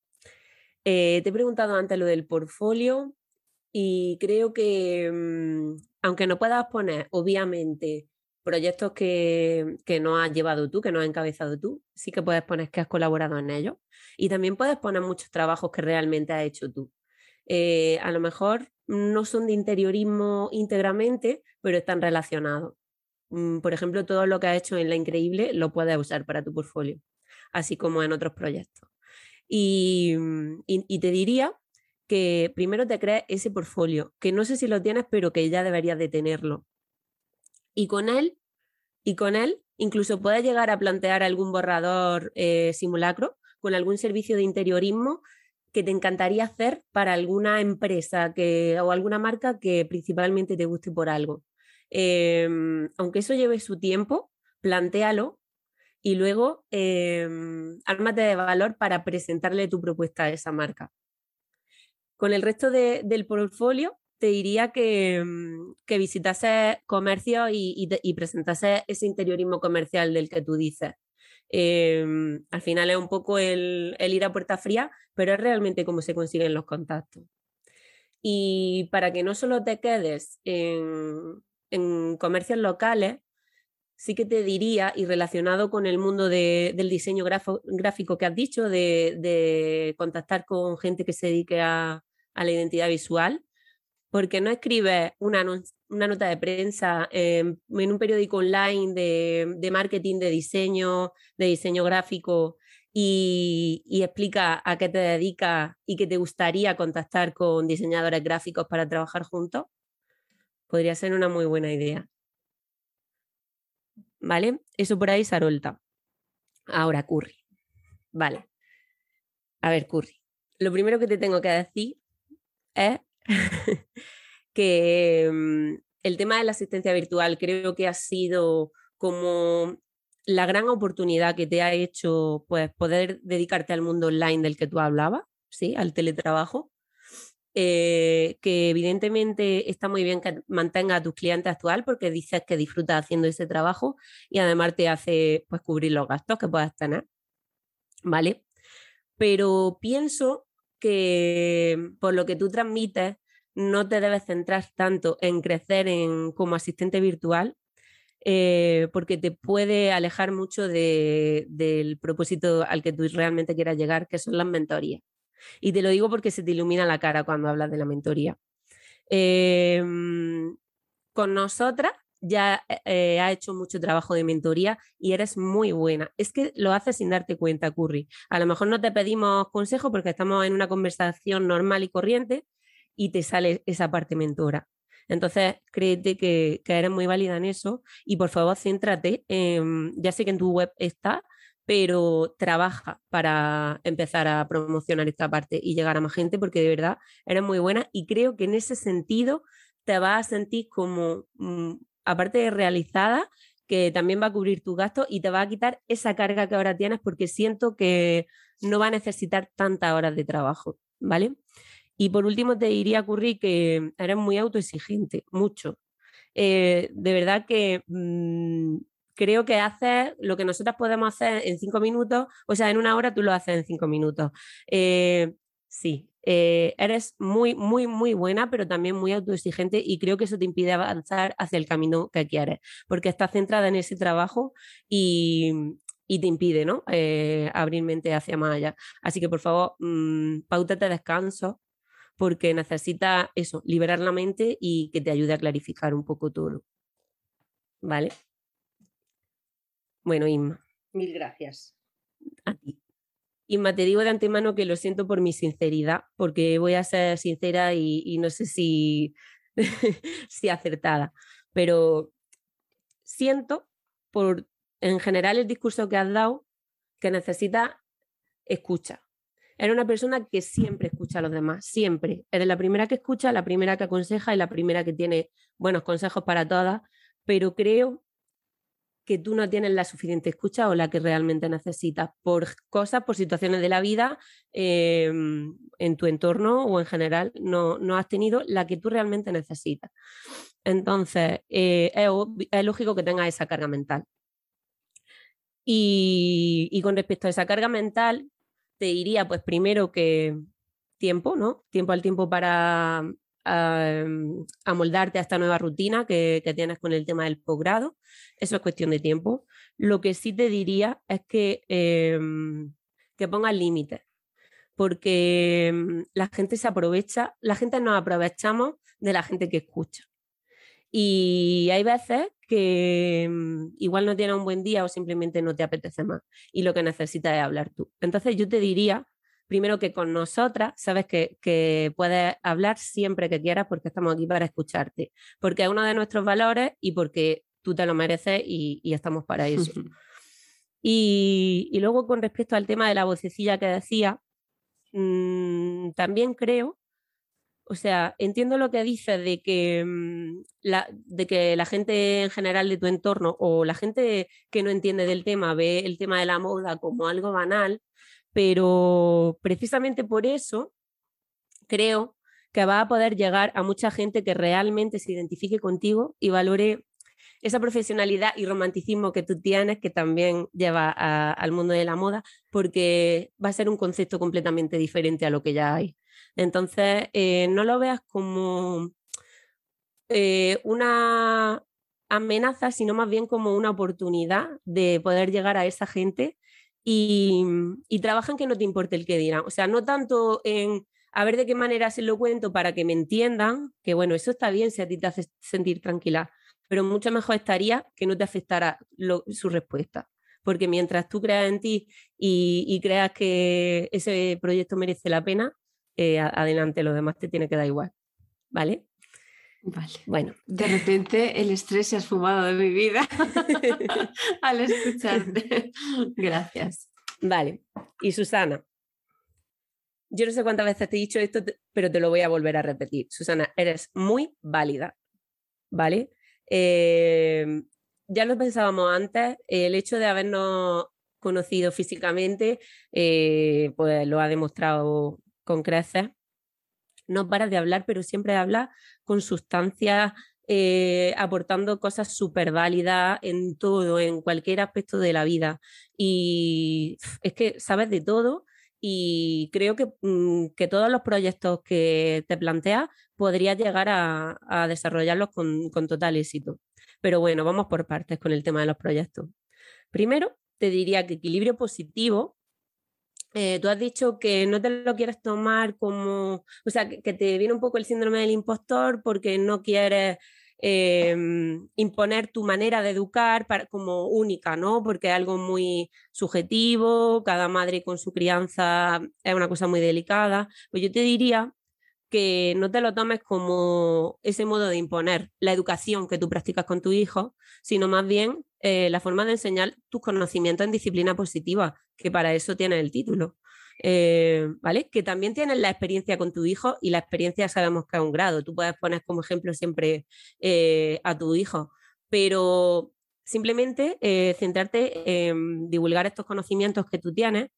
Eh, te he preguntado antes lo del portfolio y creo que, mmm, aunque no puedas poner, obviamente, proyectos que, que no has llevado tú, que no has encabezado tú, sí que puedes poner que has colaborado en ellos. Y también puedes poner muchos trabajos que realmente has hecho tú. Eh, a lo mejor no son de interiorismo íntegramente, pero están relacionados. Mm, por ejemplo, todo lo que has hecho en La Increíble lo puedes usar para tu portfolio, así como en otros proyectos. Y, y, y te diría que primero te crees ese portfolio, que no sé si lo tienes, pero que ya deberías de tenerlo. Y con él, y con él incluso puedes llegar a plantear algún borrador eh, simulacro con algún servicio de interiorismo que te encantaría hacer para alguna empresa que, o alguna marca que principalmente te guste por algo. Eh, aunque eso lleve su tiempo, plantéalo y luego eh, ármate de valor para presentarle tu propuesta a esa marca. Con el resto de, del portfolio, te diría que, que visitase comercios y, y, y presentase ese interiorismo comercial del que tú dices. Eh, al final es un poco el, el ir a puerta fría, pero es realmente cómo se consiguen los contactos. Y para que no solo te quedes en, en comercios locales, sí que te diría, y relacionado con el mundo de, del diseño grafo, gráfico que has dicho, de, de contactar con gente que se dedique a, a la identidad visual, porque no escribes una, no, una nota de prensa eh, en un periódico online de, de marketing, de diseño, de diseño gráfico y, y explica a qué te dedicas y que te gustaría contactar con diseñadores gráficos para trabajar juntos? Podría ser una muy buena idea. ¿Vale? Eso por ahí, Sarolta. Ahora, Curry. Vale. A ver, Curry. Lo primero que te tengo que decir es que um, el tema de la asistencia virtual creo que ha sido como la gran oportunidad que te ha hecho pues, poder dedicarte al mundo online del que tú hablabas, ¿sí? Al teletrabajo. eh, que evidentemente está muy bien que mantenga a tus clientes actual porque dices que disfrutas haciendo ese trabajo y además te hace pues cubrir los gastos que puedas tener, ¿vale? Pero pienso que por lo que tú transmites no te debes centrar tanto en crecer en, como asistente virtual, eh, porque te puede alejar mucho de, del propósito al que tú realmente quieras llegar, que son las mentorías. Y te lo digo porque se te ilumina la cara cuando hablas de la mentoría. Eh, con nosotras ya eh, has hecho mucho trabajo de mentoría y eres muy buena. Es que lo haces sin darte cuenta, Curry. A lo mejor no te pedimos consejo porque estamos en una conversación normal y corriente y te sale esa parte mentora. Entonces, créete que, que eres muy válida en eso y por favor, céntrate. En, ya sé que en tu web está, pero trabaja para empezar a promocionar esta parte y llegar a más gente porque de verdad eres muy buena y creo que en ese sentido te vas a sentir como, mmm, aparte de realizada, que también va a cubrir tus gastos y te va a quitar esa carga que ahora tienes porque siento que no va a necesitar tantas horas de trabajo, ¿vale? Y por último te diría, Curry, que eres muy autoexigente, mucho. Eh, de verdad que mmm, creo que haces lo que nosotras podemos hacer en cinco minutos, o sea, en una hora tú lo haces en cinco minutos. Eh, sí, eh, eres muy, muy, muy buena, pero también muy autoexigente y creo que eso te impide avanzar hacia el camino que quieres, porque estás centrada en ese trabajo y, y te impide, ¿no? Eh, abrir mente hacia más allá. Así que, por favor, mmm, páutate descanso, porque necesitas eso, liberar la mente y que te ayude a clarificar un poco todo. ¿Vale? Bueno, Inma. Mil gracias. A ti. Inma, te digo de antemano que lo siento por mi sinceridad, porque voy a ser sincera y, y no sé si, si acertada, pero siento por, en general, el discurso que has dado, que necesitas escucha. Eres una persona que siempre escucha a los demás, siempre. Eres la primera que escucha, la primera que aconseja y la primera que tiene buenos consejos para todas, pero creo que tú no tienes la suficiente escucha o la que realmente necesitas por cosas, por situaciones de la vida, eh, en tu entorno o en general, no, no has tenido la que tú realmente necesitas. Entonces, eh, es, es lógico que tengas esa carga mental. Y, y con respecto a esa carga mental, te diría, pues primero que tiempo, ¿no? Tiempo al tiempo para uh, amoldarte a esta nueva rutina que, que tienes con el tema del posgrado. Eso es cuestión de tiempo. Lo que sí te diría es que, eh, que pongas límites, porque la gente se aprovecha, la gente nos aprovechamos de la gente que escucha. Y hay veces que um, igual no tienes un buen día o simplemente no te apetece más y lo que necesitas es hablar tú. Entonces yo te diría, primero que con nosotras, sabes que, que puedes hablar siempre que quieras porque estamos aquí para escucharte, porque es uno de nuestros valores y porque tú te lo mereces y, y estamos para eso. y, y luego con respecto al tema de la vocecilla que decía, mmm, también creo, o sea, entiendo lo que dices de que, la, de que la gente en general de tu entorno o la gente que no entiende del tema ve el tema de la moda como algo banal, pero precisamente por eso creo que va a poder llegar a mucha gente que realmente se identifique contigo y valore esa profesionalidad y romanticismo que tú tienes, que también lleva a, al mundo de la moda, porque va a ser un concepto completamente diferente a lo que ya hay. Entonces, eh, no lo veas como eh, una amenaza, sino más bien como una oportunidad de poder llegar a esa gente y, y trabaja en que no te importe el que dirán. O sea, no tanto en a ver de qué manera se lo cuento para que me entiendan, que bueno, eso está bien si a ti te hace sentir tranquila, pero mucho mejor estaría que no te afectara lo, su respuesta. Porque mientras tú creas en ti y, y creas que ese proyecto merece la pena, eh, adelante, lo demás te tiene que dar igual. ¿Vale? Vale. Bueno. De repente el estrés se ha esfumado de mi vida al escucharte. Gracias. Vale. Y Susana, yo no sé cuántas veces te he dicho esto, pero te lo voy a volver a repetir. Susana, eres muy válida. ¿Vale? Eh, ya lo pensábamos antes, el hecho de habernos conocido físicamente, eh, pues lo ha demostrado con creces. no para de hablar, pero siempre habla con sustancia, eh, aportando cosas súper válidas en todo, en cualquier aspecto de la vida. Y es que sabes de todo y creo que, que todos los proyectos que te planteas podrías llegar a, a desarrollarlos con, con total éxito. Pero bueno, vamos por partes con el tema de los proyectos. Primero, te diría que equilibrio positivo. Eh, tú has dicho que no te lo quieres tomar como, o sea, que, que te viene un poco el síndrome del impostor porque no quieres eh, imponer tu manera de educar para, como única, ¿no? Porque es algo muy subjetivo, cada madre con su crianza es una cosa muy delicada. Pues yo te diría que no te lo tomes como ese modo de imponer la educación que tú practicas con tu hijo, sino más bien eh, la forma de enseñar tus conocimientos en disciplina positiva, que para eso tienes el título. Eh, ¿vale? Que también tienes la experiencia con tu hijo y la experiencia sabemos que es un grado. Tú puedes poner como ejemplo siempre eh, a tu hijo, pero simplemente eh, centrarte en divulgar estos conocimientos que tú tienes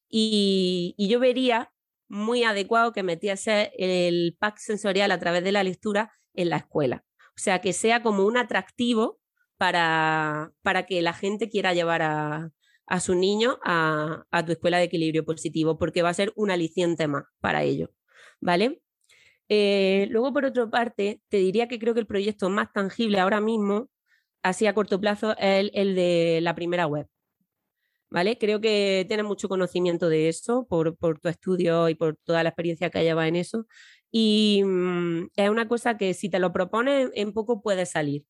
y, y yo vería muy adecuado que metiese el pack sensorial a través de la lectura en la escuela. O sea, que sea como un atractivo para, para que la gente quiera llevar a, a su niño a, a tu escuela de equilibrio positivo, porque va a ser un aliciente más para ello, ¿vale? Eh, luego, por otra parte, te diría que creo que el proyecto más tangible ahora mismo, así a corto plazo, es el, el de la primera web. ¿Vale? Creo que tienes mucho conocimiento de eso por, por tu estudio y por toda la experiencia que llevas en eso. Y mmm, es una cosa que si te lo propones, en poco puede salir.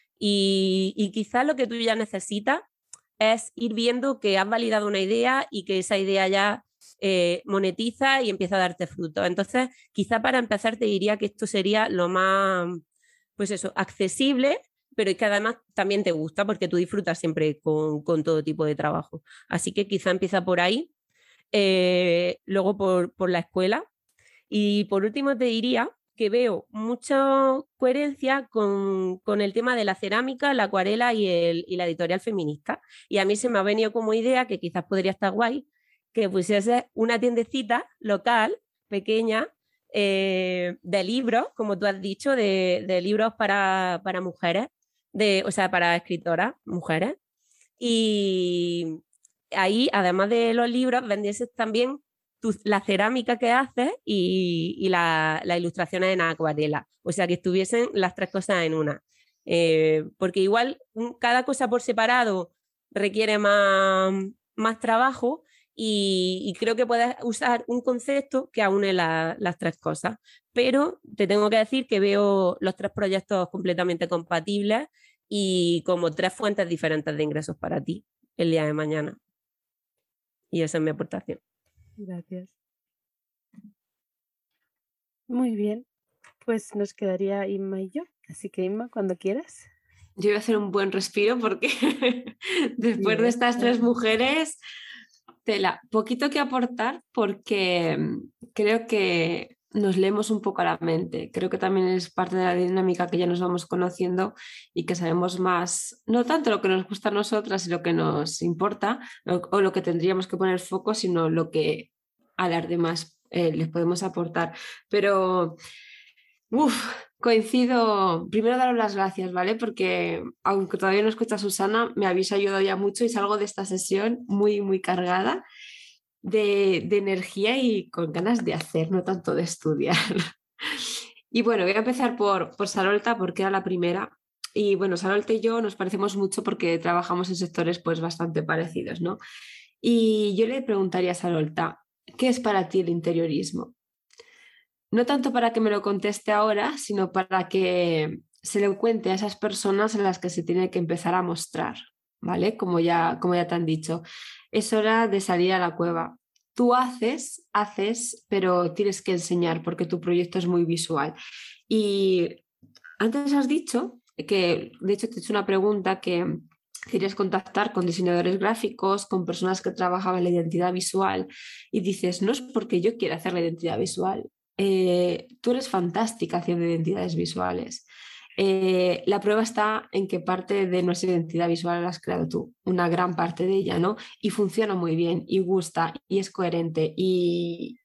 Y, y quizás lo que tú ya necesitas es ir viendo que has validado una idea y que esa idea ya eh, monetiza y empieza a darte frutos. Entonces, quizá para empezar te diría que esto sería lo más, pues eso, accesible, pero es que además también te gusta porque tú disfrutas siempre con, con todo tipo de trabajo. Así que quizá empieza por ahí, eh, luego por, por la escuela. Y por último te diría que veo mucha coherencia con, con el tema de la cerámica, la acuarela y, el, y la editorial feminista. Y a mí se me ha venido como idea, que quizás podría estar guay, que pusiese una tiendecita local, pequeña, eh, de libros, como tú has dicho, de, de libros para, para mujeres, de, o sea, para escritoras, mujeres. Y ahí, además de los libros, vendieses también tu, la cerámica que haces y, y la, las ilustraciones en acuarela. O sea, que estuviesen las tres cosas en una. Eh, porque igual cada cosa por separado requiere más, más trabajo y, y creo que puedes usar un concepto que aúne la, las tres cosas. Pero te tengo que decir que veo los tres proyectos completamente compatibles y como tres fuentes diferentes de ingresos para ti el día de mañana. Y esa es mi aportación. Gracias. Muy bien, pues nos quedaría Inma y yo. Así que Inma, cuando quieras. Yo voy a hacer un buen respiro porque después bien, de estas tres mujeres, tela, poquito que aportar porque creo que nos leemos un poco a la mente. Creo que también es parte de la dinámica que ya nos vamos conociendo y que sabemos más, no tanto lo que nos gusta a nosotras y lo que nos importa o, o lo que tendríamos que poner foco, sino lo que a las demás eh, les podemos aportar. Pero, uff, coincido. Primero daros las gracias, ¿vale? Porque aunque todavía no escucha a Susana, me habéis ayudado ya mucho y salgo de esta sesión muy, muy cargada. De, de energía y con ganas de hacer, no tanto de estudiar. Y bueno, voy a empezar por, por Sarolta porque era la primera. Y bueno, Sarolta y yo nos parecemos mucho porque trabajamos en sectores pues bastante parecidos, ¿no? Y yo le preguntaría a Sarolta, ¿qué es para ti el interiorismo? No tanto para que me lo conteste ahora, sino para que se le cuente a esas personas a las que se tiene que empezar a mostrar, ¿vale? Como ya, como ya te han dicho. Es hora de salir a la cueva. Tú haces, haces, pero tienes que enseñar porque tu proyecto es muy visual. Y antes has dicho que, de hecho, te he hecho una pregunta que querías contactar con diseñadores gráficos, con personas que trabajaban la identidad visual y dices, no es porque yo quiera hacer la identidad visual. Eh, tú eres fantástica haciendo identidades visuales. Eh, la prueba está en que parte de nuestra identidad visual la has creado tú, una gran parte de ella, ¿no? Y funciona muy bien, y gusta, y es coherente, y,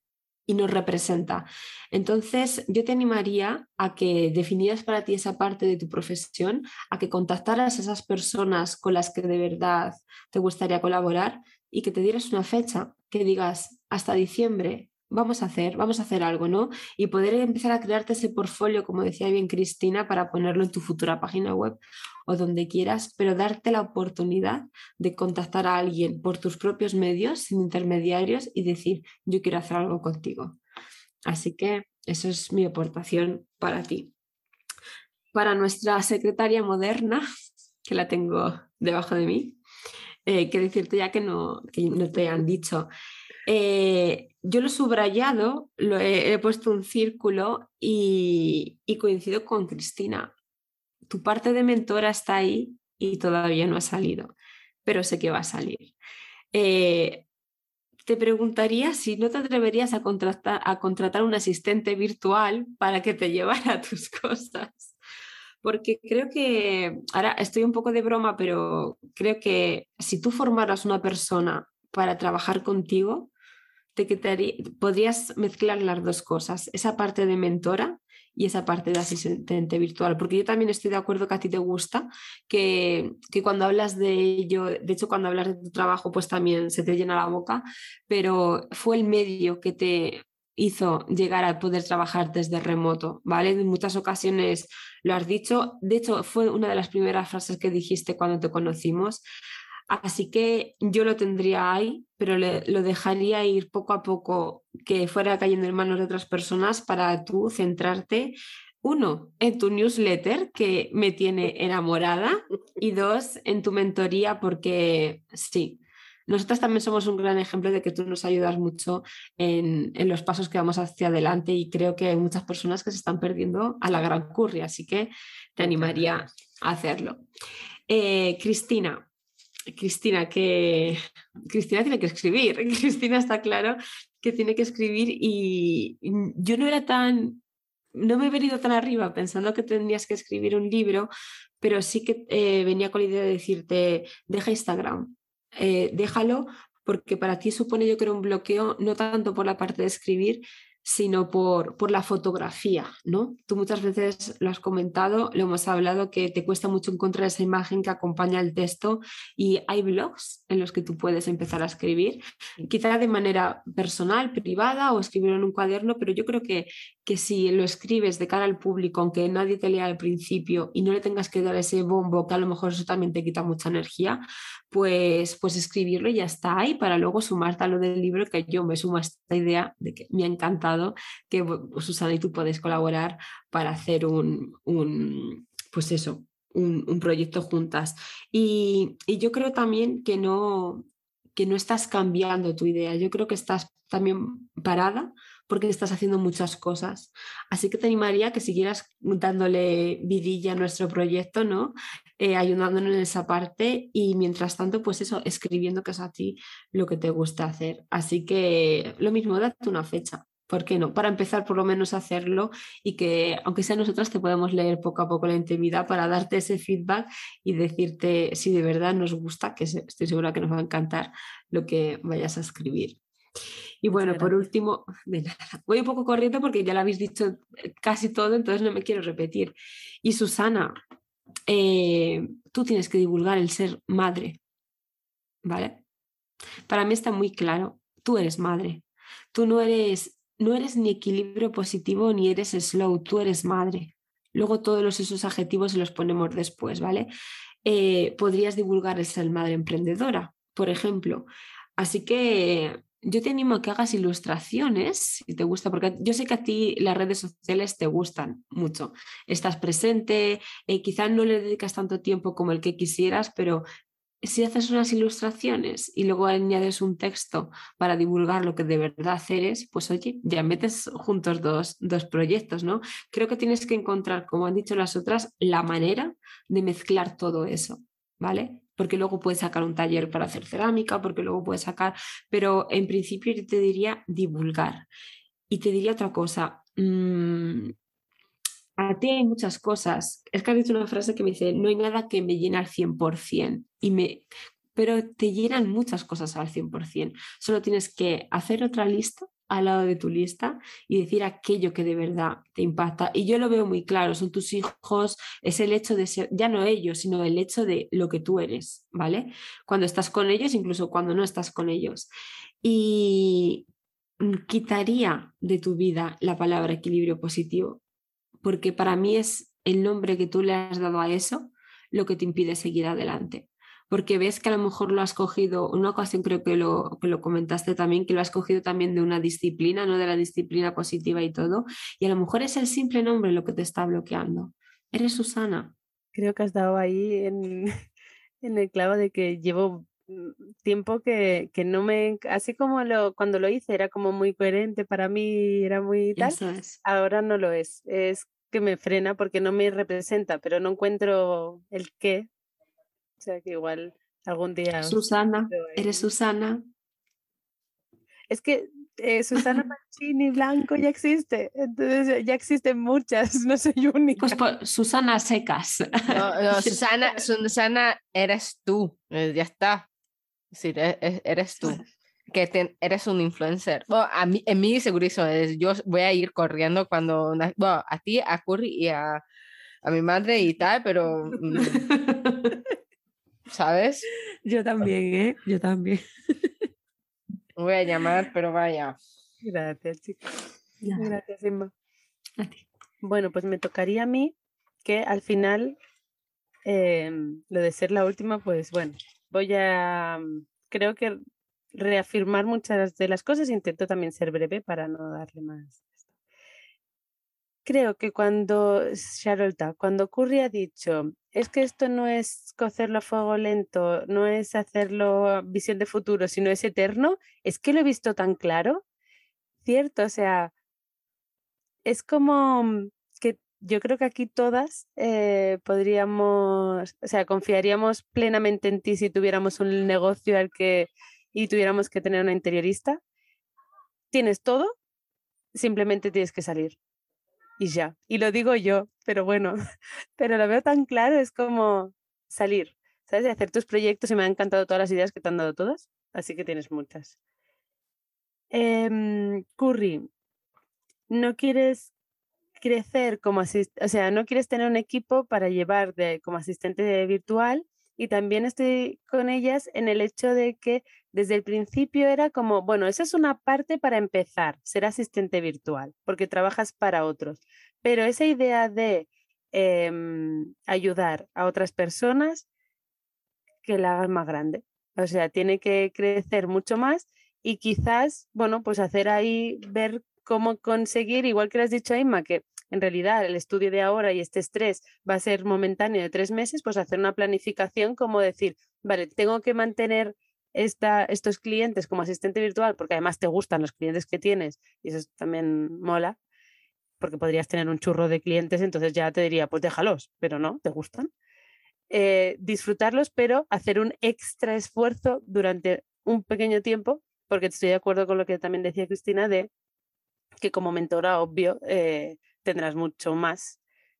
y nos representa. Entonces, yo te animaría a que definieras para ti esa parte de tu profesión, a que contactaras a esas personas con las que de verdad te gustaría colaborar y que te dieras una fecha, que digas hasta diciembre. Vamos a hacer, vamos a hacer algo, ¿no? Y poder empezar a crearte ese portfolio, como decía bien Cristina, para ponerlo en tu futura página web o donde quieras, pero darte la oportunidad de contactar a alguien por tus propios medios, sin intermediarios, y decir, yo quiero hacer algo contigo. Así que eso es mi aportación para ti. Para nuestra secretaria moderna, que la tengo debajo de mí, eh, que decirte ya que no, que no te han dicho. Eh, yo lo he subrayado, lo he, he puesto un círculo y, y coincido con Cristina. Tu parte de mentora está ahí y todavía no ha salido, pero sé que va a salir. Eh, te preguntaría si no te atreverías a contratar, a contratar un asistente virtual para que te llevara tus cosas. Porque creo que, ahora estoy un poco de broma, pero creo que si tú formaras una persona para trabajar contigo, te quedaría, podrías mezclar las dos cosas, esa parte de mentora y esa parte de asistente virtual, porque yo también estoy de acuerdo que a ti te gusta, que, que cuando hablas de ello, de hecho cuando hablas de tu trabajo pues también se te llena la boca, pero fue el medio que te hizo llegar a poder trabajar desde remoto, ¿vale? En muchas ocasiones lo has dicho, de hecho fue una de las primeras frases que dijiste cuando te conocimos. Así que yo lo tendría ahí, pero le, lo dejaría ir poco a poco, que fuera cayendo en manos de otras personas para tú centrarte, uno, en tu newsletter, que me tiene enamorada, y dos, en tu mentoría, porque sí, nosotras también somos un gran ejemplo de que tú nos ayudas mucho en, en los pasos que vamos hacia adelante y creo que hay muchas personas que se están perdiendo a la gran curry, así que te animaría a hacerlo. Eh, Cristina. Cristina, que Cristina tiene que escribir. Cristina está claro que tiene que escribir y yo no era tan, no me he venido tan arriba pensando que tendrías que escribir un libro, pero sí que eh, venía con la idea de decirte, deja Instagram, eh, déjalo porque para ti supone yo creo un bloqueo no tanto por la parte de escribir, sino por, por la fotografía, ¿no? Tú muchas veces lo has comentado, lo hemos hablado, que te cuesta mucho encontrar esa imagen que acompaña el texto y hay blogs en los que tú puedes empezar a escribir, quizá de manera personal, privada o escribirlo en un cuaderno, pero yo creo que, que si lo escribes de cara al público, aunque nadie te lea al principio y no le tengas que dar ese bombo, que a lo mejor eso también te quita mucha energía, pues, pues escribirlo y ya está ahí para luego sumarte a lo del libro, que yo me sumo a esta idea de que me ha encantado que Susana y tú podéis colaborar para hacer un, un pues eso, un, un proyecto juntas. Y, y yo creo también que no, que no estás cambiando tu idea, yo creo que estás también parada porque estás haciendo muchas cosas. Así que te animaría a que siguieras dándole vidilla a nuestro proyecto, ¿no? Eh, ayudándonos en esa parte y mientras tanto, pues eso, escribiendo que es a ti lo que te gusta hacer. Así que lo mismo, date una fecha. ¿Por qué no? Para empezar por lo menos a hacerlo y que aunque sea nosotras te podemos leer poco a poco la intimidad para darte ese feedback y decirte si de verdad nos gusta, que estoy segura que nos va a encantar lo que vayas a escribir. Y bueno, por último, de nada, voy un poco corriendo porque ya lo habéis dicho casi todo, entonces no me quiero repetir. Y Susana, eh, tú tienes que divulgar el ser madre, ¿vale? Para mí está muy claro, tú eres madre, tú no eres... No eres ni equilibrio positivo ni eres slow, tú eres madre. Luego todos esos adjetivos se los ponemos después, ¿vale? Eh, podrías divulgar el ser madre emprendedora, por ejemplo. Así que yo te animo a que hagas ilustraciones, si te gusta, porque yo sé que a ti las redes sociales te gustan mucho. Estás presente, eh, quizás no le dedicas tanto tiempo como el que quisieras, pero si haces unas ilustraciones y luego añades un texto para divulgar lo que de verdad eres, pues oye, ya metes juntos dos, dos proyectos, ¿no? Creo que tienes que encontrar, como han dicho las otras, la manera de mezclar todo eso, ¿vale? Porque luego puedes sacar un taller para hacer cerámica, porque luego puedes sacar, pero en principio yo te diría divulgar. Y te diría otra cosa, mmm, a ti hay muchas cosas. Es que has dicho una frase que me dice, no hay nada que me llene al cien por ciento, y me... pero te llenan muchas cosas al cien por ciento. Solo tienes que hacer otra lista, al lado de tu lista y decir aquello que de verdad te impacta. Y yo lo veo muy claro, son tus hijos, es el hecho de ser, ya no ellos, sino el hecho de lo que tú eres, ¿vale? Cuando estás con ellos, incluso cuando no estás con ellos. Y quitaría de tu vida la palabra equilibrio positivo, porque para mí es el nombre que tú le has dado a eso lo que te impide seguir adelante. Porque ves que a lo mejor lo has cogido, una ocasión creo que lo, que lo comentaste también, que lo has cogido también de una disciplina, no de la disciplina positiva y todo, y a lo mejor es el simple nombre lo que te está bloqueando. Eres Susana. Creo que has dado ahí en, en el clavo de que llevo tiempo que, que no me, así como lo, cuando lo hice era como muy coherente para mí, era muy tal, Eso es. Ahora no lo es, es que me frena porque no me representa, pero no encuentro el qué. O sea que igual algún día... Susana, eres Susana. Es que eh, Susana Mancini Blanco ya existe, entonces ya existen muchas, no soy única. Pues, pues Susana Secas. No, no, Susana, Susana eres tú, ya está. Sí, eres tú. Que te, eres un influencer. Bueno, a mí, en mí segurísimo, yo voy a ir corriendo cuando, bueno, a ti, a Curry y a, a mi madre y tal, pero... ¿Sabes? Yo también, ¿eh? Yo también. Voy a llamar, pero vaya. Gracias, chicos. Gracias, Inma. A ti. Bueno, pues me tocaría a mí que al final, eh, lo de ser la última, pues bueno, voy a, creo que reafirmar muchas de las cosas. Intento también ser breve para no darle más. Creo que cuando, Sharolta, cuando Curry ha dicho, es que esto no es cocerlo a fuego lento, no es hacerlo a visión de futuro, sino es eterno, es que lo he visto tan claro, ¿cierto? O sea, es como que yo creo que aquí todas eh, podríamos, o sea, confiaríamos plenamente en ti si tuviéramos un negocio al que y tuviéramos que tener una interiorista. Tienes todo, simplemente tienes que salir. Y ya, y lo digo yo, pero bueno, pero lo veo tan claro, es como salir, ¿sabes? De hacer tus proyectos y me han encantado todas las ideas que te han dado todas, así que tienes muchas. Eh, Curry, no quieres crecer como asistente, o sea, no quieres tener un equipo para llevar de, como asistente virtual, y también estoy con ellas en el hecho de que desde el principio era como, bueno, esa es una parte para empezar, ser asistente virtual, porque trabajas para otros, pero esa idea de eh, ayudar a otras personas, que la hagas más grande, o sea, tiene que crecer mucho más y quizás, bueno, pues hacer ahí, ver cómo conseguir, igual que le has dicho a Inma, que en realidad el estudio de ahora y este estrés va a ser momentáneo de tres meses, pues hacer una planificación como decir, vale, tengo que mantener esta, estos clientes como asistente virtual, porque además te gustan los clientes que tienes y eso también mola, porque podrías tener un churro de clientes, entonces ya te diría, pues déjalos, pero no, te gustan. Eh, disfrutarlos, pero hacer un extra esfuerzo durante un pequeño tiempo, porque estoy de acuerdo con lo que también decía Cristina, de que como mentora, obvio, eh, tendrás mucho más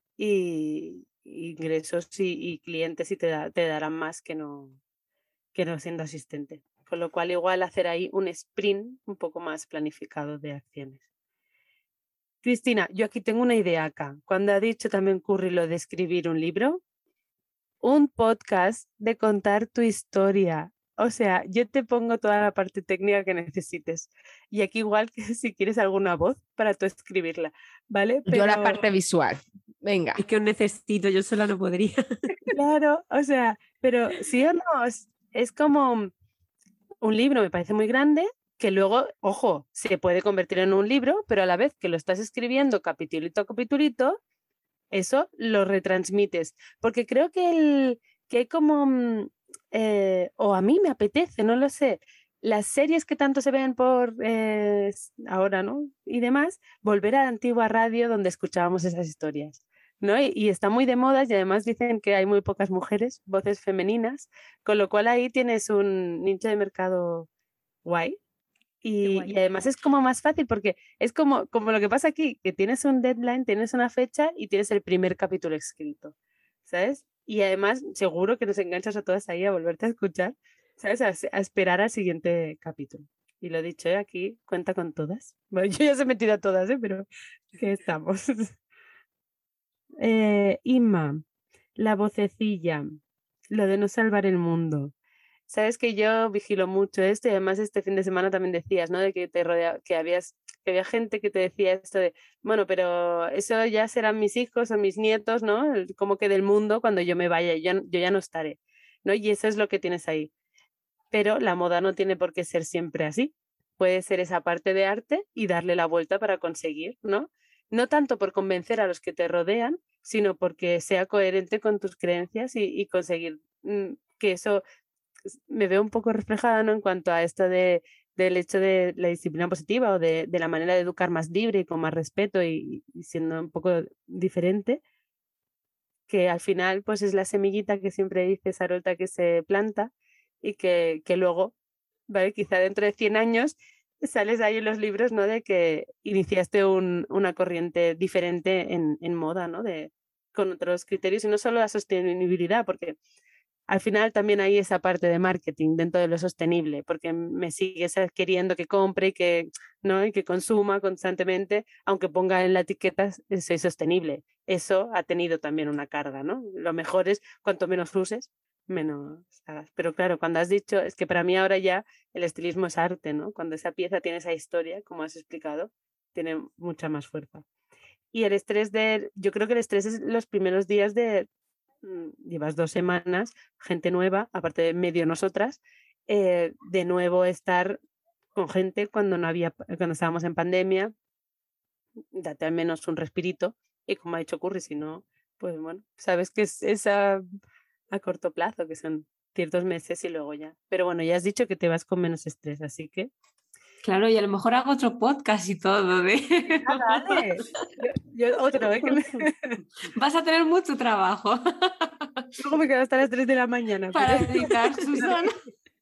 y, y ingresos y, y clientes y te, da, te darán más que no, que no siendo asistente. Con lo cual igual hacer ahí un sprint un poco más planificado de acciones. Cristina, yo aquí tengo una idea acá. Cuando ha dicho también Curry lo de escribir un libro, un podcast de contar tu historia. O sea, yo te pongo toda la parte técnica que necesites. Y aquí igual que si quieres alguna voz para tú escribirla, ¿vale? Pero... Yo la parte visual. Venga. Es que os necesito, yo sola no podría. Claro, o sea, pero sí o no, es, es como un libro, me parece muy grande, que luego, ojo, se puede convertir en un libro, pero a la vez que lo estás escribiendo capitulito a capitulito, eso lo retransmites. Porque creo que, el, que hay como... Eh, o a mí me apetece, no lo sé, las series que tanto se ven por eh, ahora, ¿no? Y demás, volver a la antigua radio donde escuchábamos esas historias, ¿no? Y, y está muy de moda y además dicen que hay muy pocas mujeres, voces femeninas, con lo cual ahí tienes un nicho de mercado guay. Y, guay. Y además es como más fácil porque es como, como lo que pasa aquí, que tienes un deadline, tienes una fecha y tienes el primer capítulo escrito, ¿sabes? Y además seguro que nos enganchas a todas ahí a volverte a escuchar, ¿sabes? A, a esperar al siguiente capítulo. Y lo dicho, ¿eh? Aquí cuenta con todas. Bueno, yo ya se he metido a todas, ¿eh? Pero que estamos. eh, Inma, la vocecilla, lo de no salvar el mundo. Sabes que yo vigilo mucho esto y además este fin de semana también decías, ¿no? De que te rodea, que habías, que había gente que te decía esto de, bueno, pero eso ya serán mis hijos o mis nietos, ¿no? Como que del mundo cuando yo me vaya, yo, yo ya no estaré, ¿no? Y eso es lo que tienes ahí. Pero la moda no tiene por qué ser siempre así. Puede ser esa parte de arte y darle la vuelta para conseguir, ¿no? No tanto por convencer a los que te rodean, sino porque sea coherente con tus creencias y, y conseguir mm, que eso me veo un poco reflejada, ¿no? En cuanto a esto de, del hecho de la disciplina positiva o de, de la manera de educar más libre y con más respeto y, y siendo un poco diferente, que al final pues es la semillita que siempre dice Sarolta que se planta y que, que luego, ¿vale? Quizá dentro de cien años sales ahí en los libros, ¿no? De que iniciaste un, una corriente diferente en, en moda, ¿no? De, con otros criterios y no solo la sostenibilidad, porque al final también hay esa parte de marketing dentro de lo sostenible, porque me sigues queriendo que compre y que, ¿no? y que consuma constantemente, aunque ponga en la etiqueta soy sostenible. Eso ha tenido también una carga, ¿no? Lo mejor es cuanto menos uses, menos hagas. Pero claro, cuando has dicho, es que para mí ahora ya el estilismo es arte, ¿no? Cuando esa pieza tiene esa historia, como has explicado, tiene mucha más fuerza. Y el estrés de, yo creo que el estrés es los primeros días de, llevas dos semanas, gente nueva, aparte de medio nosotras, eh, de nuevo estar con gente cuando no había, cuando estábamos en pandemia, date al menos un respirito, y como ha dicho Curry, si no, pues bueno, sabes que es, es a, a corto plazo, que son ciertos meses y luego ya. Pero bueno, ya has dicho que te vas con menos estrés, así que... Claro, y a lo mejor hago otro podcast y todo. ¿eh? Ah, dale. Yo, yo otro, ¿eh? Que me... Vas a tener mucho trabajo. Luego me quedo hasta las tres de la mañana. Para pero... editar, Susana.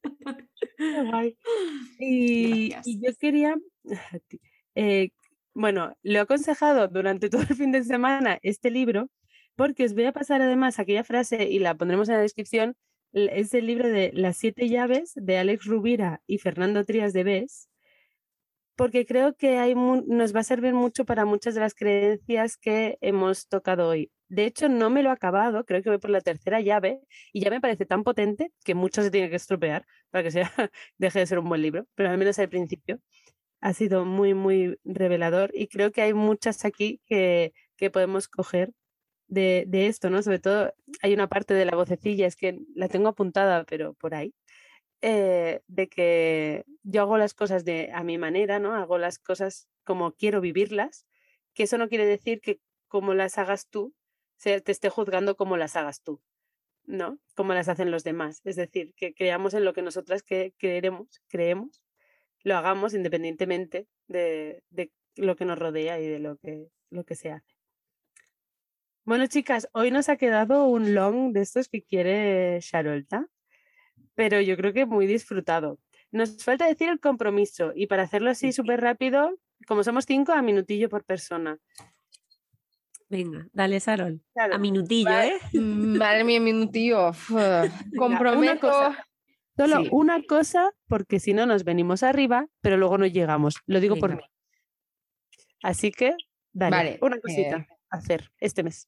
y, y yo quería... Eh, bueno, le he aconsejado durante todo el fin de semana este libro porque os voy a pasar además aquella frase y la pondremos en la descripción. Es el libro de Las siete llaves de Alex Rubira y Fernando Trías de Bes, porque creo que hay nos va a servir mucho para muchas de las creencias que hemos tocado hoy. De hecho, no me lo he acabado, creo que voy por la tercera llave y ya me parece tan potente que mucho se tiene que estropear para que sea, deje de ser un buen libro, pero al menos al principio ha sido muy, muy revelador y creo que hay muchas aquí que, que podemos coger de, de esto, ¿no? Sobre todo hay una parte de la vocecilla, es que la tengo apuntada, pero por ahí, eh, de que yo hago las cosas de, a mi manera, ¿no? Hago las cosas como quiero vivirlas, que eso no quiere decir que como las hagas tú, se, te esté juzgando como las hagas tú, ¿no? Como las hacen los demás. Es decir, que creamos en lo que nosotras que, creeremos, creemos, lo hagamos independientemente de, de lo que nos rodea y de lo que, lo que se hace. Bueno, chicas, hoy nos ha quedado un long de estos que quiere Sarolta, pero yo creo que muy disfrutado. Nos falta decir el compromiso y para hacerlo así súper rápido, como somos cinco, a minutillo por persona. Venga, dale, Sarol. Claro. A minutillo, Vale. ¿eh? Madre mía, minutillo. Comprometo. Una cosa. Solo Sí. una cosa, porque si no nos venimos arriba, pero luego no llegamos. Lo digo Venga. por mí. Así que, dale, Vale, una cosita eh, a hacer este mes.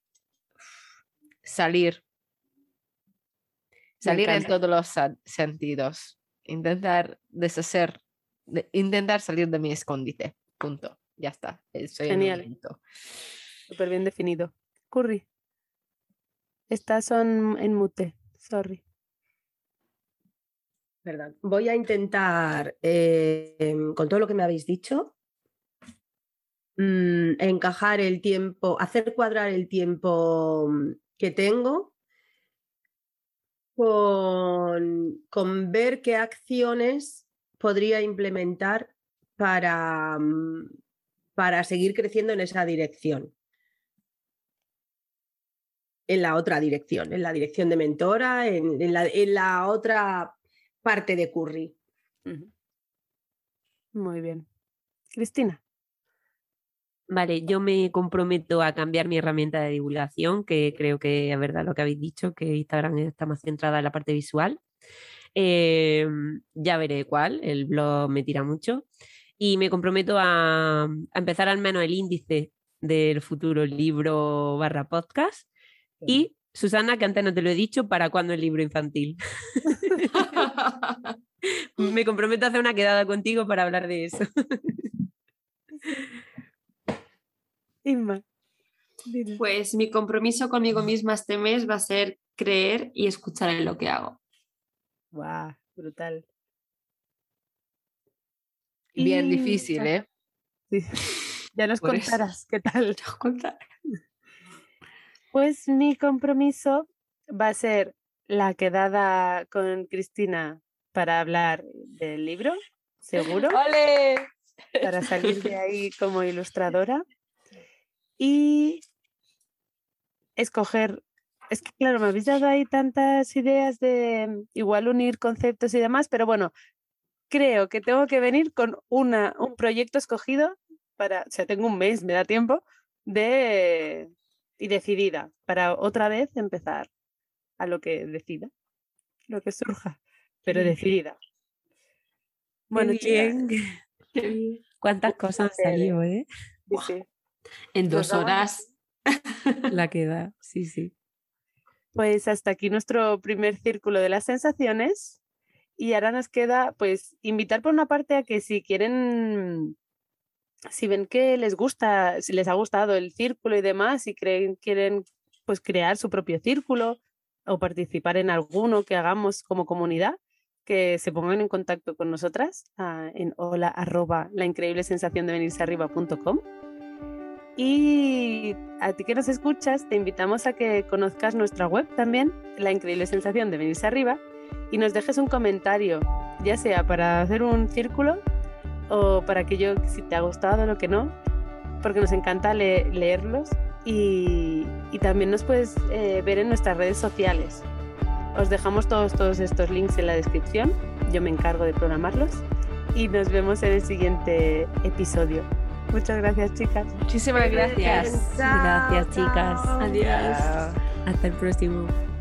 Salir. Salir en encanta. todos los sa- sentidos. Intentar deshacer, de- intentar salir de mi escondite. Punto. Ya está. Estoy en un Genial. punto. Súper bien definido. Curry. Estas son en mute. Sorry. Perdón. Voy a intentar, eh, em, con todo lo que me habéis dicho, mm, encajar el tiempo, hacer cuadrar el tiempo mm, que tengo con, con ver qué acciones podría implementar para, mm, para seguir creciendo en esa dirección. En la otra dirección, en la dirección de mentora, en, en, la, en la otra parte de Curry. Uh-huh. Muy bien. Cristina. Vale, yo me comprometo a cambiar mi herramienta de divulgación, que creo que es verdad lo que habéis dicho, que Instagram está más centrada en la parte visual. Eh, ya veré cuál, el blog me tira mucho. Y me comprometo a, a empezar al menos el índice del futuro libro barra podcast. Y Susana, que antes no te lo he dicho, ¿para cuándo el libro infantil? Me comprometo a hacer una quedada contigo para hablar de eso. Inma. Pues mi compromiso conmigo misma este mes va a ser creer y escuchar en lo que hago. Guau, brutal. Bien Y- difícil, ¿eh? Sí. Ya nos Por eso. contarás qué tal. Contar. Pues mi compromiso va a ser la quedada con Cristina para hablar del libro, seguro, ¡Ole! para salir de ahí como ilustradora. Y escoger, es que claro, me habéis dado ahí tantas ideas de mm, igual unir conceptos y demás, pero bueno, creo que tengo que venir con una, un proyecto escogido para, o sea, tengo un mes, me da tiempo, de y decidida para otra vez empezar a lo que decida, lo que surja, pero bien. decidida. Bueno, Qué chicas, bien. ¿Cuántas cosas han placer, salido, eh? sí, sí. En Nos dos vamos a- horas. La que da, sí, sí. Pues hasta aquí nuestro primer círculo de las sensaciones y ahora nos queda pues invitar por una parte a que si quieren, si ven que les gusta, si les ha gustado el círculo y demás, si creen, quieren pues crear su propio círculo o participar en alguno que hagamos como comunidad, que se pongan en contacto con nosotras ah, en hola arroba la increíble sensación de venirse arriba punto com. Y a ti que nos escuchas, te invitamos a que conozcas nuestra web también, La Increíble Sensación de Venirse Arriba, y nos dejes un comentario, ya sea para hacer un círculo o para que yo, si te ha gustado o lo que no, porque nos encanta le- leerlos y, y también nos puedes eh, ver en nuestras redes sociales. Os dejamos todos, todos estos links en la descripción, yo me encargo de programarlos y nos vemos en el siguiente episodio. Muchas gracias, chicas. Muchísimas gracias. Gracias, chicas. Adiós. Hasta el próximo.